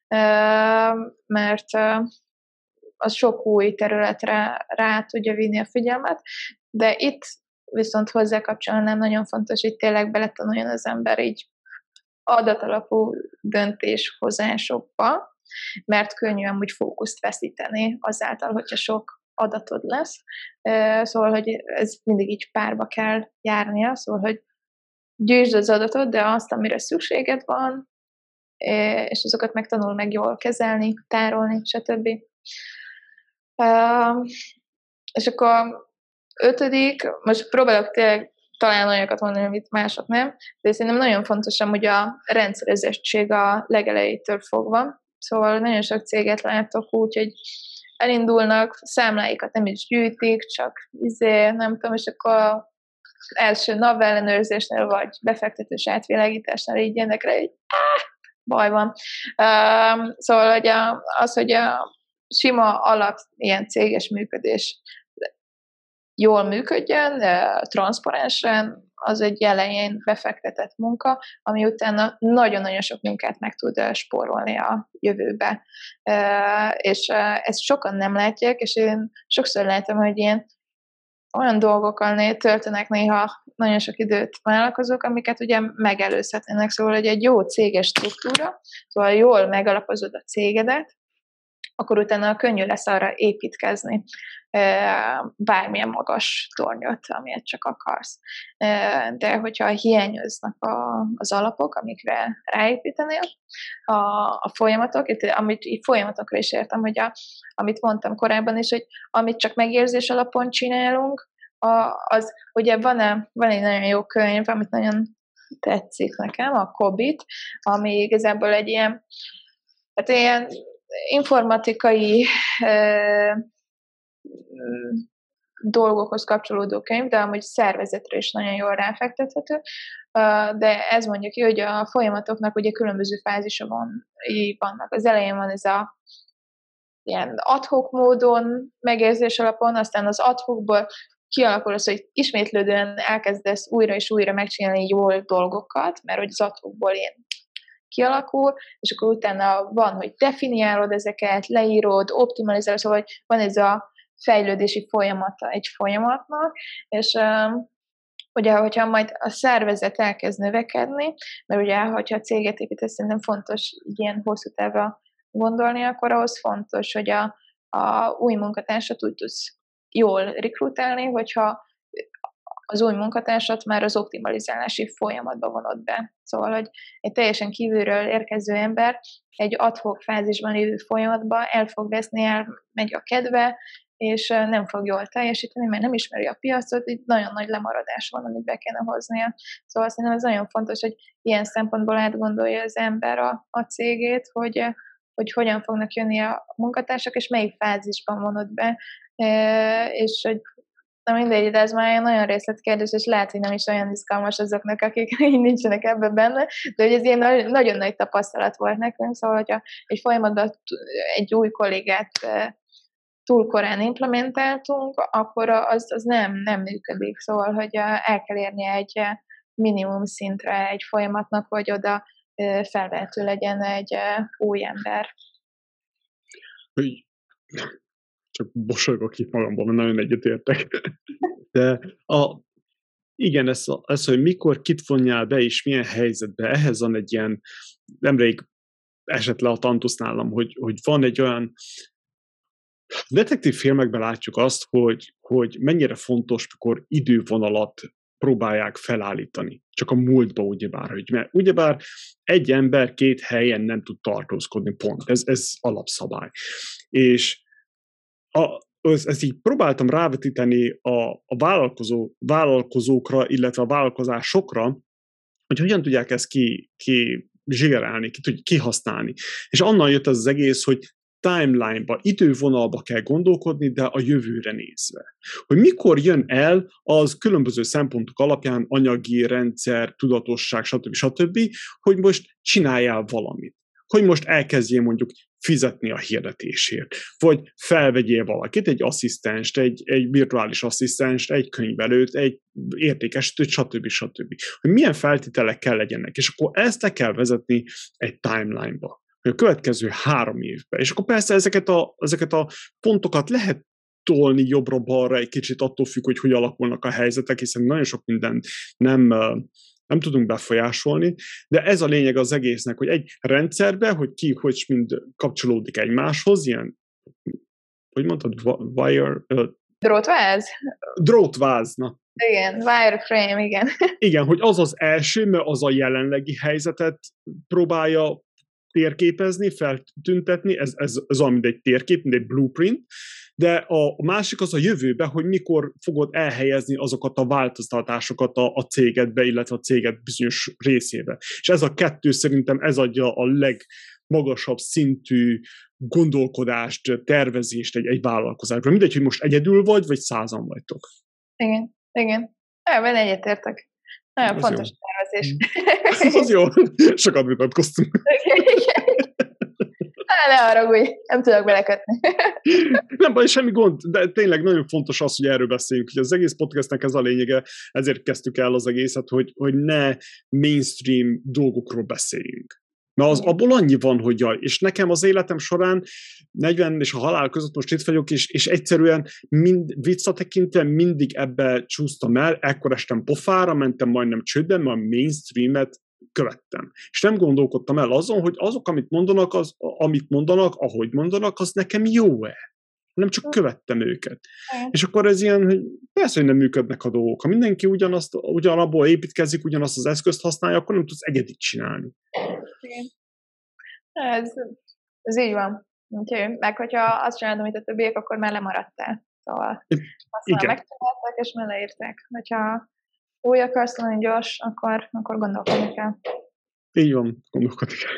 mert az sok új területre rá tudja vinni a figyelmet, de itt viszont hozzá kapcsolnám, nagyon fontos, hogy tényleg beletanuljon az ember így adatalapú döntéshozásokba, mert könnyű amúgy fókuszt veszíteni azáltal, hogyha sok adatod lesz. Szóval, hogy ez mindig így párba kell járnia, szóval, hogy gyűjtsd az adatot, de azt, amire szükséged van, és azokat megtanul meg jól kezelni, tárolni, stb. És akkor 5. most próbálok tényleg talán olyanokat mondani, amit mások nem, de szerintem nagyon fontos amúgy a rendszerezettség a legelejétől fogva. Szóval nagyon sok céget látok úgy, hogy elindulnak, számláikat nem is gyűjtik, csak nem tudom, és akkor az első NAV ellenőrzésnél, vagy befektetős átvilágításnál így jönnek rá, hogy baj van. Szóval hogy hogy a sima alap ilyen céges működés jól működjön, transzparensen, az egy elején befektetett munka, ami utána nagyon-nagyon sok munkát meg tud spórolni a jövőbe. És ezt sokan nem látják, és én sokszor látom, hogy ilyen olyan dolgokkal töltenek néha nagyon sok időt vállalkozók, amiket ugye megelőzhetnének. Szóval, hogy egy jó céges struktúra, szóval jól megalapozod a cégedet, akkor utána könnyű lesz arra építkezni bármilyen magas tornyot, amilyet csak akarsz. De hogyha hiányoznak az alapok, amikre ráépítenél, a folyamatok, amit így folyamatokra is értem, hogy amit mondtam korábban is, hogy amit csak megérzés alapon csinálunk, az ugye van egy nagyon jó könyv, amit nagyon tetszik nekem, a COBIT, ami igazából egy ilyen informatikai dolgokhoz kapcsolódó könyv, de amúgy szervezetre is nagyon jól ráfektethető, de ez mondja ki, hogy a folyamatoknak ugye különböző fázisa vannak. Az elején van ez a ilyen ad-hoc módon, megérzés alapon, aztán az ad-hocból kialakul az, hogy ismétlődően elkezdesz újra és újra megcsinálni jól dolgokat, mert hogy az ad-hocból ilyen kialakul, és akkor utána van, hogy definiálod ezeket, leírod, optimalizálod, szóval van ez a fejlődési folyamata egy folyamatnak, és ugye, hogyha majd a szervezet elkezd növekedni, mert ugye, hogyha a céget építesz, szerintem fontos ilyen hosszú távra gondolni, akkor ahhoz fontos, hogy a új munkatársat úgy tudsz jól rekrutálni, hogyha az új munkatársat már az optimalizálási folyamatba vonod be. Szóval, hogy egy teljesen kívülről érkező ember egy ad-hoc fázisban lévő folyamatban el fog veszni, elmegy a kedve, és nem fog jól teljesíteni, mert nem ismeri a piacot, így nagyon nagy lemaradás van, amit be kellene hoznia. Szóval szerintem ez nagyon fontos, hogy ilyen szempontból átgondolja az ember a cégét, hogy hogyan fognak jönni a munkatársak, és melyik fázisban vonod be, és hogy na mindegy, de ez már nagyon részletkérdés, és lehet, hogy nem is olyan izgalmas azoknak, akik így nincsenek ebben benne, de hogy ez ilyen nagyon nagy tapasztalat volt nekünk, szóval, hogyha egy folyamatban egy új kollégát túl korán implementáltunk, akkor az nem működik. Szóval, hogy el kell érnie egy minimum szintre egy folyamatnak, hogy oda felvehető legyen egy új ember. Csak mosolygok itt magamban, mert nagyon egyetértek. De igen, ez, hogy mikor kit vonjál be, és milyen helyzetbe, ehhez van egy ilyen, nemrég esett le a tantusz nálam, hogy van egy olyan, detektív filmekben látjuk azt, hogy mennyire fontos, mikor idővonalat próbálják felállítani. Csak a múltba mert ugyebár egy ember két helyen nem tud tartózkodni, pont. Ez alapszabály. És ezt így próbáltam rávetíteni a vállalkozókra, illetve a vállalkozásokra, hogy hogyan tudják ezt zsigerelni, kihasználni. És onnan jött az egész, hogy timeline-ba, idővonalba kell gondolkodni, de a jövőre nézve. Hogy mikor jön el, az különböző szempontok alapján anyagi rendszer, tudatosság, stb., hogy most csináljál valamit. Hogy most elkezdjél mondjuk fizetni a hirdetésért, vagy felvegyél valakit, egy asszisztenst, egy virtuális asszisztenst, egy könyvelőt, egy értékesítőt, stb. Hogy milyen feltételek kell legyenek, és akkor ezt le kell vezetni egy timeline-ba, hogy a következő 3 évben. És akkor persze ezeket a pontokat lehet tolni jobbra-balra egy kicsit, attól függ, hogy alakulnak a helyzetek, hiszen nagyon sok mindent nem tudunk befolyásolni, de ez a lényeg az egésznek, hogy egy rendszerbe, hogy hogy mind kapcsolódik egymáshoz, ilyen, hogy mondtad, Drótváz? Drótváz, na. Igen, wireframe, igen. Igen, hogy az első, mert az a jelenlegi helyzetet próbálja térképezni, feltüntetni, ez olyan, mint egy térkép, mint egy blueprint, de a másik az a jövőbe, hogy mikor fogod elhelyezni azokat a változtatásokat a cégedbe, illetve a céged bizonyos részébe. És ez a kettő szerintem ez adja a legmagasabb szintű gondolkodást, tervezést egy vállalkozásban. Mindegy, hogy most egyedül vagy 100-an vagytok. Igen. Ebben egyetértek. Nagyon fontos jó. tervezés. Az jó. Sokat vitatkoztunk. Ne haragudj, nem tudok belekötni. Nem baj, semmi gond, de tényleg nagyon fontos az, hogy erről beszéljünk, hogy az egész podcastnek ez a lényege, ezért kezdtük el az egészet, hogy ne mainstream dolgokról beszéljünk. Mert abból annyi van, hogy jaj, és nekem az életem során 40 és a halál között most itt vagyok, és egyszerűen visszatekintve mindig ebbe csúsztam el, ekkor estem pofára, mentem majdnem csődbe, mert a mainstreamet követtem. És nem gondolkodtam el azon, hogy azok, amit mondanak, ahogy mondanak, az nekem jó-e? Nem csak követtem őket. És akkor ez ilyen, hogy persze, hogy nem működnek a dolgok. Ha mindenki ugyanabból építkezik, ugyanazt az eszközt használja, akkor nem tudsz egyedit csinálni. Igen. Ez így van. Úgyhogy, meg hogyha azt csinálod, amit a többiek, akkor már lemaradtál. Szóval azt már megcsinálták, és már leírták. Hogyha új akarsz lenni gyors, akkor gondolkodni kell. Így van, gondolkodni kell.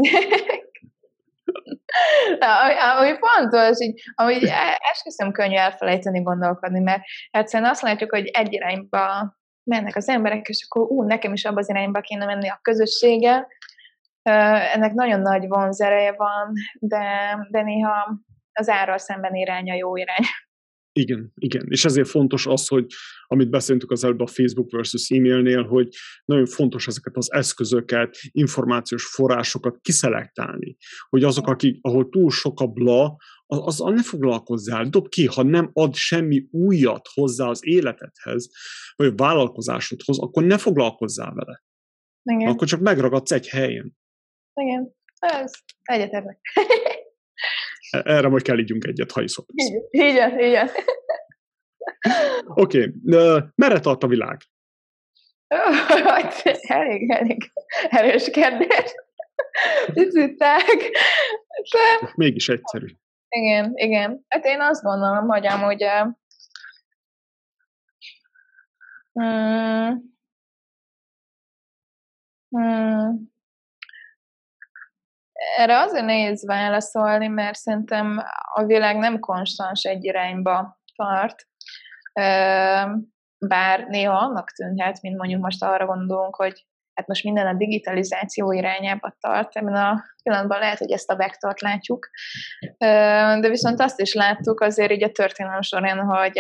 Ami fontos, hogy esküszöm könnyű elfelejteni gondolkodni, mert egyszerűen azt látjuk, hogy egy irányba mennek az emberek, és akkor nekem is abban az irányba kéne menni a közösséggel. Ennek nagyon nagy vonzereje van, de néha az árral szemben irány a jó irány. Igen. És ezért fontos az, hogy amit beszéltünk az előbb a Facebook versus e-mailnél, hogy nagyon fontos ezeket az eszközöket, információs forrásokat kiszelektálni. Hogy azok, ahol túl sok a bla, azzal ne foglalkozzál, dob ki, ha nem ad semmi újat hozzá az életedhez, vagy a vállalkozásodhoz, akkor ne foglalkozzál vele. Igen. Akkor csak megragadsz egy helyen. Igen, ez egyetértek. Erre majd kell ígyunk egyet, ha iszol. Igen. Oké, merre tart a világ? Elég erős kérdés. Picit tág. Mégis egyszerű. Igen. Hát én azt gondolom, hogy amúgy erre azért nehéz válaszolni, mert szerintem a világ nem konstans egy irányba tart. Bár néha annak tűnhet, mint mondjuk most arra gondolunk, hogy hát most minden a digitalizáció irányába tart. Ebben a pillanatban lehet, hogy ezt a vektort látjuk. De viszont azt is láttuk azért így a történelem során, hogy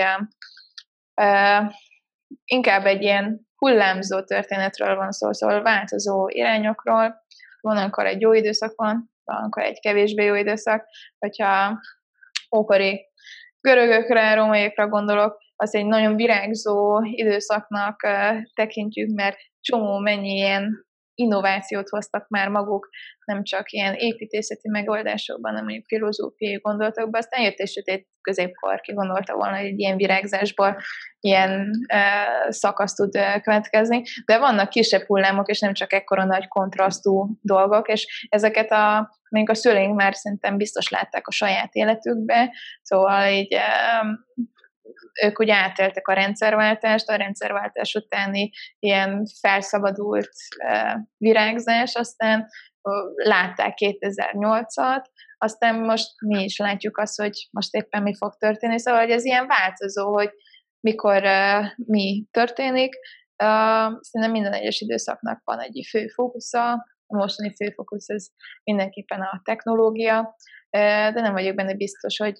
inkább egy ilyen hullámzó történetről van szó, szóval változó irányokról. Van, amikor egy jó időszak van amikor egy kevésbé jó időszak. Hogyha ókori görögökre, rómaiakra gondolok, az egy nagyon virágzó időszaknak tekintjük, mert csomó mennyi ilyen innovációt hoztak már maguk, nem csak ilyen építészeti megoldásokban, hanem mondjuk filozófiai gondolatokban, aztán jött egy sötét középkor, ki gondolta volna, hogy egy ilyen virágzásból ilyen szakasz tud következni, de vannak kisebb hullámok, és nem csak ekkora nagy kontrasztú dolgok, és ezeket mondjuk a szüleink már szerintem biztos látták a saját életükbe, szóval így ők ugye átéltek a rendszerváltást, a rendszerváltás utáni ilyen felszabadult virágzás, aztán látták 2008-at, aztán most mi is látjuk azt, hogy most éppen mi fog történni, szóval hogy ez ilyen változó, hogy mikor mi történik. Szerintem minden egyes időszaknak van egy fő fókusza, a mostani fő fókusz ez mindenképpen a technológia, de nem vagyok benne biztos, hogy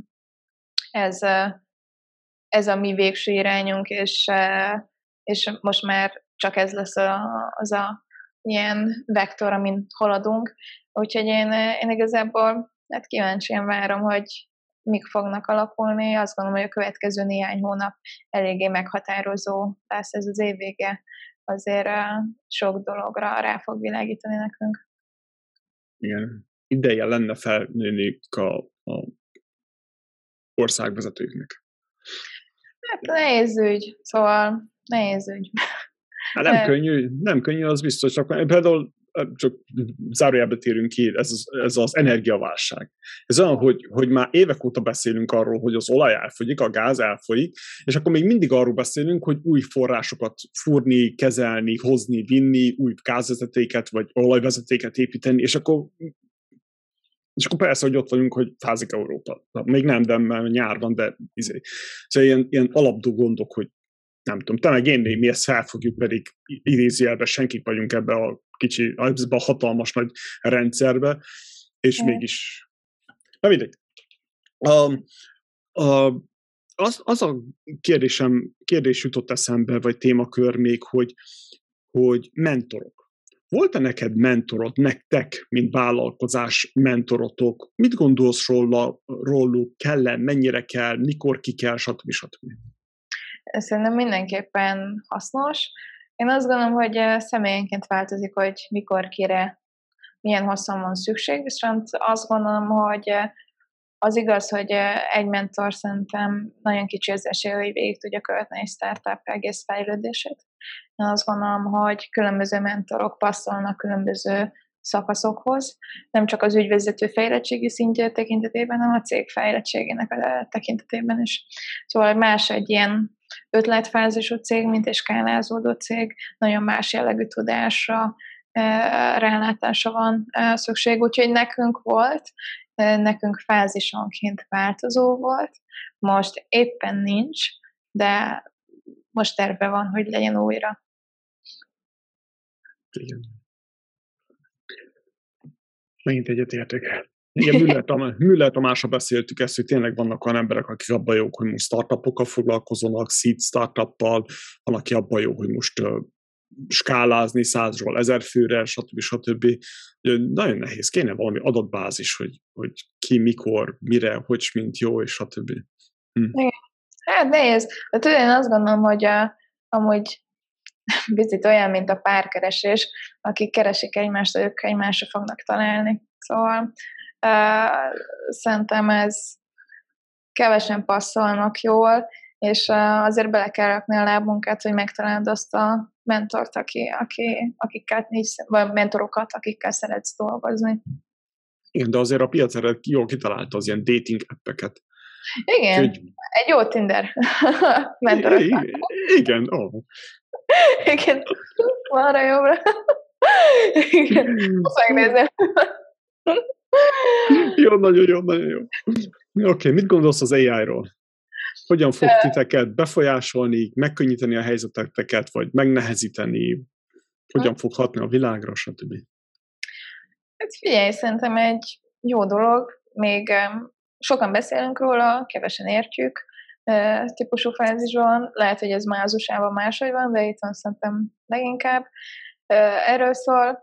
ez a mi végső irányunk, és most már csak ez lesz az a ilyen vektor, amin haladunk. Úgyhogy én igazából kíváncsian várom, hogy mik fognak alakulni. Azt gondolom, hogy a következő néhány hónap eléggé meghatározó lesz, ez az év vége. Azért sok dologra rá fog világítani nekünk. Igen. Ideje lenne felnőni a országvezetőknek. Hát nehéz ügy, szóval nehéz ügy. Hát nem könnyű, az biztos. Például csak zárójelbe térünk ki, ez az energiaválság. Ez olyan, hogy már évek óta beszélünk arról, hogy az olaj elfogyik, a gáz elfogyik, és akkor még mindig arról beszélünk, hogy új forrásokat fúrni, kezelni, hozni, vinni, új gázvezetéket vagy olajvezetéket építeni, és akkor persze, hogy ott vagyunk, hogy fázik Európa. Még nem, de nyár van, de szóval ilyen alapdó gondok, hogy nem tudom, te meg én mi ezt felfogjuk, pedig idézőjelben senkik vagyunk ebbe a hatalmas nagy rendszerbe, és mégis. Na mindegy. Az a kérdés jutott eszembe, vagy témakör még, hogy mentorok. Volt-e neked mentorod, nektek, mint vállalkozás mentorotok? Mit gondolsz róluk, kell-e, mennyire kell, mikor ki kell, stb. Szerintem mindenképpen hasznos. Én azt gondolom, hogy személyenként változik, hogy mikor, kire, milyen hosszan van szükség, viszont azt gondolom, hogy az igaz, hogy egy mentor szerintem nagyon kicsi az esély, hogy végig tudja követni egy startup egész fejlődését. Én azt gondolom, hogy különböző mentorok passzolnak különböző szakaszokhoz, nem csak az ügyvezető fejlettségi szintje tekintetében, hanem a cég fejlettségének a tekintetében is. Szóval más egy ilyen ötletfázisú cég, mint egy skálázódó cég, nagyon más jellegű tudásra, rálátásra van szükség, úgyhogy nekünk fázisonként változó volt, most éppen nincs, de most terve van, hogy legyen újra. Igen. Megint egyetértek. Igen, Müller Tamásra beszéltük ezt, hogy tényleg vannak olyan emberek, akik abban jók, hogy most startupokkal foglalkozzanak, seed startuppal, van, aki abban jó, hogy most skálázni 100-ról 1000 főre, stb. Nagyon nehéz, kéne valami adatbázis, hogy ki, mikor, mire, hogy mint jó, és stb. Igen. Hát nehéz. De tudod, én azt gondolom, hogy amúgy bizony olyan, mint a párkeresés, akik keresik egymást, ők egymásra fognak találni. Szóval szerintem ez kevesen passzolnak jól, és azért bele kell rakni a lábunkat, hogy megtaláld azt a mentort, akikkel vagy mentorokat, akikkel szeretsz dolgozni. Igen, de azért a piac erre jól kitalálta az ilyen dating appeket. Igen, egy jó Tinder mentorot. Igen, ó. Igen, arra jobbra. Igen, azt megnézem. Jó, nagyon jó. Oké, mit gondolsz az AI-ról? Hogyan fog titeket befolyásolni, megkönnyíteni a helyzeteteket, vagy megnehezíteni? Hogyan fog hatni a világra, stb.? Hát figyelj, szerintem egy jó dolog, még sokan beszélünk róla, kevesen értjük típusú fázisban. Lehet, hogy ez már az USA-ban máshogy van, de itt van szerintem leginkább. Erről szól.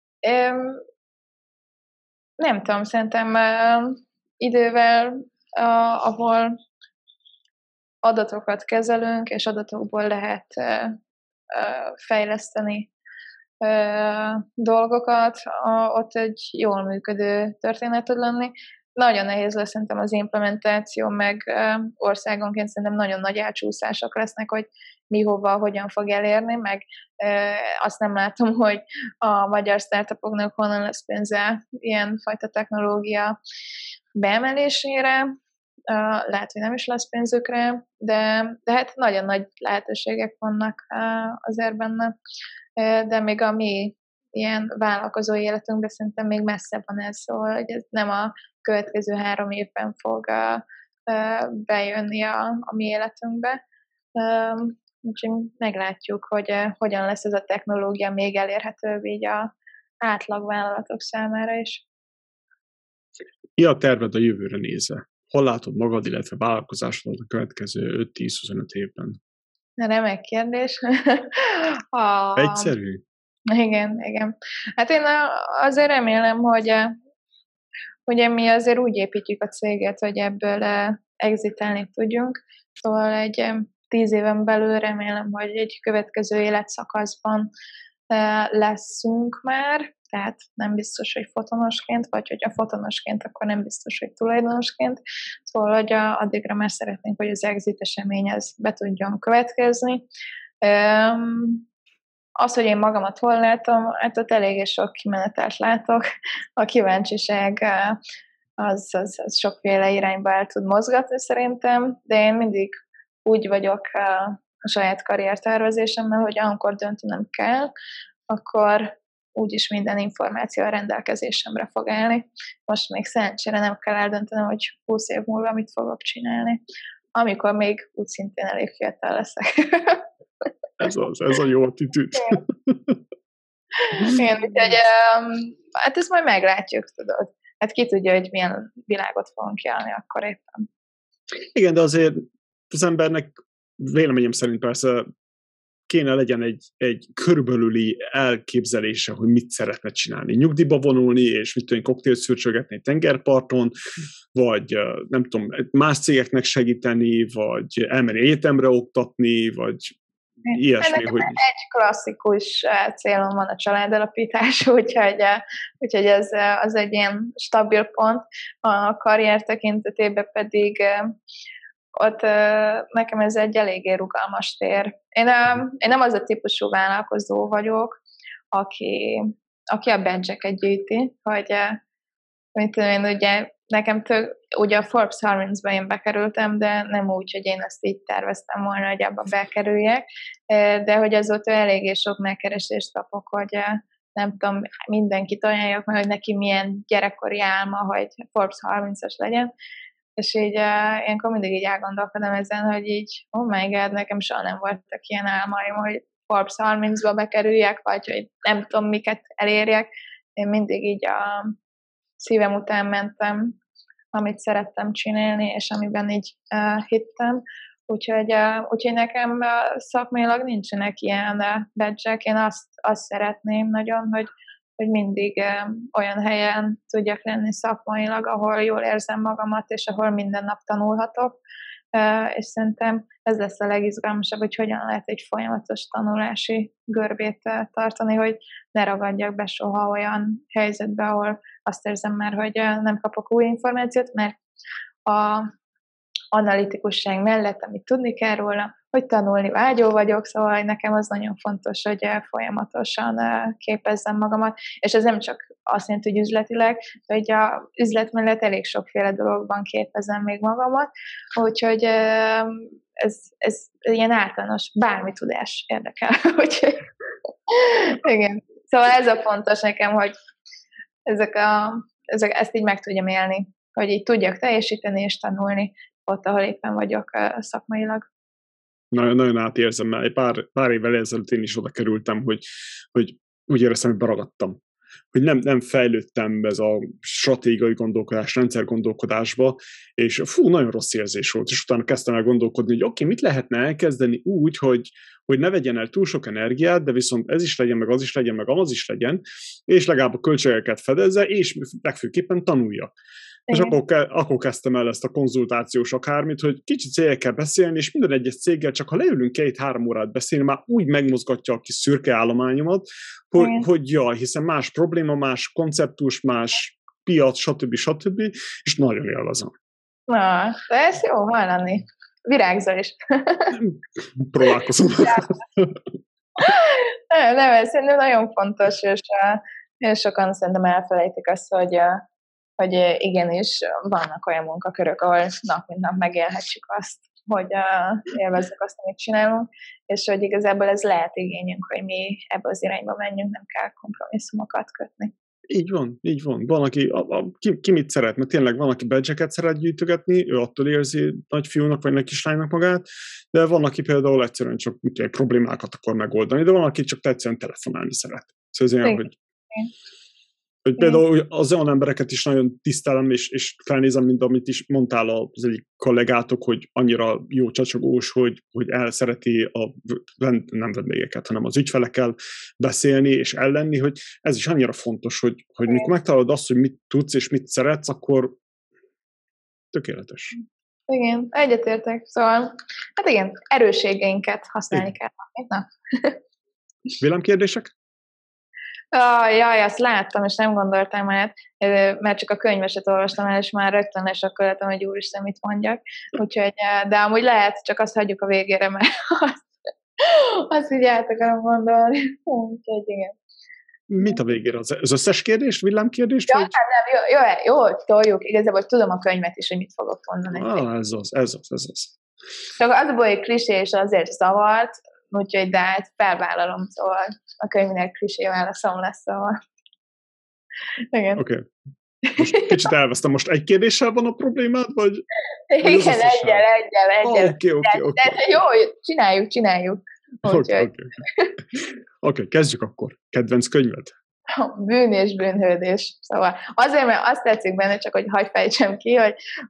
Nem tudom, szerintem idővel, ahol adatokat kezelünk, és adatokból lehet fejleszteni dolgokat, ott egy jól működő történet tud lenni. Nagyon nehéz lesz szerintem az implementáció, meg országonként szerintem nagyon nagy elcsúszások lesznek, hogy mi hova, hogyan fog elérni, meg azt nem látom, hogy a magyar startupoknak honnan lesz pénze ilyen fajta technológia beemelésére. Lehet, hogy nem is lesz pénzükre, de hát nagyon nagy lehetőségek vannak azért benne. De még a mi ilyen vállalkozói életünkben szerintem még messze van ez, szóval hogy ez nem a következő 3 évben fog bejönni a mi életünkbe. Úgyhogy meglátjuk, hogy hogyan lesz ez a technológia még elérhetőbb így a átlagvállalatok számára is. Mi a terved a jövőre nézve? Hol látod magad, illetve vállalkozásodat a következő 5-10-25 évben? Remek kérdés. Egyszerű? Igen. Hát én azért remélem, hogy ugye mi azért úgy építjük a céget, hogy ebből exitálni tudjunk. Szóval egy 10 éven belül remélem, hogy egy következő életszakaszban leszünk már, tehát nem biztos, hogy fotonosként, vagy hogyha fotonosként, akkor nem biztos, hogy tulajdonosként. Szóval, hogy addigra már szeretnénk, hogy az exit esemény ez be tudjon következni. Az, hogy én magamat hol látom, hát ott eléggé sok kimenetelt látok. A kíváncsiság az sokféle irányba el tud mozgatni szerintem, de én mindig úgy vagyok a saját karriertervezésemmel, hogy amikor döntenem kell, akkor úgyis minden információ a rendelkezésemre fog állni. Most még szerencsére nem kell eldöntenem, hogy 20 év múlva mit fogok csinálni, amikor még úgy szintén elég fiatal leszek. Ez a jó attitűd. Igen, úgyhogy hát ezt majd meglátjuk, tudod. Hát ki tudja, hogy milyen világot fogunk élni akkor éppen. Igen, de azért az embernek véleményem szerint persze kéne legyen egy körülbelüli elképzelése, hogy mit szeretne csinálni. Nyugdíjba vonulni, és mit tudom, koktélt szürcsögetni egy tengerparton, vagy nem tudom, más cégeknek segíteni, vagy elmenni egyetemre oktatni, vagy ilyesmi. Hogy... Egy klasszikus célom van a családalapítás, úgyhogy ez az egy ilyen stabil pont. A karrier tekintetében pedig ott nekem ez egy eléggé rugalmas tér. Én nem az a típusú vállalkozó vagyok, aki a badge-eket gyűjti, hogy mit tudom én, ugye nekem ugye a Forbes 30-ba én bekerültem, de nem úgy, hogy én ezt így terveztem volna, hogy abba bekerüljek, de hogy azóta eléggé sok megkeresést kapok, hogy nem tudom, mindenkit ajánljak meg, hogy neki milyen gyerekkori álma, hogy Forbes 30-as legyen, és így ilyenkor mindig így elgondolkodom ezen, hogy így, oh my god, nekem soha nem voltak ilyen álmaim, hogy Forbes 30-ba bekerüljek, vagy hogy nem tudom, miket elérjek. Én mindig így szívem után mentem, amit szerettem csinálni, és amiben így hittem. Úgyhogy nekem szakmailag nincsenek ilyen badge-ek. Én azt szeretném nagyon, hogy mindig olyan helyen tudjak lenni szakmailag, ahol jól érzem magamat, és ahol minden nap tanulhatok. És szerintem ez lesz a legizgalmasabb, hogy hogyan lehet egy folyamatos tanulási görbét tartani, hogy ne ragadjak be soha olyan helyzetbe, ahol azt érzem már, hogy nem kapok új információt, mert a analitikusság mellett, amit tudni kell róla, hogy tanulni vágyó vagyok, szóval nekem az nagyon fontos, hogy folyamatosan képezzem magamat, és ez nem csak azt jelenti, hogy üzletileg, hogy a üzlet mellett elég sokféle dologban képezem még magamat, úgyhogy ez ilyen általános bármi tudás érdekel. Úgyhogy, igen. Szóval ez a fontos nekem, hogy ezt így meg tudjam élni, hogy így tudjak teljesíteni és tanulni ott, ahol éppen vagyok szakmailag. Nagyon átérzem, mert pár évvel ezelőtt én is oda kerültem, hogy úgy éreztem, hogy beragadtam. Hogy nem fejlődtem ez a stratégiai gondolkodás, rendszergondolkodásba, és nagyon rossz érzés volt. És utána kezdtem el gondolkodni, hogy oké, mit lehetne elkezdeni úgy, hogy ne vegyen el túl sok energiát, de viszont ez is legyen, meg az is legyen, meg az is legyen, és legalább a költségeket fedezze, és legfőképpen tanulja. És akkor kezdtem el ezt a konzultációs akármit, hogy kicsit cégekkel beszélni, és minden egyes céggel, csak ha leülünk 2-3 órát beszélni, már úgy megmozgatja a kis szürke állományomat, hogy jaj, hiszen más probléma, más konceptus, más piac, stb. És nagyon élvezem. Na, de ez jó hallani. Virágzol is. Próbálkozom. Nem, ez szerintem nagyon fontos, és sokan szerintem elfelejtik azt, hogy igenis vannak olyan munkakörök, ahol nap mint nap megélhetjük azt, hogy élvezzük azt, amit csinálunk, és hogy igazából ez lehet igényünk, hogy mi ebbe az irányba menjünk, nem kell kompromisszumokat kötni. Így van. Van, aki ki mit szeret, mert tényleg van, aki badge-eket szeret gyűjtögetni, ő attól érzi nagyfiúnak vagy nagy kislánynak magát, de van, aki például egyszerűen csak problémákat akar megoldani, de van, aki csak egyszerűen telefonálni szeret. Szóval ez olyan, hogy például az olyan embereket is nagyon tisztelem, és felnézem, mint amit is mondtál az egyik kollégátok, hogy annyira jó csacsogós, hogy elszereti nem vendégeket, hanem az ügyfelekkel beszélni és ellenni, hogy ez is annyira fontos, hogy mikor megtalálod azt, hogy mit tudsz és mit szeretsz, akkor tökéletes. Igen, egyetértek. Szóval, hát igen, erősségeinket használni kell. Na. Vélemkérdések? Jaj, azt láttam, és nem gondoltam át, mert csak a könyveset olvastam el, és már rögtön lesakkoltam, hogy úristen, mit mondjak. Úgyhogy, de amúgy lehet, csak azt hagyjuk a végére, mert azt így át akarom gondolni. Úgyhogy igen. Mit a végére? Az összes kérdés? Villámkérdést? Ja, hát jó, toljuk. Igazából tudom a könyvet is, hogy mit fogok mondani. Ez az. Csak az a baj, hogy klisé, és azért zavart, úgyhogy de hát felvállalom, szóval a könyvnek klisé válaszom lesz, szóval. Igen. Oké. Most kicsit elvesztem. Most egy kérdéssel van a problémád, vagy? Igen, egyel. Oké. De jó, csináljuk. Oké, kezdjük akkor. Kedvenc könyved? Bűn és bűnhődés. Szóval azért, mert azt tetszik benne, csak hogy hagyj fejtsem ki,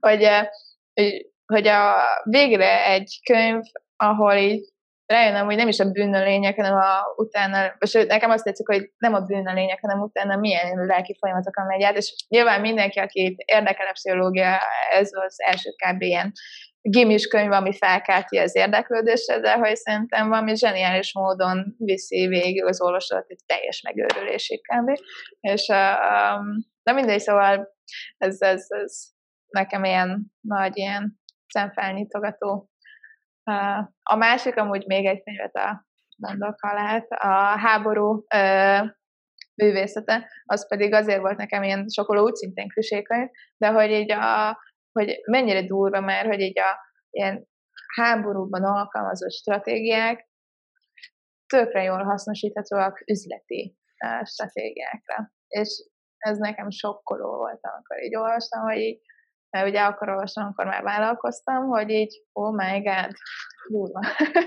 hogy a végre egy könyv, ahol így rájönnöm, hogy nem is a bűn a lényeg, hanem utána, sőt, nekem azt tetszik, hogy nem a bűn a lényeg, hanem utána milyen lelki folyamatokon megy át, és nyilván mindenki, akit érdekel a pszichológia, ez az első kb. Ilyen gimis könyv, ami felkelti az érdeklődésre, de hogy szerintem valami zseniális módon viszi végig az olvasót egy teljes megőrülésig kb. És de mindegy, szóval ez nekem ilyen nagy ilyen szemfelnyitogató. A másik, amúgy még egy könyvet mondok, ha lehet, a háború művészete, az pedig azért volt nekem ilyen sokkoló, úgy szintén klisékönyv, de hogy így hogy mennyire durva már, hogy így ilyen háborúban alkalmazott stratégiák tökre jól hasznosíthatóak üzleti stratégiákra. És ez nekem sokkoló volt, amikor így olvastam, hogy így, mert ugye akkor olvastam, amikor már vállalkoztam, hogy így, oh my god, durva.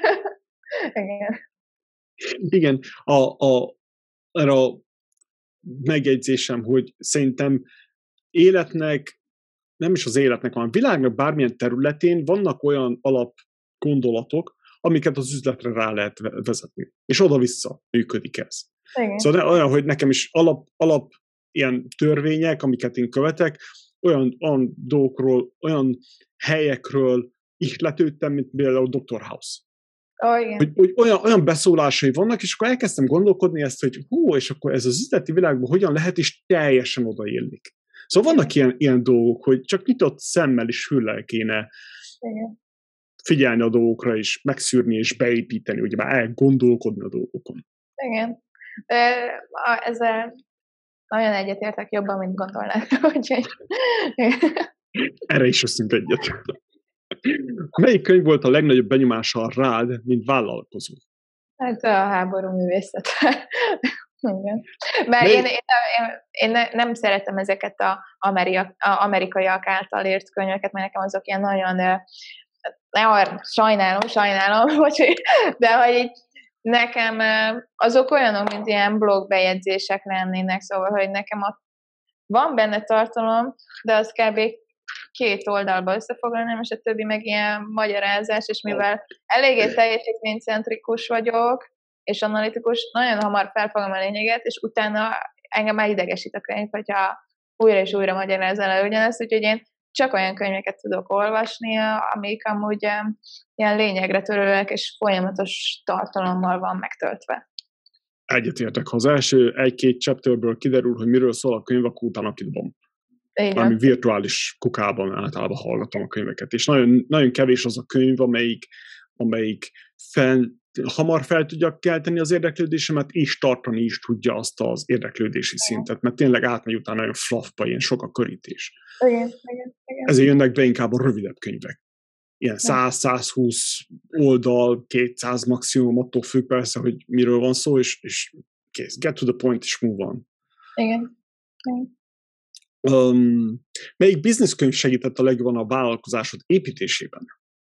Igen, erre a megjegyzésem, hogy szerintem életnek, nem is az életnek, hanem a világnak bármilyen területén vannak olyan alapgondolatok, amiket az üzletre rá lehet vezetni. És oda-vissza működik ez. Igen. Szóval olyan, hogy nekem is alap ilyen törvények, amiket én követek, olyan dolgokról, olyan helyekről ihletődtem, mint például Dr. House. Igen. Hogy olyan beszólásai vannak, és akkor elkezdtem gondolkodni ezt, hogy és akkor ez az üzleti világban hogyan lehet, és teljesen odaillik. Szóval vannak ilyen dolgok, hogy csak nyitott szemmel és füllel kéne figyelni a dolgokra, és megszűrni, és beépíteni, ugye már elgondolkodni a dolgokon. Igen. Ezzel nagyon egyetértek jobban, mint gondolnád. Erre is összünk egyet. Melyik könyv volt a legnagyobb benyomása rád, mint vállalkozó? Hát a háború művészet. Igen. Mert én nem szeretem ezeket az amerikaiak által írt könyveket, mert nekem azok ilyen nagyon sajnálom, de hogy így nekem azok olyanok, mint ilyen blogbejegyzések lennének, szóval, hogy nekem van benne tartalom, de az kb. 2 oldalba összefoglalnám, és a többi meg ilyen magyarázás, és mivel eléggé teljesítménycentrikus vagyok, és analitikus, nagyon hamar felfogom a lényeget, és utána engem már idegesít a könyv, hogyha újra és újra magyarázzal el ugyanezt, úgyhogy én csak olyan könyveket tudok olvasni, amik amúgy ilyen lényegre törőek, és folyamatos tartalommal van megtöltve. Egyetértek, ha az első 1-2 chapterből kiderül, hogy miről szól a könyv, akkor utána kidobom. Valami virtuális kukában általában hallgatom a könyveket, és nagyon, nagyon kevés az a könyv, amelyik hamar fel tudja kelteni az érdeklődésemet, és tartani is tudja azt az érdeklődési szintet, mert tényleg átmegy utána nagyon fluffba, ilyen sok a körítés. Igen. Ezért jönnek be inkább a rövidebb könyvek. Ilyen 100-120 oldal, 200 maximum, attól függ persze, hogy miről van szó, és kész. Get to the point, és move on. Igen. Melyik bizniszkönyv segített a legjobban a vállalkozásod építésében?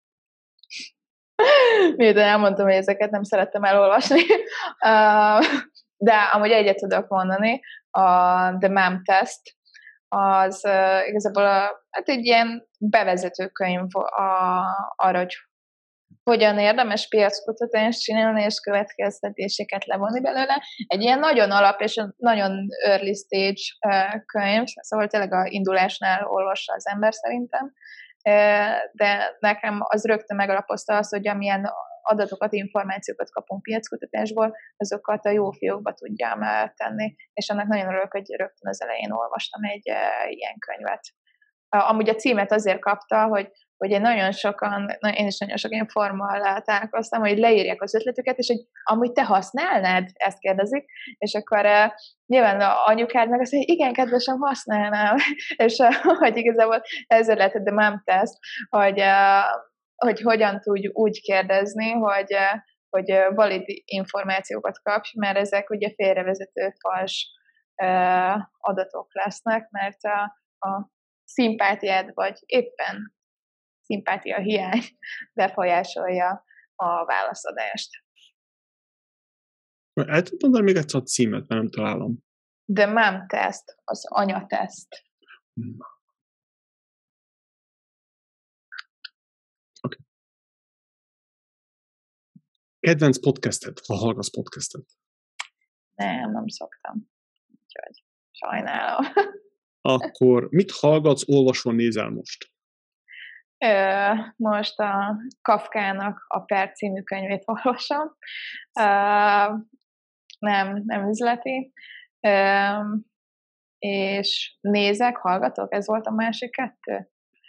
Miután elmondtam, hogy ezeket nem szerettem elolvasni, de amúgy egyet tudok mondani, a The MAM Test, az igazából egy ilyen bevezető könyv arra, hogy hogyan érdemes piackutatást csinálni, és következtetéseket levonni belőle. Egy ilyen nagyon alap és nagyon early stage könyv, szóval tényleg a indulásnál olvassa az ember szerintem, de nekem az rögtön megalapozta azt, hogy amilyen adatokat, információkat kapunk piackutatásból, azokat a jó fiókba tudjam tenni, és annak nagyon örülök, hogy rögtön az elején olvastam egy ilyen könyvet. Amúgy a címet azért kapta, hogy én is nagyon sok ilyen formával találkoztam, hogy leírják az ötletüket, és hogy amúgy te használnád? Ezt kérdezik, és akkor nyilván anyukád meg azt mondja, igen, kedvesem, használnám, és hogy igazából ezzel lehetett a MAM Test, hogy hogyan tudj úgy kérdezni, hogy valid információkat kapj, mert ezek ugye félrevezető fals adatok lesznek, mert a szimpátiád, vagy éppen szimpátia hiány befolyásolja a válaszadást. El tudod mondani még egyszer a címet, mert nem találom. The MAM Test, az anyateszt. Okay. Kedvenc podcasted, ha hallgass podcastet? Nem szoktam. Úgyhogy sajnálom. Akkor mit hallgatsz, olvasol, nézel most? Most a Kafkának a Per című könyvét olvasom. Nem üzleti. És hallgatok? Ez volt a másik 2?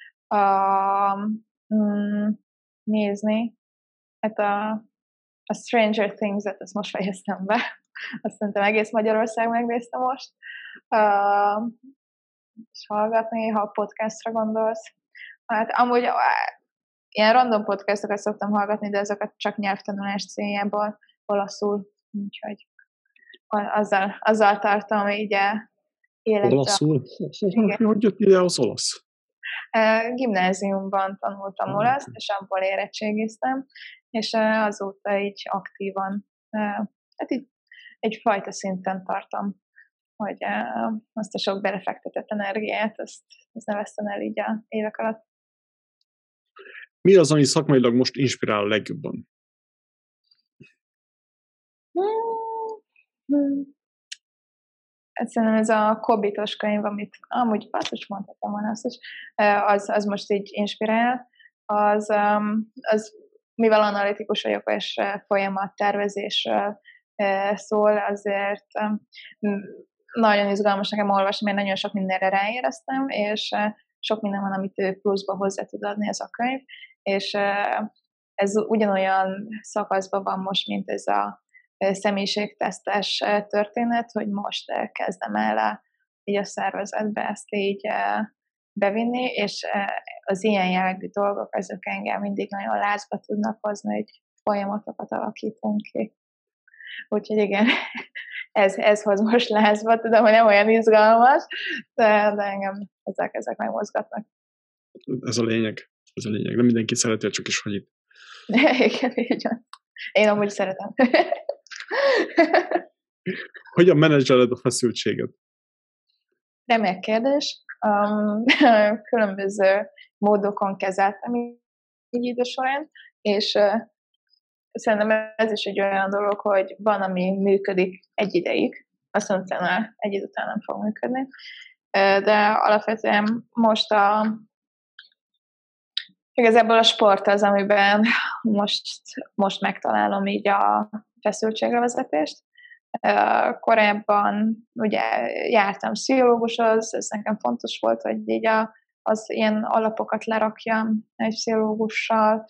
Nézni. Hát a Stranger Things-et, ezt most fejeztem be. Azt szerintem egész Magyarország megnézte most. És hallgatni, ha podcastra gondolsz. Hát amúgy ilyen random podcastokat szoktam hallgatni, de azokat csak nyelvtanulás céljából olaszul, úgyhogy azzal tartom így életre. Olaszul? Hogy jött ide az olasz? Gimnáziumban tanultam olaszt, és abból érettségiztem, és azóta így aktívan, hát így egyfajta szinten tartom hogy azt a sok belefektetett energiát, azt ne veszten el így a évek alatt. Mi az, ami szakmailag most inspirál a legjobban? Szerintem ez a Kobitos könyv, amit amúgy basszus mondhatom volna azt is, az most így inspirál. Az mivel analitikus vagyok, és folyamattervezésről szól, azért nagyon izgalmas nekem olvasni, mert nagyon sok mindenre ráéreztem, és sok minden van, amit ő pluszba hozzá tud adni ez a könyv, és ez ugyanolyan szakaszban van most, mint ez a személyiségtesztes történet, hogy most kezdem el így a szervezetbe ezt így bevinni, és az ilyen jellegű dolgok, ezek engem mindig nagyon lázba tudnak hozni, hogy folyamatokat alakítunk ki. Úgyhogy igen, ez hoz most lázba, tudom, hogy nem olyan izgalmas, de engem ezek megmozgatnak. Ez a lényeg. Ez a lényeg. Nem mindenki szereti, csak is hagyit. Igen, így van. Én amúgy szeretem. Hogyan menedzseled a feszültséget? Remek kérdés. Különböző módokon kezeltem így idő során, és szerintem ez is egy olyan dolog, hogy van, ami működik egy ideig, aztán utána egy idő után nem fog működni. De alapvetően most igazából a sport az, amiben most megtalálom így a feszültséglevezetést. Korábban ugye jártam pszichológushoz, ez nekem fontos volt, hogy így az ilyen alapokat lerakjam egy pszichológussal,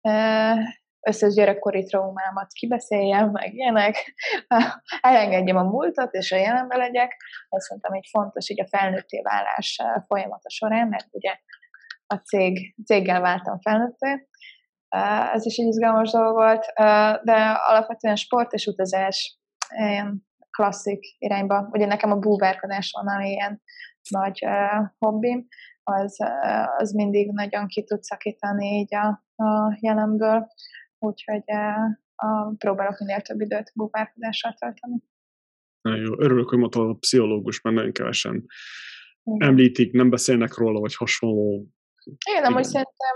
összes gyerekkori traumámat kibeszéljem, meg ilyenek, elengedjem a múltat, és a jelenben legyek. Azt szerintem így fontos így a felnőtté válás folyamata során, mert ugye a céggel váltam felnőtté. Ez is egy izgalmas dolog volt, de alapvetően sport és utazás ilyen klasszik irányba. Ugye nekem a búvárkodás van, ami ilyen nagy hobbim, az mindig nagyon ki tud szakítani így a jelenből, úgyhogy próbálok minél több időt búvárkodással tölteni. Nagyon jó. Örülök, hogy mondtad a pszichológus, mert nagyon kevesen említik, nem beszélnek róla, vagy hasonló. Igen, amúgy szerintem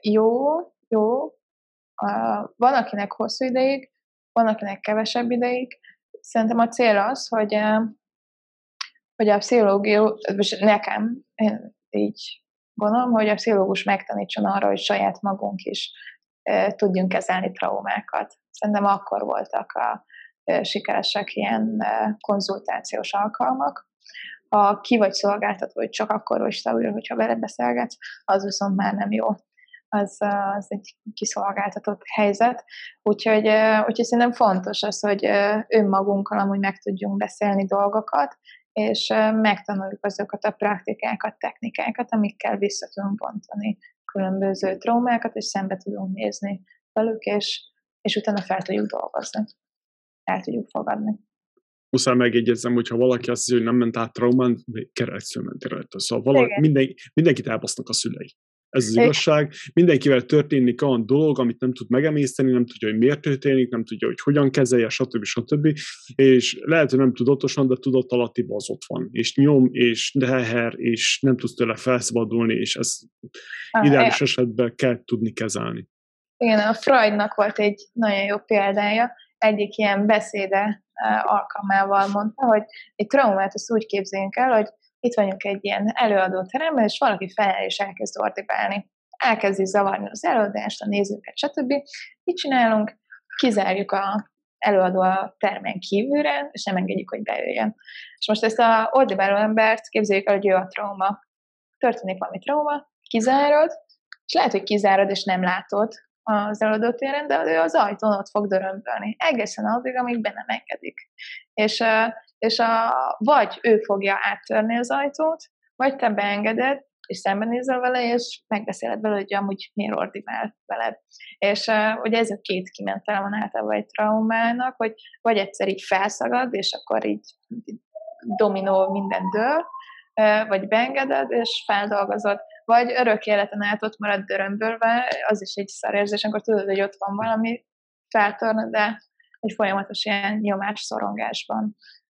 jó. Van, akinek hosszú ideig, van, akinek kevesebb ideig. Szerintem a cél az, hogy a pszichológus, nekem, én így gondolom, hogy a pszichológus megtanítson arra, hogy saját magunk is tudjunk kezelni traumákat. Szerintem akkor voltak a sikeresek ilyen konzultációs alkalmak. Ha ki vagy szolgáltatva, hogy csak akkor vagy stabil, hogyha veled beszélgetsz, az viszont már nem jó. Az egy kiszolgáltatott helyzet. Úgyhogy szerintem fontos az, hogy önmagunkkal amúgy meg tudjunk beszélni dolgokat, és megtanuljuk azokat a praktikákat, technikákat, amikkel vissza tudunk bontani különböző traumákat, és szembe tudunk nézni velük, és utána fel tudjuk dolgozni. El tudjuk fogadni. Muszáj megjegyezzem, hogyha valaki azt hiszi, hogy nem ment át traumán, keresztül ment rajta. Szóval mindenkit elbasznak a szülei. Ez az igazság. Mindenkivel történik olyan dolog, amit nem tud megemészteni, nem tudja, hogy miért történik, nem tudja, hogy hogyan kezelje, stb. És lehet, hogy nem tudatosan, de tudatalatiban az ott van. És nyom, és teher, és nem tudsz tőle felszabadulni, és ezt ideális esetben kell tudni kezelni. Igen, a Freudnak volt egy nagyon jó példája. Egyik ilyen beszéde alkalmával mondta, hogy egy traumát azt úgy képzeljünk el, hogy itt vagyunk egy ilyen előadóteremben, és valaki feláll és elkezd ordibálni. Elkezdi zavarni az előadást, a nézőket, stb. Mit csinálunk? Kizárjuk az előadó a termen kívülre, és nem engedjük, hogy bejöjjön. És most ezt a ordibáló embert képzeljük el, hogy ő a trauma. Történik valami trauma, kizárod, és lehet, hogy kizárod, és nem látod az előadótéren, de ő az ajtón ott fog dörömbölni. Egészen addig, amíg be nem engedik. És vagy ő fogja áttörni az ajtót, vagy te beengeded, és szembenézel vele, és megbeszéled vele, hogy amúgy miért ordibál veled. És ugye ez a két kimenetele van általában egy traumának, hogy vagy egyszer így felszagad, és akkor így dominó minden dől, vagy beengeded, és feldolgozod, vagy örök életen át ott marad dörömbölve, az is egy szarérzés, amikor tudod, hogy ott van valami feltörne, de egy folyamatos ilyen nyomás szorongásban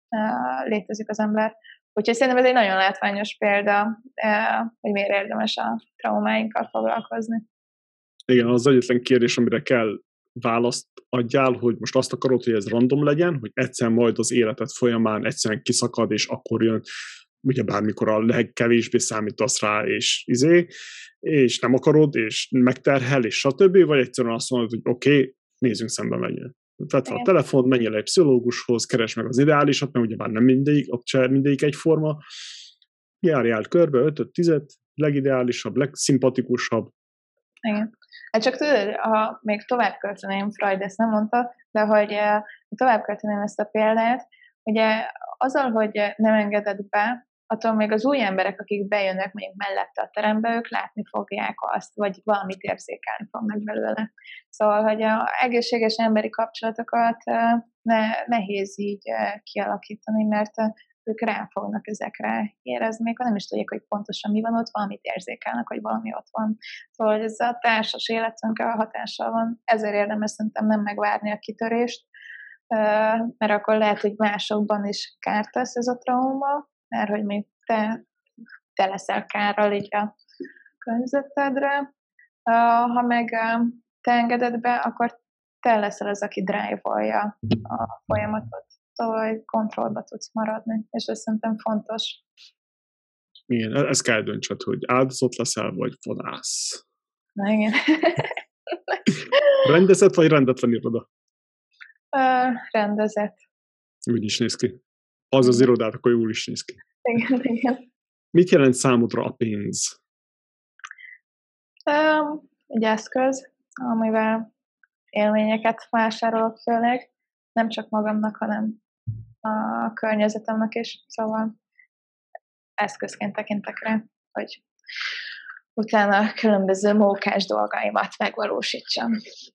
létezik az ember. Úgyhogy szerintem ez egy nagyon látványos példa, hogy miért érdemes a traumáinkkal foglalkozni. Igen, az egyetlen kérdés, amire kell választ adjál, hogy most azt akarod, hogy ez random legyen, hogy egyszer majd az életed folyamán egyszerűen kiszakad, és akkor jön, ugye bármikor a legkevésbé számítasz rá, és nem akarod, és megterhel, és stb., vagy egyszerűen azt mondod, hogy oké, nézzünk szembe, menjen. Vedd fel a telefon, menjél egy pszichológushoz, keresd meg az ideálisat, mert ugye már nem mindegyik, ott se mindegyik egyforma. Járjál körbe, 5-10, legideálisabb, legszimpatikusabb. Igen. Hát csak tudod, ha még tovább költeném, Freud ezt nem mondta, de hogy tovább költeném ezt a példát, ugye azzal, hogy nem engeded be, attól még az új emberek, akik bejönnek mondjuk mellette a terembe, ők látni fogják azt, vagy valamit érzékelni fognak belőle. Szóval, hogy az egészséges emberi kapcsolatokat nehéz így kialakítani, mert ők rá fognak ezekre érezni, még ha nem is tudják, hogy pontosan mi van ott, valamit érzékelnek, hogy valami ott van. Szóval, hogy ez a társas életünkre hatással van, ezért érdemes szerintem nem megvárni a kitörést, mert akkor lehet, hogy másokban is kárt tesz ez a trauma, mert hogy még te leszel kárral így a környezetedre. Ha meg te engeded be, akkor te leszel az, aki drive-olja a folyamatot, szóval kontrollba tudsz maradni, és ez szerintem fontos. Igen, ezt kell döntsed, hogy áldozat leszel, vagy vadász. Na igen. Rendezett, vagy rendetlen iroda? Rendezett. Úgy is néz ki. Az irodát, akkor jól is néz ki. Igen. Mit jelent számodra a pénz? Egy eszköz, amivel élményeket vásárolok főleg, nem csak magamnak, hanem a környezetemnek is, szóval eszközként tekintek rá, hogy utána különböző mókás dolgaimat megvalósítsam.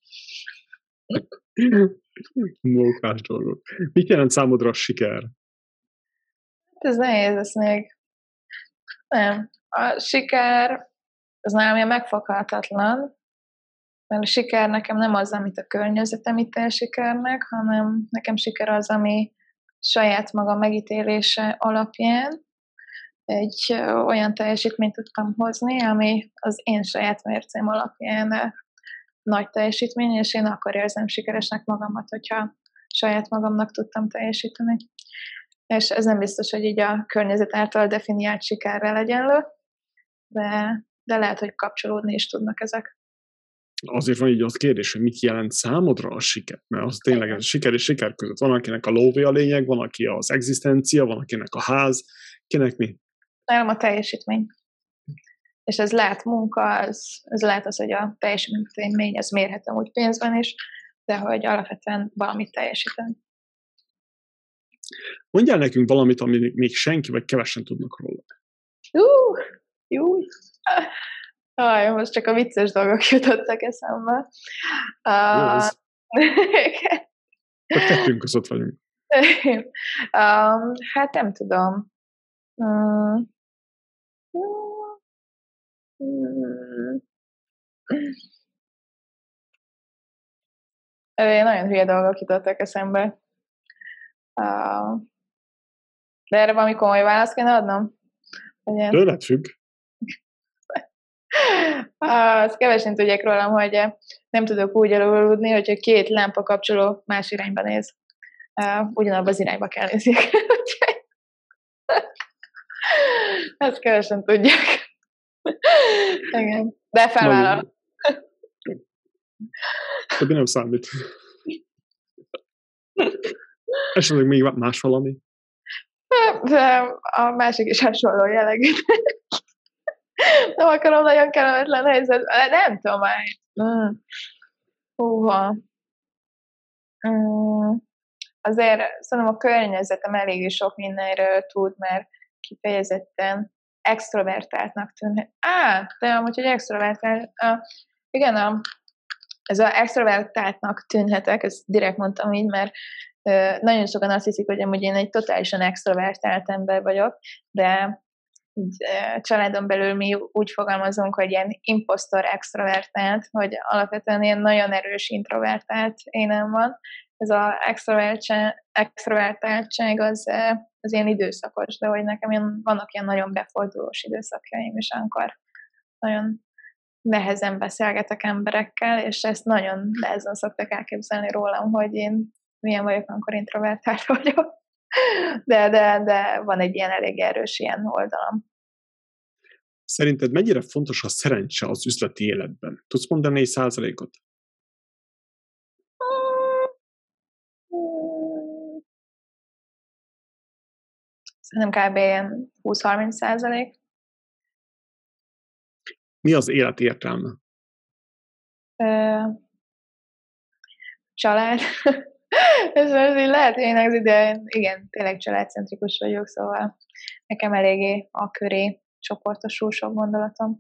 Mókás dolgok. Mit jelent számodra a siker? Ez nehéz, ez még nem. A siker az nálam ilyen megfoghatatlan, mert a siker nekem nem az, amit a környezetem ítél sikernek, hanem nekem siker az, ami saját maga megítélése alapján egy olyan teljesítményt tudtam hozni, ami az én saját mércém alapján nagy teljesítmény, és én akkor érzem sikeresnek magamat, hogyha saját magamnak tudtam teljesíteni. És ez nem biztos, hogy így a környezet által definiált sikerrel egyenlő, de lehet, hogy kapcsolódni is tudnak ezek. Azért van így az kérdés, hogy mit jelent számodra a siker, mert az tényleg a siker és siker között van, akinek a lóvé a lényeg, van, aki az egzisztencia, van, akinek a ház, kinek mi? Nálam a teljesítmény. És ez lehet munka, ez lehet az, hogy a teljesítmény ez mérhető úgy pénzben is, de hogy alapvetően valamit teljesíteni. Mondjál nekünk valamit, amit még senki vagy kevesen tudnak róla. Jó. Most csak a vicces dolgok jutottak eszembe. Jó, az. A kettőnk között vagyunk. Hát nem tudom. Nagyon hülye dolgok jutottak eszembe. De erre valami komoly választ kéne adnom? Tőled függ. Azt kevesen tudják rólam, hogy nem tudok úgy aludni, hogyha két lámpa kapcsoló más irányba néz. Ugyanabban az irányba kell nézni. Ezt kevesen tudják. Igen. De felvállalom. Többi nem számít. Esetleg még más valami? De a másik is hasonló jellegű. Nem akarom nagyon kellemetlen helyzet. Nem tudom már. Húha. Azért szerintem a környezetem eléggé sok mindenről tud, mert kifejezetten extrovertáltnak tűnhet. De amúgy, hogy extrovertált. Igen, ez az extrovertáltnak tűnhetek, ezt direkt mondtam így, mert nagyon sokan azt hiszik, hogy amúgy én egy totálisan extrovertált ember vagyok, de családon belül mi úgy fogalmazunk, hogy ilyen impostor extrovertált, hogy alapvetően ilyen nagyon erős introvertált énem van. ez az extrovertáltság az ilyen időszakos, de hogy nekem vannak ilyen nagyon befordulós időszakjaim is, amikor nagyon nehezen beszélgetek emberekkel, és ezt nagyon nehezen szoktak elképzelni rólam, hogy én milyen vagyok, amikor introvertált vagyok. De van egy ilyen elég erős ilyen oldalam. Szerinted mennyire fontos a szerencse az üzleti életben? Tudsz mondani egy százalékot? Szerintem kb. 20-30%. Mi az élet értelme? Család. Ez most így lehet, hogy én az idején, igen, tényleg családcentrikus vagyok, szóval nekem eléggé a köré csoportosul sok gondolatom.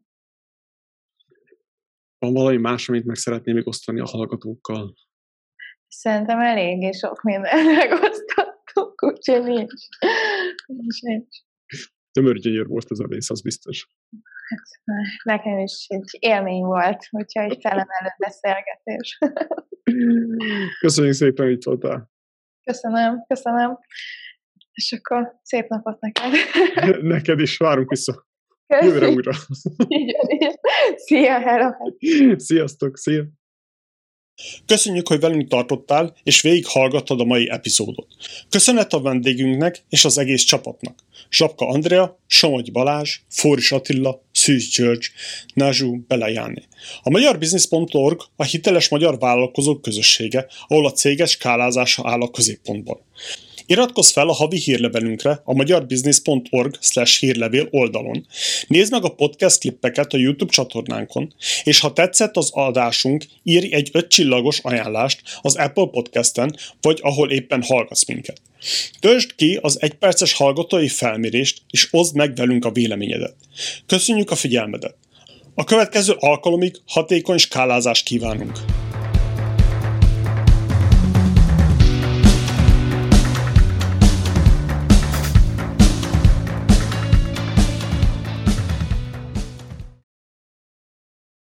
Van valami más, amit meg szeretném még osztani a hallgatókkal? Szerintem eléggé sok mindent megosztottuk, úgyhogy nincs. Tömör gyönyör volt ez a rész, az biztos. Nekem is egy élmény volt, úgyhogy felemelő beszélgetés. Köszönjük szépen, hogy itt voltál. Köszönöm. És akkor szép napot neked. Neked is, várunk vissza. Jövőre újra. Igen. Szia, hello. Sziasztok, szia. Köszönjük, hogy velünk tartottál, és végighallgattad a mai epizódot. Köszönet a vendégünknek és az egész csapatnak. Zsapka Andrea, Somogy Balázs, Fóris Attila, Szűz György, Nazsú Belajáné. A magyarbusiness.org a hiteles magyar vállalkozók közössége, ahol a céges skálázása áll a középpontban. Iratkozz fel a havi hírlevelünkre a magyarbusiness.org/hírlevél oldalon, nézd meg a podcast klippeket a YouTube csatornánkon, és ha tetszett az adásunk, írj egy 5 csillagos ajánlást az Apple Podcasten, vagy ahol éppen hallgatsz minket. Töltsd ki az 1 perces hallgatói felmérést, és oszd meg velünk a véleményedet. Köszönjük a figyelmedet! A következő alkalomig hatékony skálázást kívánunk!